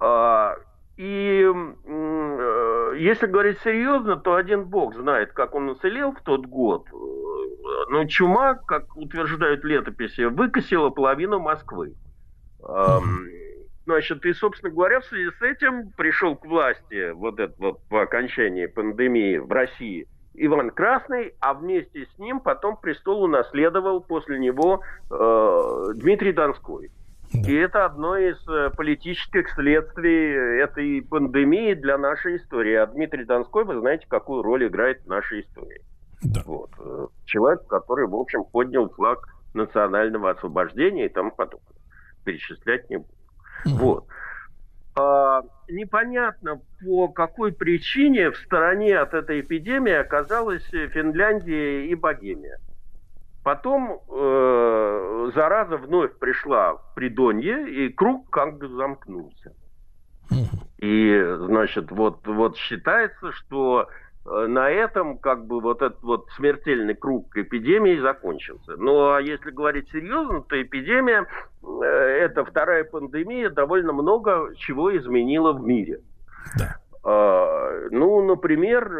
Speaker 11: И если говорить серьезно, то один бог знает, как он уцелел в тот год. Но чума, как утверждают летописи, выкосила половину Москвы. Значит, и, собственно говоря, в связи с этим пришел к власти вот это вот по окончании пандемии в России Иван Красный, а вместе с ним потом престол унаследовал после него Дмитрий Донской. И это одно из политических следствий этой пандемии для нашей истории. А Дмитрий Донской, вы знаете, какую роль играет в нашей истории. Да. Вот. Человек, который, в общем, поднял флаг национального освобождения и тому подобное. Перечислять не буду. Вот. Непонятно, по какой причине в стороне от этой эпидемии оказалась Финляндия и Богемия. Потом зараза вновь пришла в Придонье, и круг как бы замкнулся. И, значит, вот считается, что на этом как бы вот этот вот смертельный круг эпидемии закончился. Ну, а если говорить серьезно, то эпидемия, это вторая пандемия, довольно много чего изменила в мире. Да. Например,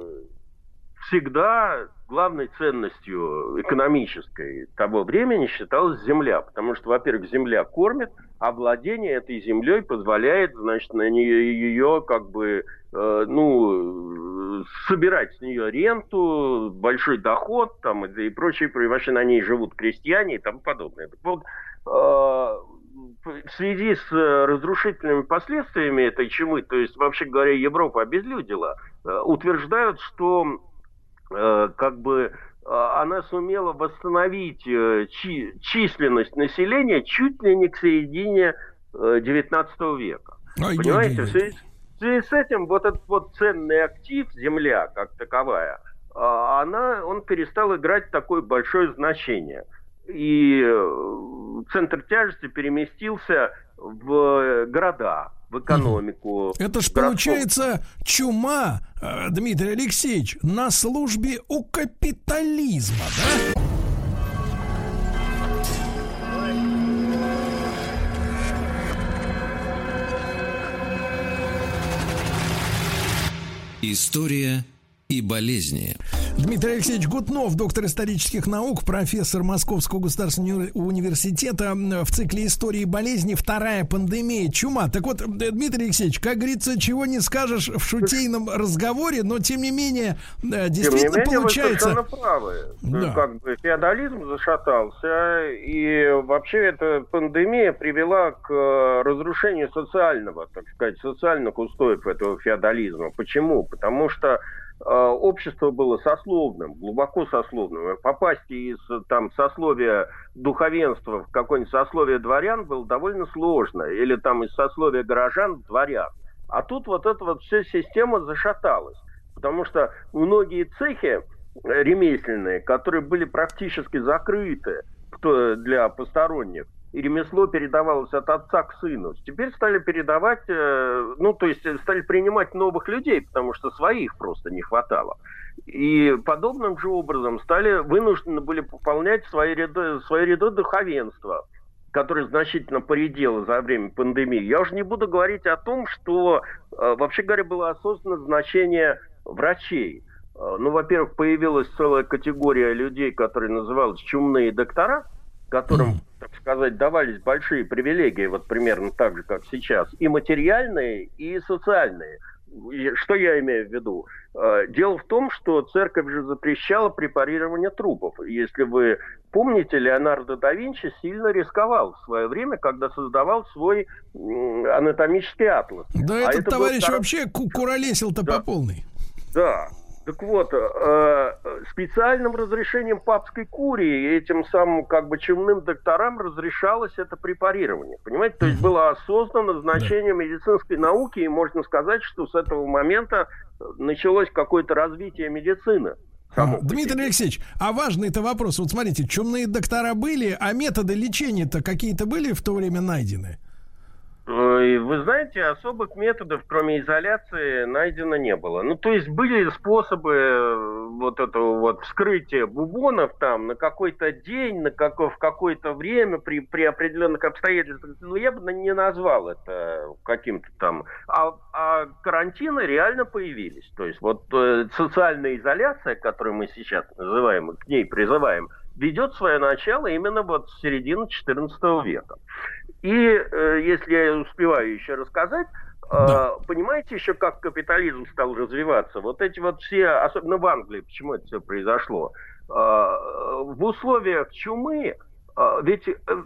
Speaker 11: всегда главной ценностью экономической того времени считалась земля, потому что, во-первых, земля кормит, а владение этой землей позволяет, значит, на ее как бы, собирать с нее ренту, большой доход там, и прочее, вообще на ней живут крестьяне и тому подобное. Так вот, в связи с разрушительными последствиями этой чумы, то есть, вообще говоря, Европа обезлюдила, утверждают, что как бы она сумела восстановить численность населения чуть ли не к середине 19 века. Понимаете? В связи с этим вот этот вот ценный актив, земля как таковая, он перестал играть такое большое значение. И центр тяжести переместился в города, в экономику.
Speaker 2: Это ж получается чума, Дмитрий Алексеевич, на службе у капитализма, да?
Speaker 1: История и болезни.
Speaker 2: Дмитрий Алексеевич Гутнов, доктор исторических наук, профессор Московского государственного университета, в цикле истории и болезни «Вторая пандемия. Чума». Так вот, Дмитрий Алексеевич, как говорится, чего не скажешь в шутейном разговоре, но тем не менее, действительно получается...
Speaker 11: Вы совершенно правы.
Speaker 2: Да.
Speaker 11: Как бы феодализм зашатался, и вообще эта пандемия привела к разрушению социального, так сказать, социальных устоев этого феодализма. Почему? Потому что общество было сословным, глубоко сословным. Попасть из там сословия духовенства в какое-нибудь сословие дворян было довольно сложно. Или там из сословия горожан в дворян. А тут вот эта вот вся система зашаталась. Потому что многие цехи ремесленные, которые были практически закрыты для посторонних, и ремесло передавалось от отца к сыну. Теперь стали передавать, стали принимать новых людей, потому что своих просто не хватало. И подобным же образом вынуждены были пополнять свои ряды духовенства, которое значительно поредело за время пандемии. Я уже не буду говорить о том, что, вообще говоря, было осознано значение врачей. Во-первых, появилась целая категория людей, которые назывались чумные доктора, которым, так сказать, давались большие привилегии, вот примерно так же, как сейчас, и материальные, и социальные. Что я имею в виду? Дело в том, что церковь же запрещала препарирование трупов. Если вы помните, Леонардо да Винчи сильно рисковал в свое время, когда создавал свой анатомический атлас.
Speaker 2: Да, этот товарищ вообще куролесил-то по полной.
Speaker 11: Да. Так вот, специальным разрешением папской курии этим самым чумным докторам разрешалось это препарирование. Понимаете? То есть было осознано значение медицинской науки, и можно сказать, что с этого момента началось какое-то развитие медицины.
Speaker 2: Дмитрий Алексеевич, а важный-то вопрос. Вот смотрите, чумные доктора были, а методы лечения-то какие-то были в то время найдены?
Speaker 11: Вы знаете, особых методов, кроме изоляции, найдено не было. То есть были способы вот этого вот вскрытия бубонов там на какой-то день, в какое-то время, при определенных обстоятельствах. Я бы не назвал это каким-то там... А карантины реально появились. То есть вот социальная изоляция, которую мы сейчас называем, к ней призываем, ведет свое начало именно вот с середины XIV века. И если я успеваю еще рассказать, понимаете еще, как капитализм стал развиваться? Вот эти вот все, особенно в Англии, почему это все произошло? В условиях чумы, ведь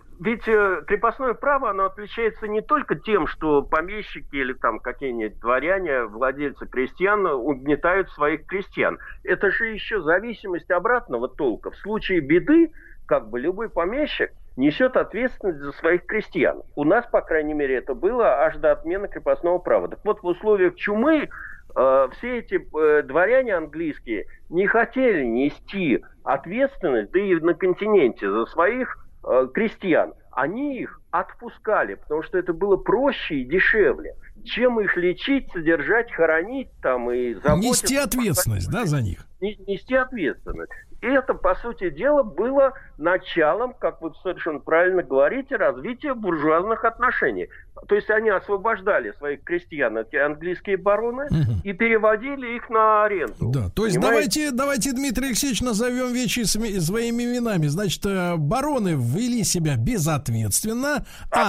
Speaker 11: крепостное право, оно отличается не только тем, что помещики или там какие-нибудь дворяне, владельцы крестьян угнетают своих крестьян. Это же еще зависимость обратного толка. В случае беды, любой помещик несет ответственность за своих крестьян. У нас, по крайней мере, это было аж до отмены крепостного права. Так вот, в условиях чумы все эти дворяне английские не хотели нести ответственность, да и на континенте, за своих крестьян. Они их отпускали, потому что это было проще и дешевле, чем их лечить, содержать, хоронить там и заботиться.
Speaker 2: Нести ответственность, да, за них?
Speaker 11: Нести ответственность. И это, по сути дела, было началом, как вы совершенно правильно говорите, развития буржуазных отношений. То есть они освобождали своих крестьян, эти английские бароны, и переводили их на аренду.
Speaker 2: Да, то есть давайте, Дмитрий Алексеевич, назовем вещи своими именами. Значит, бароны вели себя безответственно, а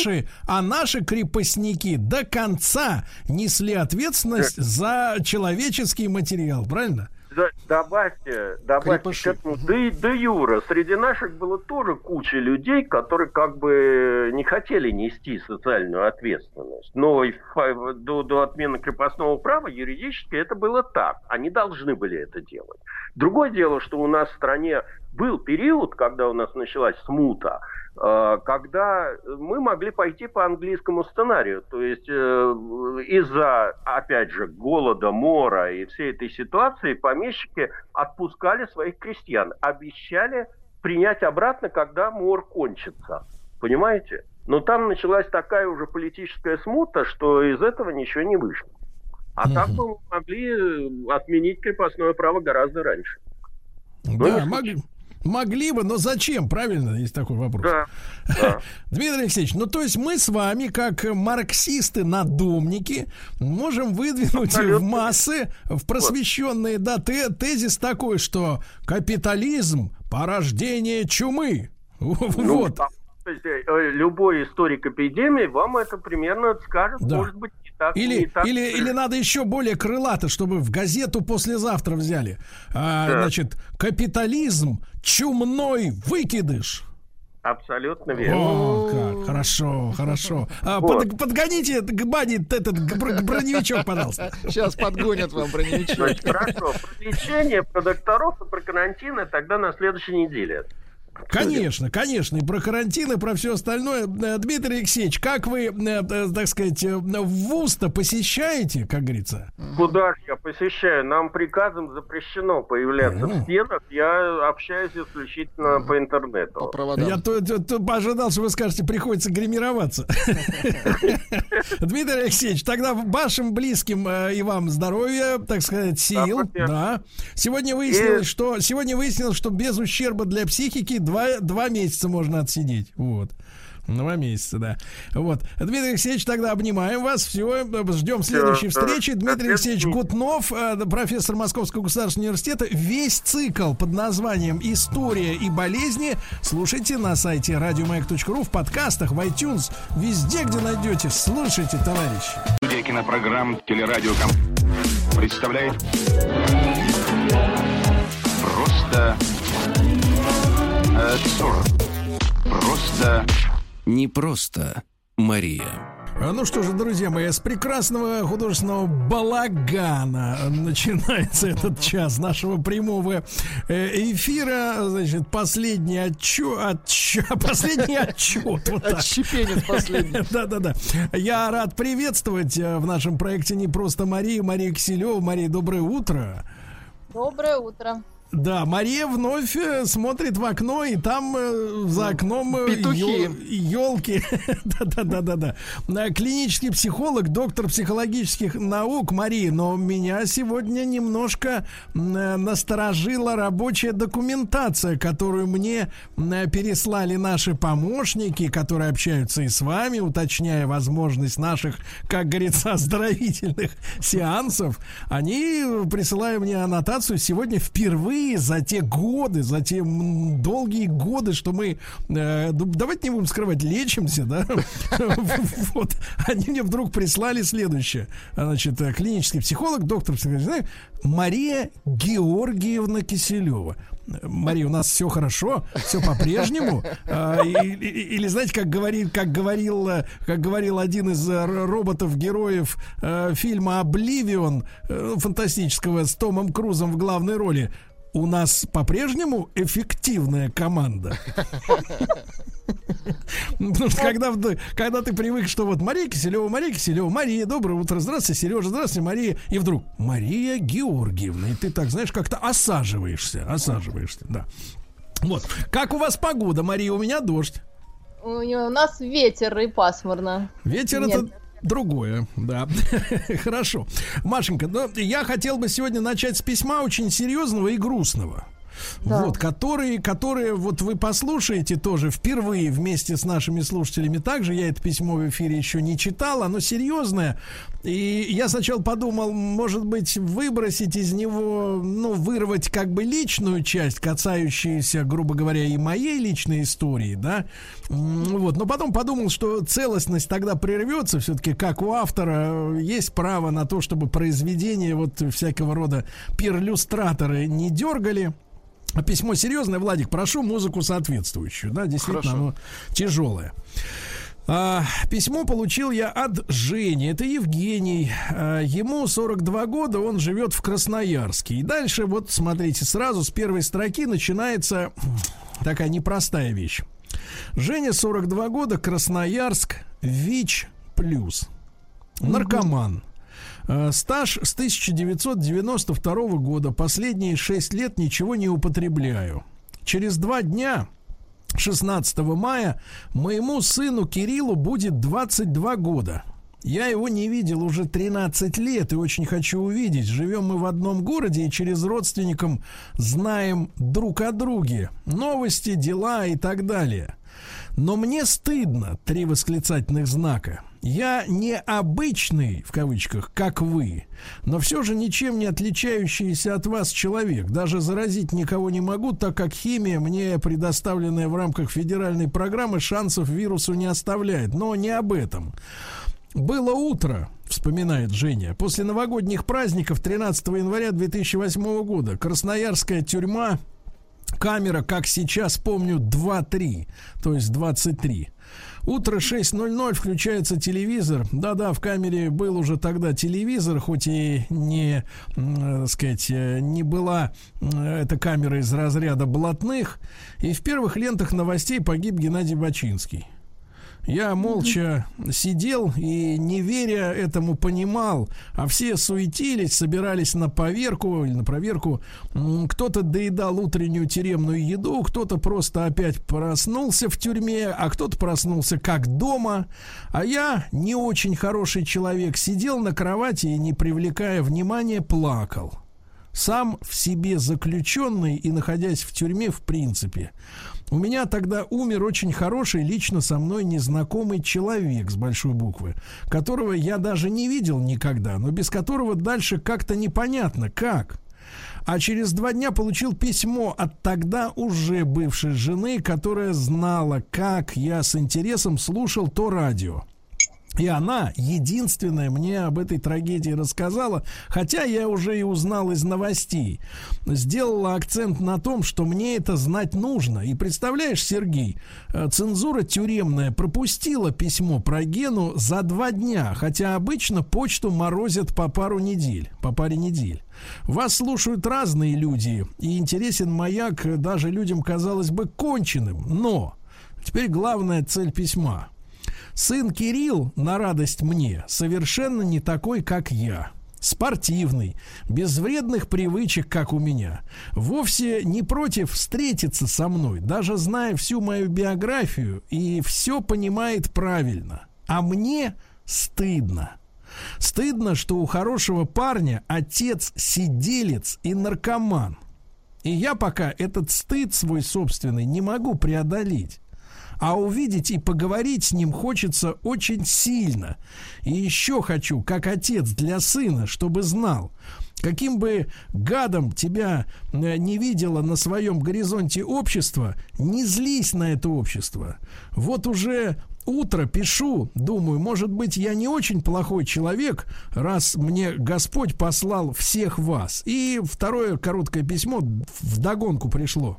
Speaker 2: наши крепостники до конца несли ответственность за человеческий материал, правильно?
Speaker 11: Добавьте к этому де юре. Среди наших было тоже куча людей, которые не хотели нести социальную ответственность. Но до отмены крепостного права юридически это было так. Они должны были это делать. Другое дело, что у нас в стране был период, когда у нас началась смута, когда мы могли пойти по английскому сценарию. То есть из-за, опять же, голода, мора и всей этой ситуации помещики отпускали своих крестьян, обещали принять обратно, когда мор кончится. Понимаете? Но там началась такая уже политическая смута, что из этого ничего не вышло. А так бы мы могли отменить крепостное право гораздо раньше.
Speaker 2: Да, Могли бы, но зачем? Правильно, есть такой вопрос.
Speaker 11: Да.
Speaker 2: Дмитрий Алексеевич, ну то есть мы с вами, как марксисты-надомники, можем выдвинуть в массы, в просвещенные, да, тезис такой, что капитализм — порождение чумы. Вот.
Speaker 11: Любой историк эпидемии вам это примерно скажет, да. Может быть, не так.
Speaker 2: Или надо еще более крылато, чтобы в газету послезавтра взяли. Значит, капитализм — чумной выкидыш.
Speaker 11: Абсолютно верно.
Speaker 2: О, как хорошо. Вот. Подгоните к бане этот броневичок, пожалуйста.
Speaker 3: Сейчас подгонят вам броневичок.
Speaker 11: Значит, хорошо. Про лечение, про докторов и про карантин тогда на следующей неделе.
Speaker 2: Конечно, и про карантин, и про все остальное. Дмитрий Алексеевич, как вы, так сказать, вуз-то посещаете, как говорится?
Speaker 11: Куда же я посещаю? Нам приказом запрещено появляться в стенах. Я общаюсь исключительно по интернету.
Speaker 3: По проводам.
Speaker 2: Я ожидал, что вы скажете, приходится гримироваться. Дмитрий Алексеевич, тогда вашим близким и вам здоровья, так сказать, сил. Да. Сегодня выяснилось, что без ущерба для психики 2 месяца можно отсидеть. Вот. 2 месяца, да. Вот. Дмитрий Алексеевич, тогда обнимаем вас. Все, ждем следующей встречи. Дмитрий Алексеевич Гутнов, профессор Московского государственного университета. Весь цикл под названием «История и болезни» слушайте на сайте радиомаяк.ру, в подкастах, в iTunes, везде, где найдете. Слушайте, товарищи.
Speaker 12: Студия кинопрограмм «Телерадио» представляет просто... Просто
Speaker 1: не просто Мария.
Speaker 2: Ну что же, друзья мои, с прекрасного художественного балагана начинается этот час нашего прямого эфира. Значит, последний отчет. Вот так.
Speaker 3: Отщепенец последний.
Speaker 2: Да. Я рад приветствовать в нашем проекте «Не просто Марию» Киселеву. Мария, доброе утро.
Speaker 13: Доброе утро.
Speaker 2: Да, Мария вновь смотрит в окно, и там за окном елки. Да. Клинический психолог, доктор психологических наук Мария. Но меня сегодня немножко насторожила рабочая документация, которую мне переслали наши помощники, которые общаются и с вами, уточняя возможность наших, как говорится, оздоровительных сеансов. Они присылают мне аннотацию сегодня впервые за те годы, за те долгие годы, что мы, давайте не будем скрывать, лечимся, да, вот, они мне вдруг прислали следующее, значит, клинический психолог, доктор психологии, Мария Георгиевна Киселева. Мария, у нас все хорошо, все по-прежнему. Или знаете, как говорил один из роботов-героев фильма «Обливион», фантастического, с Томом Крузом в главной роли: у нас по-прежнему эффективная команда. Потому что когда ты привык, что вот Мария Киселева, Мария, доброе утро, здравствуйте, Сережа, здравствуйте, Мария, и вдруг Мария Георгиевна, и ты так, знаешь, как-то осаживаешься, да. Вот. Как у вас погода, Мария? У меня дождь.
Speaker 13: У нас ветер и пасмурно.
Speaker 2: Ветер это другое, да. Хорошо. Машенька, я хотел бы сегодня начать с письма очень серьезного и грустного. Да. Вот, которые вот вы послушаете тоже впервые вместе с нашими слушателями. Также я это письмо в эфире еще не читал, оно серьезное. И я сначала подумал, может быть, выбросить из него, вырвать как бы личную часть, касающуюся, грубо говоря, и моей личной истории, да. Вот, но потом подумал, что целостность тогда прервется. Все-таки, как у автора, есть право на то, чтобы произведения вот всякого рода перлюстраторы не дергали. Письмо серьезное, Владик, прошу музыку соответствующую, да, действительно, оно тяжелое. Письмо получил я от Жени, это Евгений, ему 42 года, он живет в Красноярске. И дальше, вот смотрите, сразу с первой строки начинается такая непростая вещь. Женя, 42 года, Красноярск, ВИЧ+, наркоман. Стаж с 1992 года. Последние 6 лет ничего не употребляю. Через 2 дня, 16 мая, моему сыну Кириллу будет 22 года. Я его не видел уже 13 лет и очень хочу увидеть. Живем мы в одном городе и через родственников знаем друг о друге. Новости, дела и так далее. Но мне стыдно, 3 восклицательных знака. Я не обычный, в кавычках, как вы, но все же ничем не отличающийся от вас человек. Даже заразить никого не могу, так как химия, мне предоставленная в рамках федеральной программы, шансов вирусу не оставляет. Но не об этом. Было утро, вспоминает Женя, после новогодних праздников 13 января 2008 года. Красноярская тюрьма, камера, как сейчас помню, 2-3, то есть 23. Утро 6:00, включается телевизор. Да-да, в камере был уже тогда телевизор, хоть и не, сказать, не была эта камера из разряда блатных. И в первых лентах новостей погиб Геннадий Бачинский. Я молча сидел и, не веря этому, понимал, а все суетились, собирались на поверку или на проверку. Кто-то доедал утреннюю тюремную еду, кто-то просто опять проснулся в тюрьме, а кто-то проснулся как дома. А я, не очень хороший человек, сидел на кровати и, не привлекая внимания, плакал. Сам в себе заключенный и находясь в тюрьме в принципе. У меня тогда умер очень хороший, лично со мной незнакомый человек с большой буквы, которого я даже не видел никогда, но без которого дальше как-то непонятно, как. А через 2 дня получил письмо от тогда уже бывшей жены, которая знала, как я с интересом слушал то радио. И она единственная мне об этой трагедии рассказала, хотя я уже и узнал из новостей. Сделала акцент на том, что мне это знать нужно. И представляешь, Сергей, цензура тюремная пропустила письмо про Гену за 2 дня, хотя обычно почту морозят по паре недель. Вас слушают разные люди, и интересен «Маяк» даже людям, казалось бы, конченым. Но теперь главная цель письма. Сын Кирилл, на радость мне, совершенно не такой, как я. Спортивный, без вредных привычек, как у меня. Вовсе не против встретиться со мной, даже зная всю мою биографию, и все понимает правильно. А мне стыдно. Стыдно, что у хорошего парня отец сиделец и наркоман. И я пока этот стыд свой собственный не могу преодолеть. А увидеть и поговорить с ним хочется очень сильно. И еще хочу, как отец для сына, чтобы знал, каким бы гадом тебя не видело на своем горизонте общество, не злись на это общество. Вот уже утро пишу, думаю, может быть, я не очень плохой человек, раз мне Господь послал всех вас. И второе короткое письмо вдогонку пришло.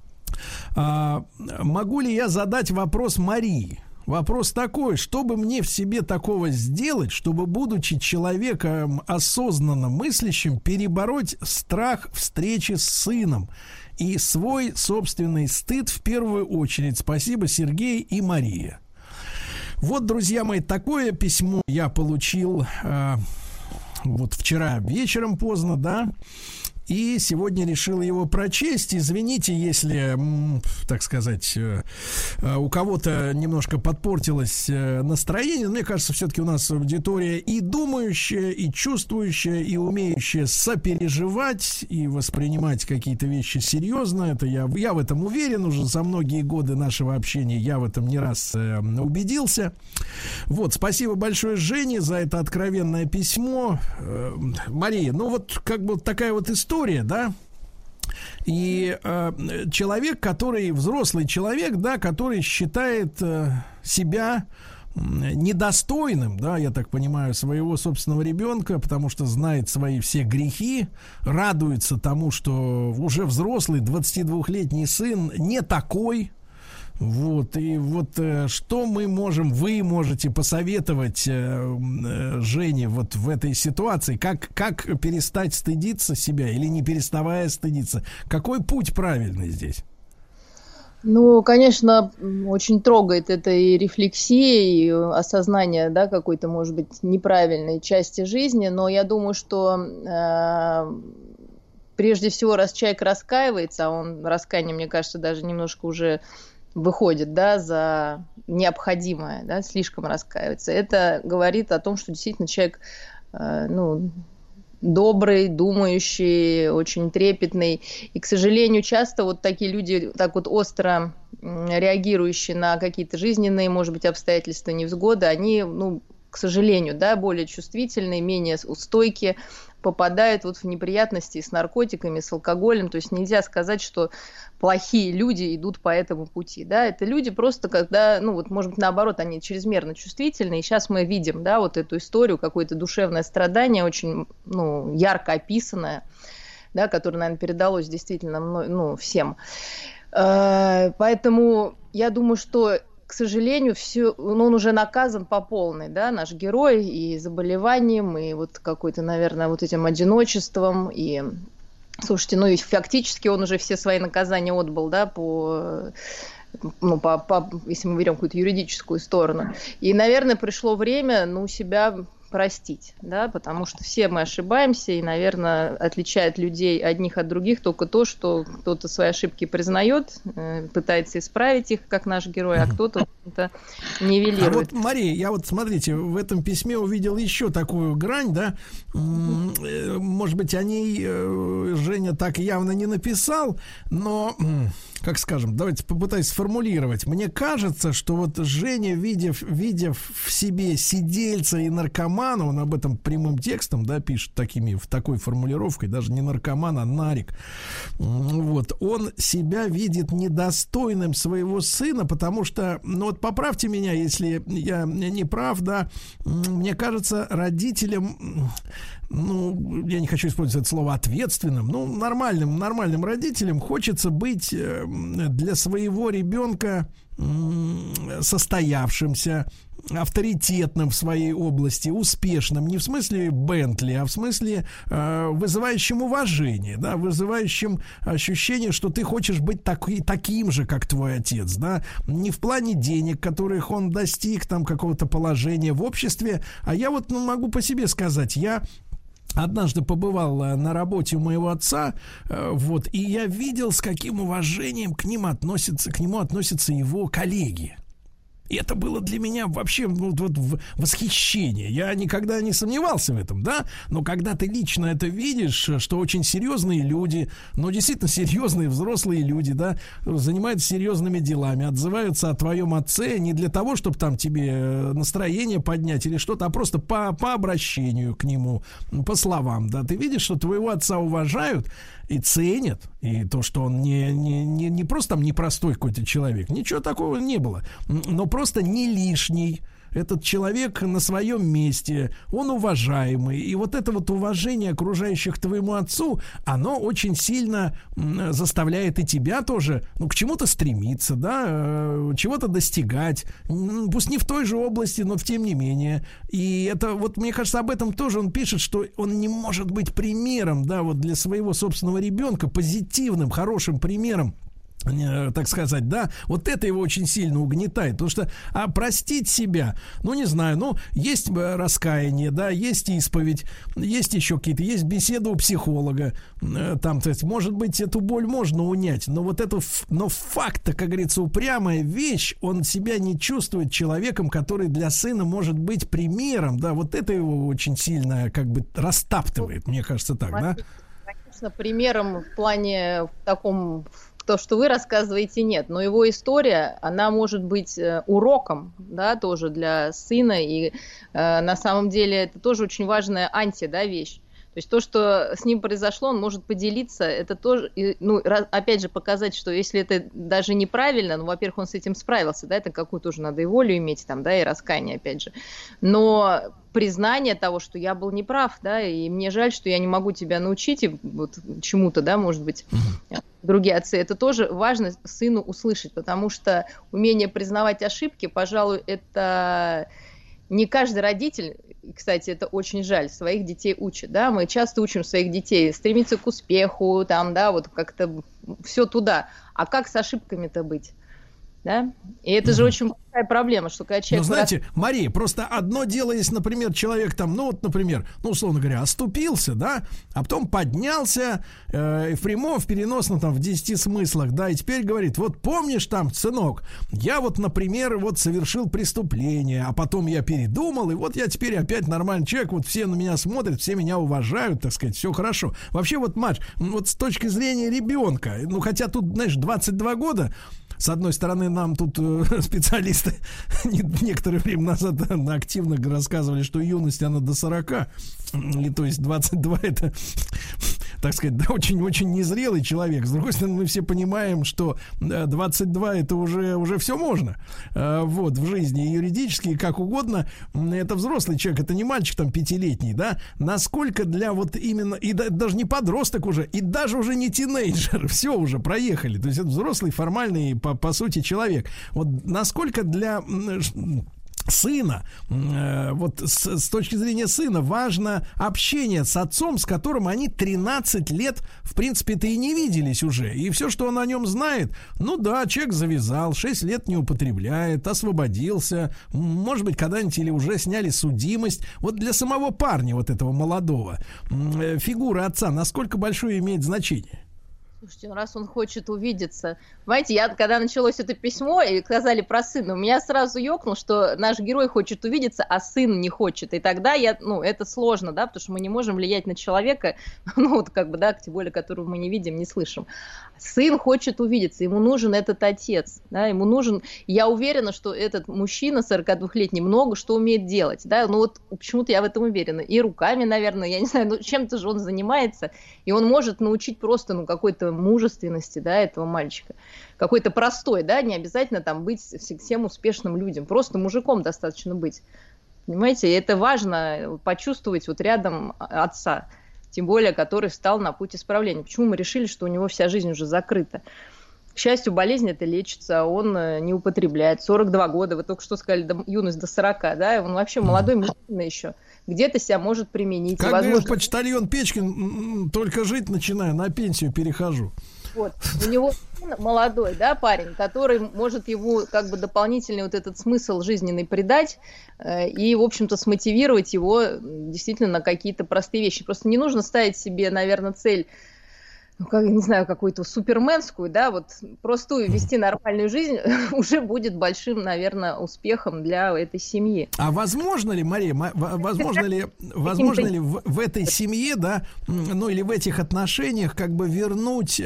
Speaker 2: Могу ли я задать вопрос Марии? Вопрос такой: что бы мне в себе такого сделать, чтобы, будучи человеком осознанно мыслящим, перебороть страх встречи с сыном и свой собственный стыд в первую очередь? Спасибо, Сергей и Мария. Вот, друзья мои, такое письмо я получил вот вчера вечером поздно, да. И сегодня решил его прочесть. Извините, если, так сказать, у кого-то немножко подпортилось настроение. Мне кажется, все-таки у нас аудитория и думающая, и чувствующая, и умеющая сопереживать и воспринимать какие-то вещи серьезно. Это я в этом уверен. Уже за многие годы нашего общения я в этом не раз убедился. Вот, спасибо большое Жене за это откровенное письмо. Мария, ну вот как бы такая вот история, да, и человек, который, взрослый человек, да, который считает себя недостойным, да, я так понимаю, своего собственного ребенка, потому что знает свои все грехи, радуется тому, что уже взрослый 22-летний сын не такой. Вот, и вот что вы можете посоветовать Жене вот в этой ситуации, как перестать стыдиться себя или не переставая стыдиться? Какой путь правильный здесь?
Speaker 13: Ну, конечно, очень трогает это и рефлексия, и осознание, да, какой-то, может быть, неправильной части жизни, но я думаю, что прежде всего, раз человек раскаивается, а он раскаяние, мне кажется, даже немножко уже выходит, да, за необходимое, да, слишком раскаивается. Это говорит о том, что действительно человек, добрый, думающий, очень трепетный. И, к сожалению, часто вот такие люди, так вот остро реагирующие на какие-то жизненные, может быть, обстоятельства, невзгоды, они, к сожалению, да, более чувствительные, менее стойкие, попадают вот в неприятности с наркотиками, с алкоголем. То есть нельзя сказать, что плохие люди идут по этому пути. Да? Это люди просто, когда, может быть, наоборот, они чрезмерно чувствительны. И сейчас мы видим, да, вот эту историю, какое-то душевное страдание, очень ярко описанное, да, которое, наверное, передалось действительно всем. Поэтому я думаю, что, к сожалению, он уже наказан по полной, да, наш герой, и заболеванием, и вот какой-то, наверное, вот этим одиночеством, и, слушайте, и фактически он уже все свои наказания отбыл, да, если мы берем какую-то юридическую сторону. И, наверное, пришло время, себя простить, да, потому что все мы ошибаемся, и, наверное, отличает людей одних от других только то, что кто-то свои ошибки признает, пытается исправить их, как наш герой, а кто-то нивелирует.
Speaker 2: А вот, Мария, я вот, смотрите, в этом письме увидел еще такую грань, да, может быть, о ней Женя так явно не написал, но, как скажем, давайте попытаюсь сформулировать. Мне кажется, что вот Женя, видя в себе сидельца и наркомана, он об этом прямым текстом, да, пишет такой формулировкой, даже не наркоман, а нарик. Вот, он себя видит недостойным своего сына, потому что, вот поправьте меня, если я не прав, да, мне кажется, родителям, я не хочу использовать это слово ответственным, нормальным родителям хочется быть для своего ребенка состоявшимся, авторитетным в своей области, успешным, не в смысле Бентли, а в смысле вызывающим уважение, да, вызывающим ощущение, что ты хочешь быть таким же, как твой отец, да, не в плане денег, которых он достиг, там, какого-то положения в обществе, а я вот могу по себе сказать, я однажды побывал на работе у моего отца, и я видел, с каким уважением к нему относятся его коллеги. И это было для меня вообще восхищение. Я никогда не сомневался в этом, да? Но когда ты лично это видишь, что очень серьезные люди, действительно серьезные взрослые люди, да, занимаются серьезными делами, отзываются о твоем отце не для того, чтобы там тебе настроение поднять или что-то, а просто по обращению к нему, по словам, да. Ты видишь, что твоего отца уважают и ценят, и то, что он не просто там непростой какой-то человек, ничего такого не было, но просто не лишний. Этот человек на своем месте, он уважаемый. И вот это вот уважение окружающих твоему отцу, оно очень сильно заставляет и тебя тоже, к чему-то стремиться, да, чего-то достигать. Пусть не в той же области, но тем не менее. И это вот, мне кажется, об этом тоже он пишет, что он не может быть примером, да, вот для своего собственного ребенка, позитивным, хорошим примером, так сказать, да, вот это его очень сильно угнетает, потому что простить себя, не знаю, есть раскаяние, да, есть исповедь, есть еще какие-то, есть беседа у психолога, там, то есть, может быть, эту боль можно унять, но факт-то, как говорится, упрямая вещь, он себя не чувствует человеком, который для сына может быть примером, да, вот это его очень сильно как бы растаптывает, мне кажется, так, да?
Speaker 13: Конечно, примером в плане таком, то, что вы рассказываете, нет, но его история, она может быть уроком, да, тоже для сына, и на самом деле это тоже очень важная вещь. То есть то, что с ним произошло, он может поделиться, это тоже, опять же, показать, что если это даже неправильно, во-первых, он с этим справился, да, это какую тоже надо и волю иметь, там, да, и раскаяние, опять же, но признание того, что я был неправ, да, и мне жаль, что я не могу тебя научить и вот чему-то, да, может быть, другие отцы, это тоже важно сыну услышать, потому что умение признавать ошибки, пожалуй, это не каждый родитель, кстати, это очень жаль, своих детей учат, да, мы часто учим своих детей стремиться к успеху, там, да, вот как-то все туда, а как с ошибками-то быть? Да? И это же очень большая проблема, что когда человек...
Speaker 2: Ну, знаете, Мария, просто одно дело, если, например, человек там, ну, вот, например, ну, условно говоря, оступился, да, а потом поднялся в прямом, в переносном, там, в 10 смыслах, да, и теперь говорит, вот помнишь там, сынок, я вот, например, вот совершил преступление, а потом я передумал, и вот я теперь опять нормальный человек, вот все на меня смотрят, все меня уважают, так сказать, все хорошо. Вообще, вот, Маш, вот с точки зрения ребенка, ну, хотя тут, знаешь, 22 года, с одной стороны, нам тут специалисты некоторое время назад активно рассказывали, что юность, она до 40, и, то есть 22 это, так сказать, да, очень-очень незрелый человек. С другой стороны, мы все понимаем, что 22 это уже все можно, вот, в жизни, и юридически, и как угодно. Это взрослый человек, это не мальчик там 5-летний, да, насколько для вот именно, и даже не подросток уже, и даже уже не тинейджер, все уже проехали, то есть это взрослый, формальный, по сути, человек. Вот насколько для сына, вот с точки зрения сына, важно общение с отцом, с которым они 13 лет, в принципе-то, и не виделись уже. И все, что он о нем знает, ну да, человек завязал, 6 лет не употребляет, освободился, может быть, когда-нибудь или уже сняли судимость. Вот для самого парня, вот этого молодого, фигура отца, насколько большое имеет значение?
Speaker 13: Слушайте, ну раз он хочет увидеться... Понимаете, когда началось это письмо и сказали про сына, у меня сразу ёкнул, что наш герой хочет увидеться, а сын не хочет. И тогда это сложно, да, потому что мы не можем влиять на человека, ну, вот как бы, да, тем более, которого мы не видим, не слышим. Сын хочет увидеться, ему нужен этот отец, да, ему нужен... Я уверена, что этот мужчина 42-летний много что умеет делать, да, ну вот почему-то я в этом уверена. И руками, наверное, я не знаю, ну чем-то же он занимается, и он может научить просто, ну, какой-то мужественности, да, этого мальчика. Какой-то простой, да, не обязательно там быть всем успешным людям, просто мужиком достаточно быть. Понимаете, и это важно почувствовать вот рядом отца, тем более, который встал на путь исправления. Почему мы решили, что у него вся жизнь уже закрыта? К счастью, болезнь это лечится, он не употребляет. 42 года, вы только что сказали, юность до 40, да, он вообще молодой мужчина еще. Где-то себя может применить.
Speaker 2: Как говорит почтальон Печкин, только жить начинаю, на пенсию перехожу.
Speaker 13: Вот. У него молодой, да, парень, который может ему как бы дополнительный вот этот смысл жизненный придать и, в общем-то, смотивировать его действительно на какие-то простые вещи. Просто не нужно ставить себе, наверное, цель, ну, как, не знаю, какую-то суперменскую, да, вот простую вести нормальную жизнь уже будет большим, наверное, успехом для этой семьи.
Speaker 2: А возможно ли, Мария, возможно ли в этой семье, да, ну или в этих отношениях как бы вернуть,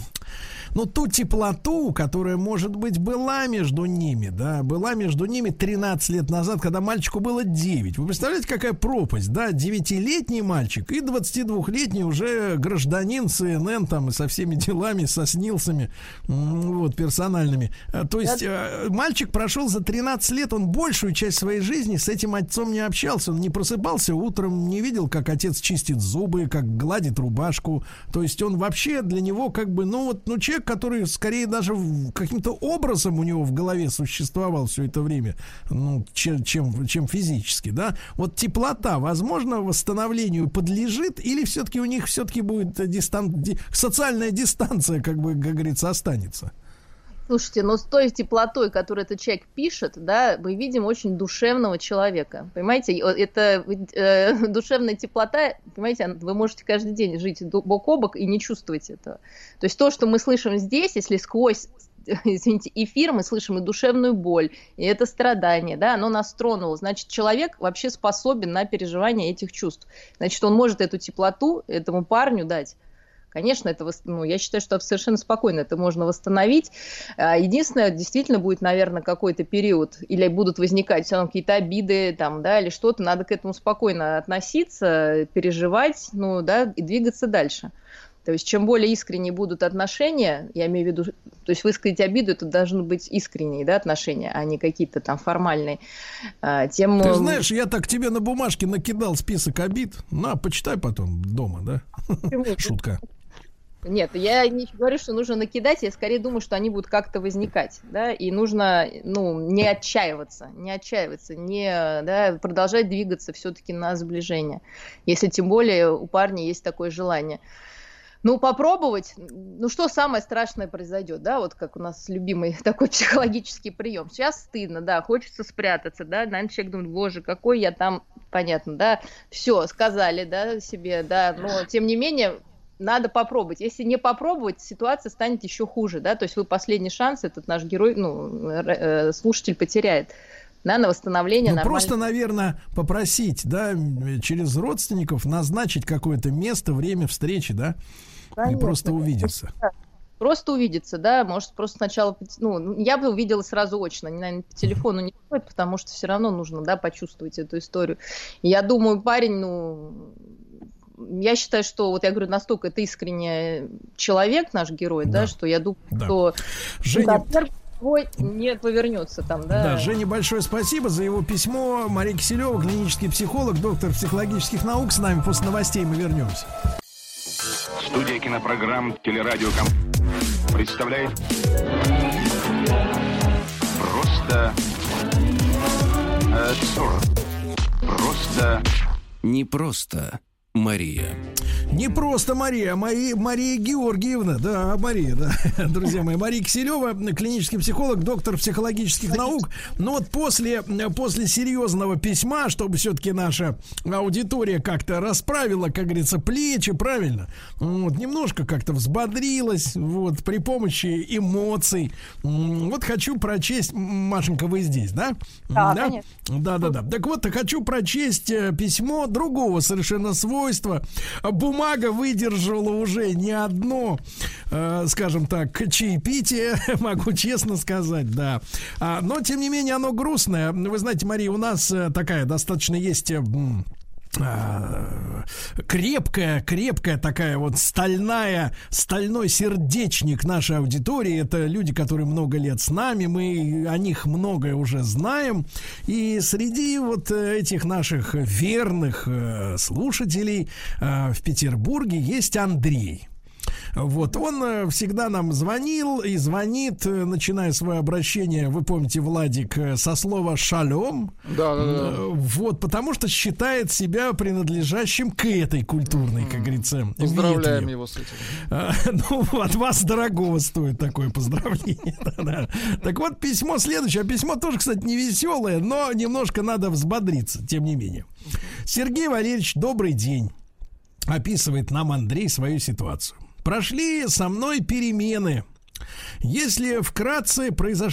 Speaker 2: ну, ту теплоту, которая, может быть, была между ними, да, была между ними 13 лет назад, когда мальчику было 9. Вы представляете, какая пропасть, да, 9-летний мальчик и 22-летний уже гражданин CNN, там, со всеми делами, со снилсами, вот, персональными. То есть мальчик прошел за 13 лет, он большую часть своей жизни с этим отцом не общался, он не просыпался утром, не видел, как отец чистит зубы, как гладит рубашку. То есть он вообще для него как бы, ну, вот, ну, человек, который скорее даже каким-то образом у него в голове существовал все это время, ну, чем физически, да. Вот теплота, возможно, восстановлению подлежит, или все-таки у них все-таки будет социальная дистанция, как бы, как говорится, останется?
Speaker 13: Слушайте, но с той теплотой, которую этот человек пишет, да, мы видим очень душевного человека. Понимаете, это душевная теплота, понимаете, вы можете каждый день жить бок о бок и не чувствовать этого. То есть то, что мы слышим здесь, если сквозь, извините, эфир мы слышим и душевную боль, и это страдание, да, оно нас тронуло. Значит, человек вообще способен на переживание этих чувств. Значит, он может эту теплоту этому парню дать. Конечно, это, ну, я считаю, что совершенно спокойно это можно восстановить. Единственное, действительно будет, наверное, какой-то период, или будут возникать все равно какие-то обиды, там, да, или что-то, надо к этому спокойно относиться, переживать, ну, да, и двигаться дальше. То есть, чем более искренние будут отношения, я имею в виду, то есть высказать обиду, это должны быть искренние, да, отношения, а не какие-то там формальные. Тем...
Speaker 2: Ты знаешь, я так тебе на бумажке накидал список обид. На, почитай потом дома, да? Шутка.
Speaker 13: Нет, я не говорю, что нужно накидать, я скорее думаю, что они будут как-то возникать, да, и нужно, ну, не отчаиваться, да, продолжать двигаться все-таки на сближение, если тем более у парня есть такое желание. Ну, попробовать. Ну, что самое страшное произойдет, да, вот как у нас любимый такой психологический прием. Сейчас стыдно, да, хочется спрятаться, да, наверное, человек думает, боже, какой я там, понятно, да, все, сказали, да, себе, да, но, тем не менее, надо попробовать. Если не попробовать, ситуация станет еще хуже, да, то есть вы последний шанс, этот наш герой, ну, слушатель потеряет. Да, на восстановление.
Speaker 2: Ну, просто, наверное, попросить, да, через родственников назначить какое-то место, время встречи, да, конечно, и просто увидеться.
Speaker 13: Просто увидеться, да, может, просто сначала, ну, я бы увидела сразу очно, наверное, по телефону не стоит, потому что все равно нужно, да, почувствовать эту историю. И я думаю, парень, ну, я считаю, что, вот я говорю, настолько это искренний человек, наш герой, да, что я думаю, что...
Speaker 2: Женя...
Speaker 13: не повернется там, да.
Speaker 2: Да, Жене большое спасибо за его письмо. Мария Киселева, клинический психолог, доктор психологических наук. С нами после новостей мы вернемся.
Speaker 12: Студия кинопрограмм «Телерадиоком» представляет просто
Speaker 1: не просто Мария.
Speaker 2: Не просто Мария, Мария Георгиевна, да, Мария, да, друзья мои, Мария Киселева, клинический психолог, доктор психологических наук. Но вот после серьезного письма, чтобы все-таки наша аудитория как-то расправила, как говорится, плечи, правильно, вот, немножко как-то взбодрилась, вот, при помощи эмоций. Вот хочу прочесть, Машенька, вы здесь, да?
Speaker 13: Да, конечно.
Speaker 2: Да. Так вот, хочу прочесть письмо другого совершенно свойства. Бумага выдержала уже не одно, скажем так, чаепитие, могу честно сказать, да. Но, тем не менее, оно грустное. Вы знаете, Мария, у нас такая достаточно есть... крепкая такая вот стальной сердечник нашей аудитории. Это люди, которые много лет с нами, мы о них многое уже знаем. И среди вот этих наших верных слушателей в Петербурге есть Андрей. Вот, он всегда нам звонил и звонит, начиная свое обращение, вы помните, Владик, со слова «шалом».
Speaker 3: Да.
Speaker 2: Вот, потому что считает себя принадлежащим к этой культурной, как говорится,
Speaker 3: поздравляем
Speaker 2: ветви.
Speaker 3: Его с этим.
Speaker 2: Ну, от вас дорогого стоит такое поздравление. Да. Так вот, письмо следующее. Письмо тоже, кстати, не веселое, но немножко надо взбодриться, тем не менее. Сергей Валерьевич, добрый день. Описывает нам Андрей свою ситуацию. Прошли со мной перемены. Если вкратце,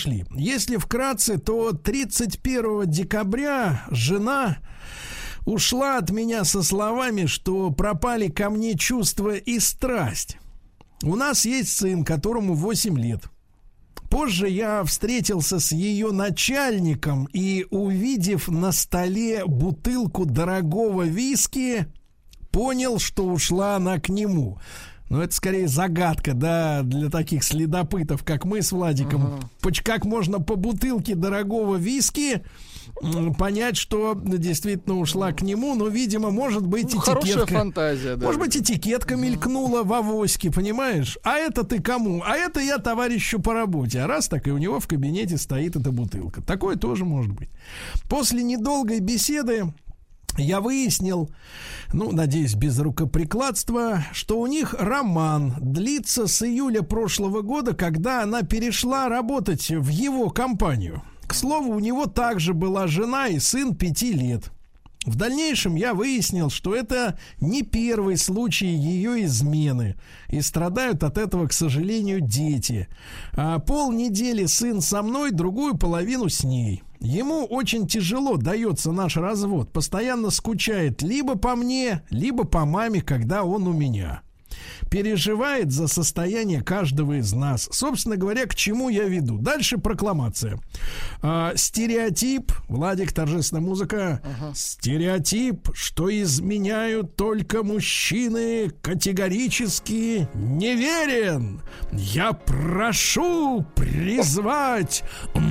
Speaker 2: то 31 декабря жена ушла от меня со словами, что пропали ко мне чувства и страсть. У нас есть сын, которому 8 лет. Позже я встретился с ее начальником и, увидев на столе бутылку дорогого виски, понял, что ушла она к нему. Но это скорее загадка, да, для таких следопытов, как мы с Владиком. Как можно по бутылке дорогого виски понять, что действительно ушла к нему? Но, видимо, может быть, этикетка.
Speaker 3: Хорошая фантазия, да.
Speaker 2: Может быть, этикетка мелькнула в авоське, понимаешь? А это ты кому? А это я товарищу по работе. А раз так, и у него в кабинете стоит эта бутылка. Такое тоже может быть. После недолгой беседы я выяснил, надеюсь, без рукоприкладства, что у них роман длится с июля прошлого года, когда она перешла работать в его компанию. К слову, у него также была жена и сын 5 лет. В дальнейшем я выяснил, что это не первый случай ее измены, и страдают от этого, к сожалению, дети. Полнедели сын со мной, другую половину с ней. Ему очень тяжело дается наш развод. Постоянно скучает либо по мне, либо по маме, когда он у меня. Переживает за состояние каждого из нас. Собственно говоря, к чему я веду? Дальше прокламация. Стереотип, Владик, торжественная музыка. Стереотип, что изменяют только мужчины, категорически неверен. Я прошу призвать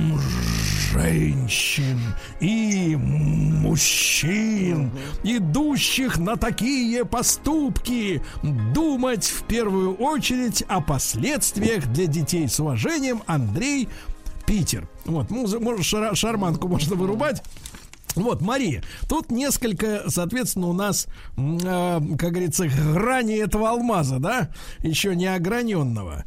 Speaker 2: женщин и мужчин, идущих на такие поступки, думать в первую очередь о последствиях для детей. С уважением, Андрей, Питер. Вот, шарманку можно вырубать. Вот, Мария, тут несколько, соответственно, у нас, как говорится, грани этого алмаза, да, еще не ограненного.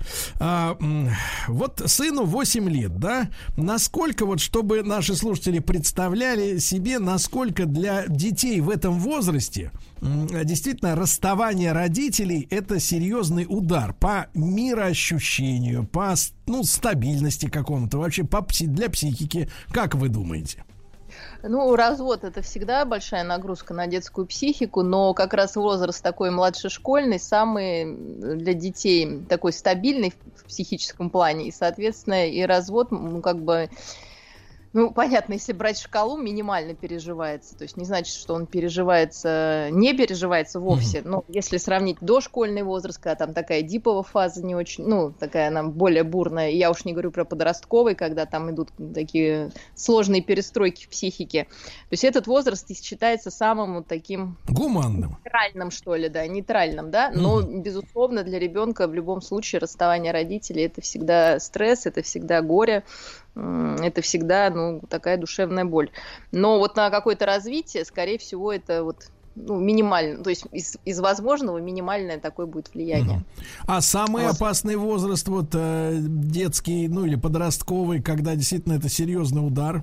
Speaker 2: Вот сыну 8 лет, да, насколько, вот, чтобы наши слушатели представляли себе, насколько для детей в этом возрасте действительно расставание родителей — это серьезный удар по мироощущению, по, ну, стабильности какому-то, вообще для психики, как вы думаете?
Speaker 13: Ну, развод — это всегда большая нагрузка на детскую психику, но как раз возраст такой младшешкольный, самый для детей такой стабильный в психическом плане, и, соответственно, и развод, ну, как бы... Ну, понятно, если брать шкалу, минимально переживается. То есть не значит, что он не переживается вовсе. Но если сравнить дошкольный возраст, когда там такая диповая фаза не очень, ну, такая она более бурная, я уж не говорю про подростковый, когда там идут такие сложные перестройки в психике. То есть этот возраст считается самым вот таким...
Speaker 2: гуманным.
Speaker 13: Нейтральным, что ли, да, нейтральным, да. Но, безусловно, для ребенка в любом случае расставание родителей — это всегда стресс, это всегда горе. Это всегда, ну, такая душевная боль. Но вот на какое-то развитие, скорее всего, это вот, ну, минимально, то есть из возможного минимальное такое будет влияние.
Speaker 2: А самый опасный возраст, вот детский, ну, или подростковый, когда действительно это серьезный удар?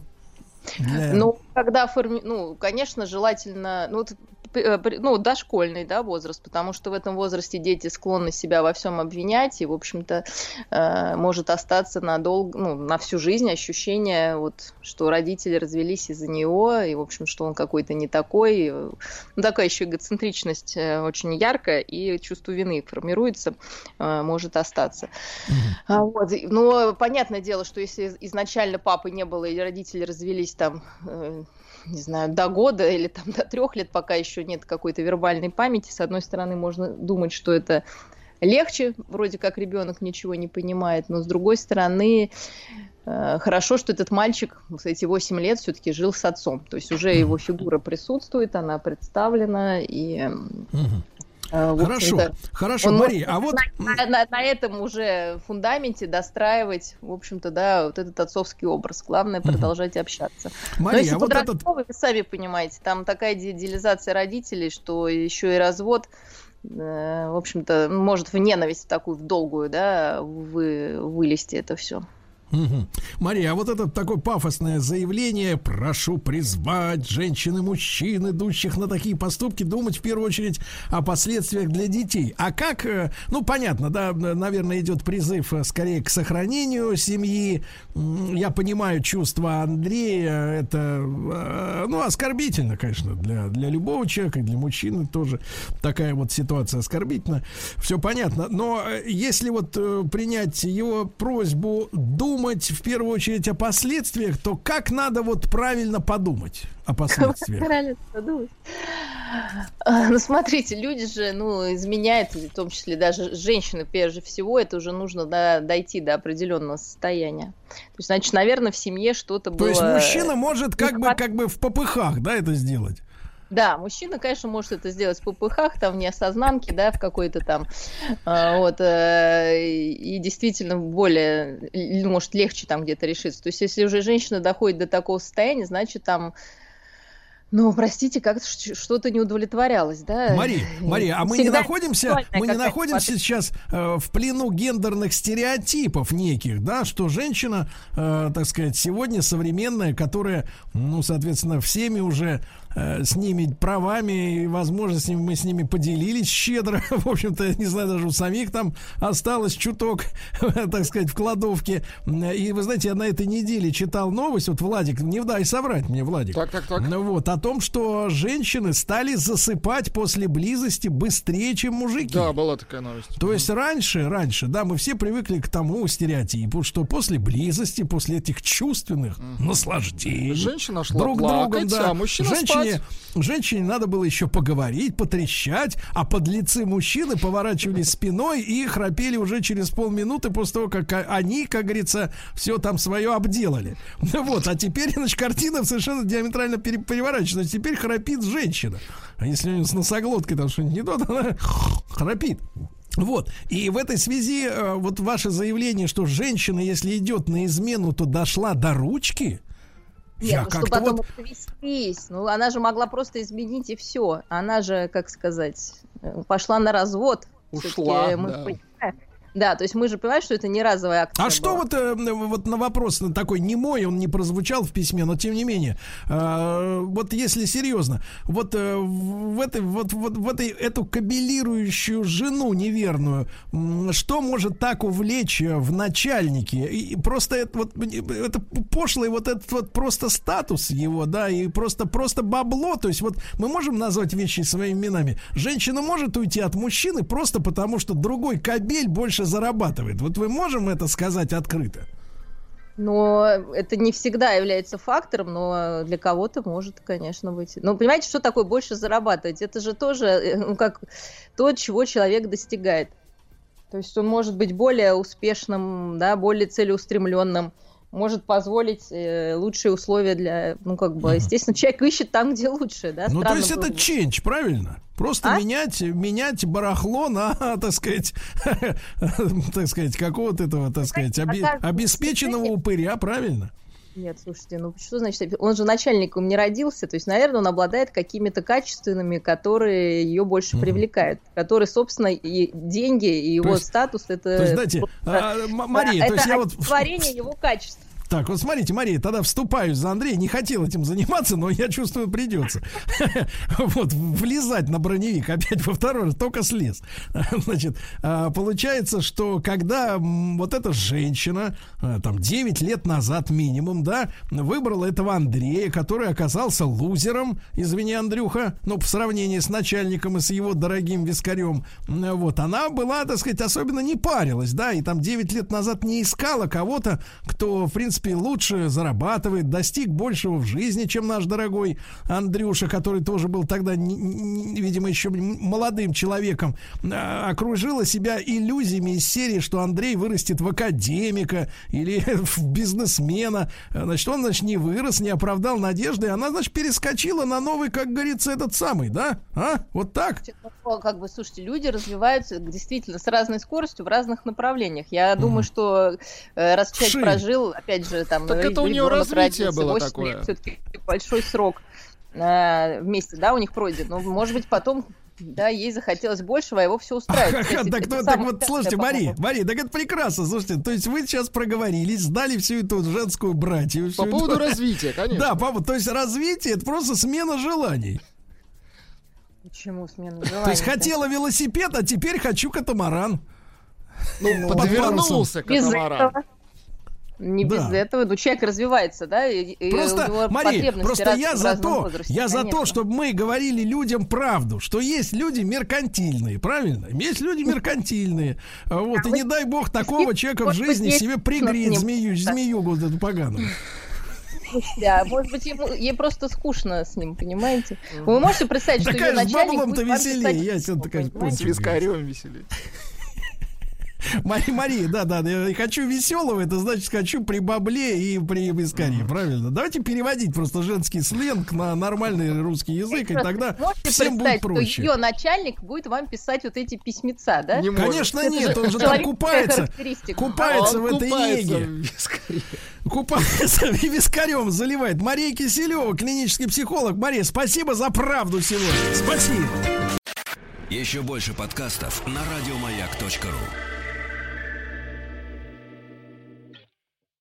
Speaker 13: Ну, когда ну, конечно, желательно, ну, дошкольный, да, возраст, потому что в этом возрасте дети склонны себя во всем обвинять, и, в общем-то, может остаться надолго, ну, на всю жизнь ощущение, вот, что родители развелись из-за него, и, в общем, что он какой-то не такой. Ну, такая еще эгоцентричность очень яркая, и чувство вины формируется, может остаться. Вот. Но понятное дело, что если изначально папы не было, и родители развелись там, не знаю, до года или там до 3 лет, пока еще нет какой-то вербальной памяти, с одной стороны, можно думать, что это легче, вроде как ребенок ничего не понимает, но с другой стороны, хорошо, что этот мальчик в эти 8 лет все-таки жил с отцом, то есть уже его фигура присутствует, она представлена, и...
Speaker 2: Хорошо, Мария, а вот...
Speaker 13: На этом уже фундаменте достраивать, в общем-то, да, вот этот отцовский образ. Главное продолжать общаться.
Speaker 2: Мария,
Speaker 13: но если подростковый, вы сами понимаете, там такая идеализация родителей, что еще и развод, в общем-то, может в ненависть такую, в долгую, да, вылезти это все.
Speaker 2: Мария, а вот это такое пафосное заявление: прошу призвать женщин и мужчин, идущих на такие поступки, думать в первую очередь о последствиях для детей. А как, ну понятно, да, наверное, идет призыв скорее к сохранению семьи. Я понимаю чувства Андрея, это, ну, оскорбительно, конечно, для любого человека, для мужчины тоже такая вот ситуация оскорбительна. Все понятно, но если вот принять его просьбу думать в первую очередь о последствиях, то как надо вот правильно подумать о последствиях?
Speaker 13: Правильно подумать. Ну, смотрите, люди же, ну, изменяют, в том числе даже женщины, прежде всего, это уже нужно дойти до определенного состояния. То есть, значит, наверное, в семье что-то было...
Speaker 2: То есть мужчина может как бы в попыхах, да, это сделать?
Speaker 13: Да, мужчина, конечно, может это сделать в попыхах, там, в неосознанке, да, в какой-то там, вот, и действительно более, может, легче там где-то решиться. То есть, если уже женщина доходит до такого состояния, значит, там, ну, простите, как-то что-то не удовлетворялось, да?
Speaker 2: Мария, а мы не находимся сейчас в плену гендерных стереотипов неких, да, что женщина, так сказать, сегодня современная, которая, ну, соответственно, всеми уже с ними правами и возможностями мы с ними поделились щедро. В общем-то, я не знаю, даже у самих там осталось чуток, так сказать, в кладовке. И вы знаете, я на этой неделе читал новость, вот Владик, не дай соврать мне, Владик. Так. Вот, о том, что женщины стали засыпать после близости быстрее, чем мужики.
Speaker 3: Да, была такая новость.
Speaker 2: То есть раньше, да, мы все привыкли к тому стереотипу, что после близости, после этих чувственных наслаждений
Speaker 3: женщина шла
Speaker 2: друг
Speaker 3: плакать,
Speaker 2: другом, да,
Speaker 3: а мужчина
Speaker 2: женщине надо было еще поговорить, потрещать, а подлецы мужчины поворачивались спиной и храпели уже через полминуты после того, как они, как говорится, все там свое обделали. Вот, а теперь, значит, картина совершенно диаметрально переворачивается. Теперь храпит женщина. А если у нее с носоглоткой там что-нибудь не то, то она храпит. Вот, и в этой связи вот ваше заявление, что женщина, если идет на измену, то дошла до ручки,
Speaker 13: Нет, чтобы потом развестись. Ну, она же могла просто изменить и все. Она же, как сказать, пошла на развод.
Speaker 3: Ушла, да.
Speaker 13: Да, то есть мы же понимаем, что это не разовая акция.
Speaker 2: А что вот на вопрос такой немой, он не прозвучал в письме, но тем не менее, вот если серьезно, вот в эту кабелирующую жену неверную, что может так увлечь в начальнике? И просто это пошлый вот этот вот просто статус его, да, и просто бабло. То есть вот мы можем назвать вещи своими именами. Женщина может уйти от мужчины просто потому, что другой кабель больше зарабатывает. Вот вы можем это сказать открыто?
Speaker 13: Но это не всегда является фактором, но для кого-то может, конечно, быть. Но понимаете, что такое больше зарабатывать? Это же тоже как то, чего человек достигает. То есть он может быть более успешным, да, более целеустремленным, может позволить лучшие условия для, естественно, человек ищет там, где лучше, да.
Speaker 2: Ну, то есть это change, правильно? Просто менять барахло на, так сказать, какого-то этого, так сказать, обеспеченного упыря, правильно?
Speaker 13: Нет, слушайте, что значит? Он же начальником не родился, то есть, наверное, он обладает какими-то качествами, которые ее больше привлекают, которые, собственно, и деньги, и его статус, это...
Speaker 2: То есть, знаете, Мария, то есть я вот...
Speaker 13: творение его качеств.
Speaker 2: Так, вот смотрите, Мария, тогда вступаюсь за Андрея. Не хотел этим заниматься, но я чувствую, придется. Вот, влезать на броневик опять во второй раз, только слез. Значит, получается, что когда вот эта женщина, там, 9 лет назад минимум, да, выбрала этого Андрея, который оказался лузером, извини, Андрюха, ну, в сравнении с начальником и с его дорогим вискарем, вот, она была, так сказать, особенно не парилась, да, и там 9 лет назад не искала кого-то, кто, в принципе, лучше зарабатывает, достиг большего в жизни, чем наш дорогой Андрюша, который тоже был тогда, видимо, еще молодым человеком, окружила себя иллюзиями из серии, что Андрей вырастет в академика или в бизнесмена. Значит, он, не вырос, не оправдал надежды, и она, перескочила на новый, как говорится, этот самый, да? Вот так?
Speaker 13: Слушайте, люди развиваются действительно с разной скоростью в разных направлениях. Я думаю, что раз человек прожил, опять же, там,
Speaker 3: так это у нее развитие было такое.
Speaker 13: Лет, все-таки большой срок вместе, да, у них пройден. Но, может быть, потом, да, ей захотелось большего, а его все устраивает.
Speaker 2: Так вот, слушайте, Мария, так это прекрасно, слушайте, то есть вы сейчас проговорились, сдали всю эту женскую братью.
Speaker 3: По поводу развития, конечно.
Speaker 2: Да, то есть развитие — это просто смена желаний.
Speaker 13: Почему смена желаний?
Speaker 2: То есть хотела велосипед, а теперь хочу катамаран.
Speaker 3: Подвернулся катамаран.
Speaker 13: Не без этого, но человек развивается, да?
Speaker 2: Просто, Мария, просто я за то, чтобы мы говорили людям правду, что есть люди меркантильные, правильно? Есть люди меркантильные. Вот, и не дай бог такого человека в жизни себе пригреть змею вот эту поганую.
Speaker 13: Да, может быть, ей просто скучно с ним, понимаете? Вы можете представить, что ее начальник будет вам писать...
Speaker 2: Я сегодня такая
Speaker 3: с вискарем веселее.
Speaker 2: Мария, да, я хочу веселого, это значит хочу при бабле и при вискаре, правильно? Давайте переводить просто женский сленг на нормальный русский язык, и тогда всем будет проще.
Speaker 13: Что ее начальник будет вам писать вот эти письмеца, да?
Speaker 2: Конечно, нет, он же там купается в этой неге. Купается и вискарем заливает. Мария Киселева, клинический психолог. Мария, спасибо за правду сегодня. Спасибо.
Speaker 1: Еще больше подкастов на радиомаяк.ру.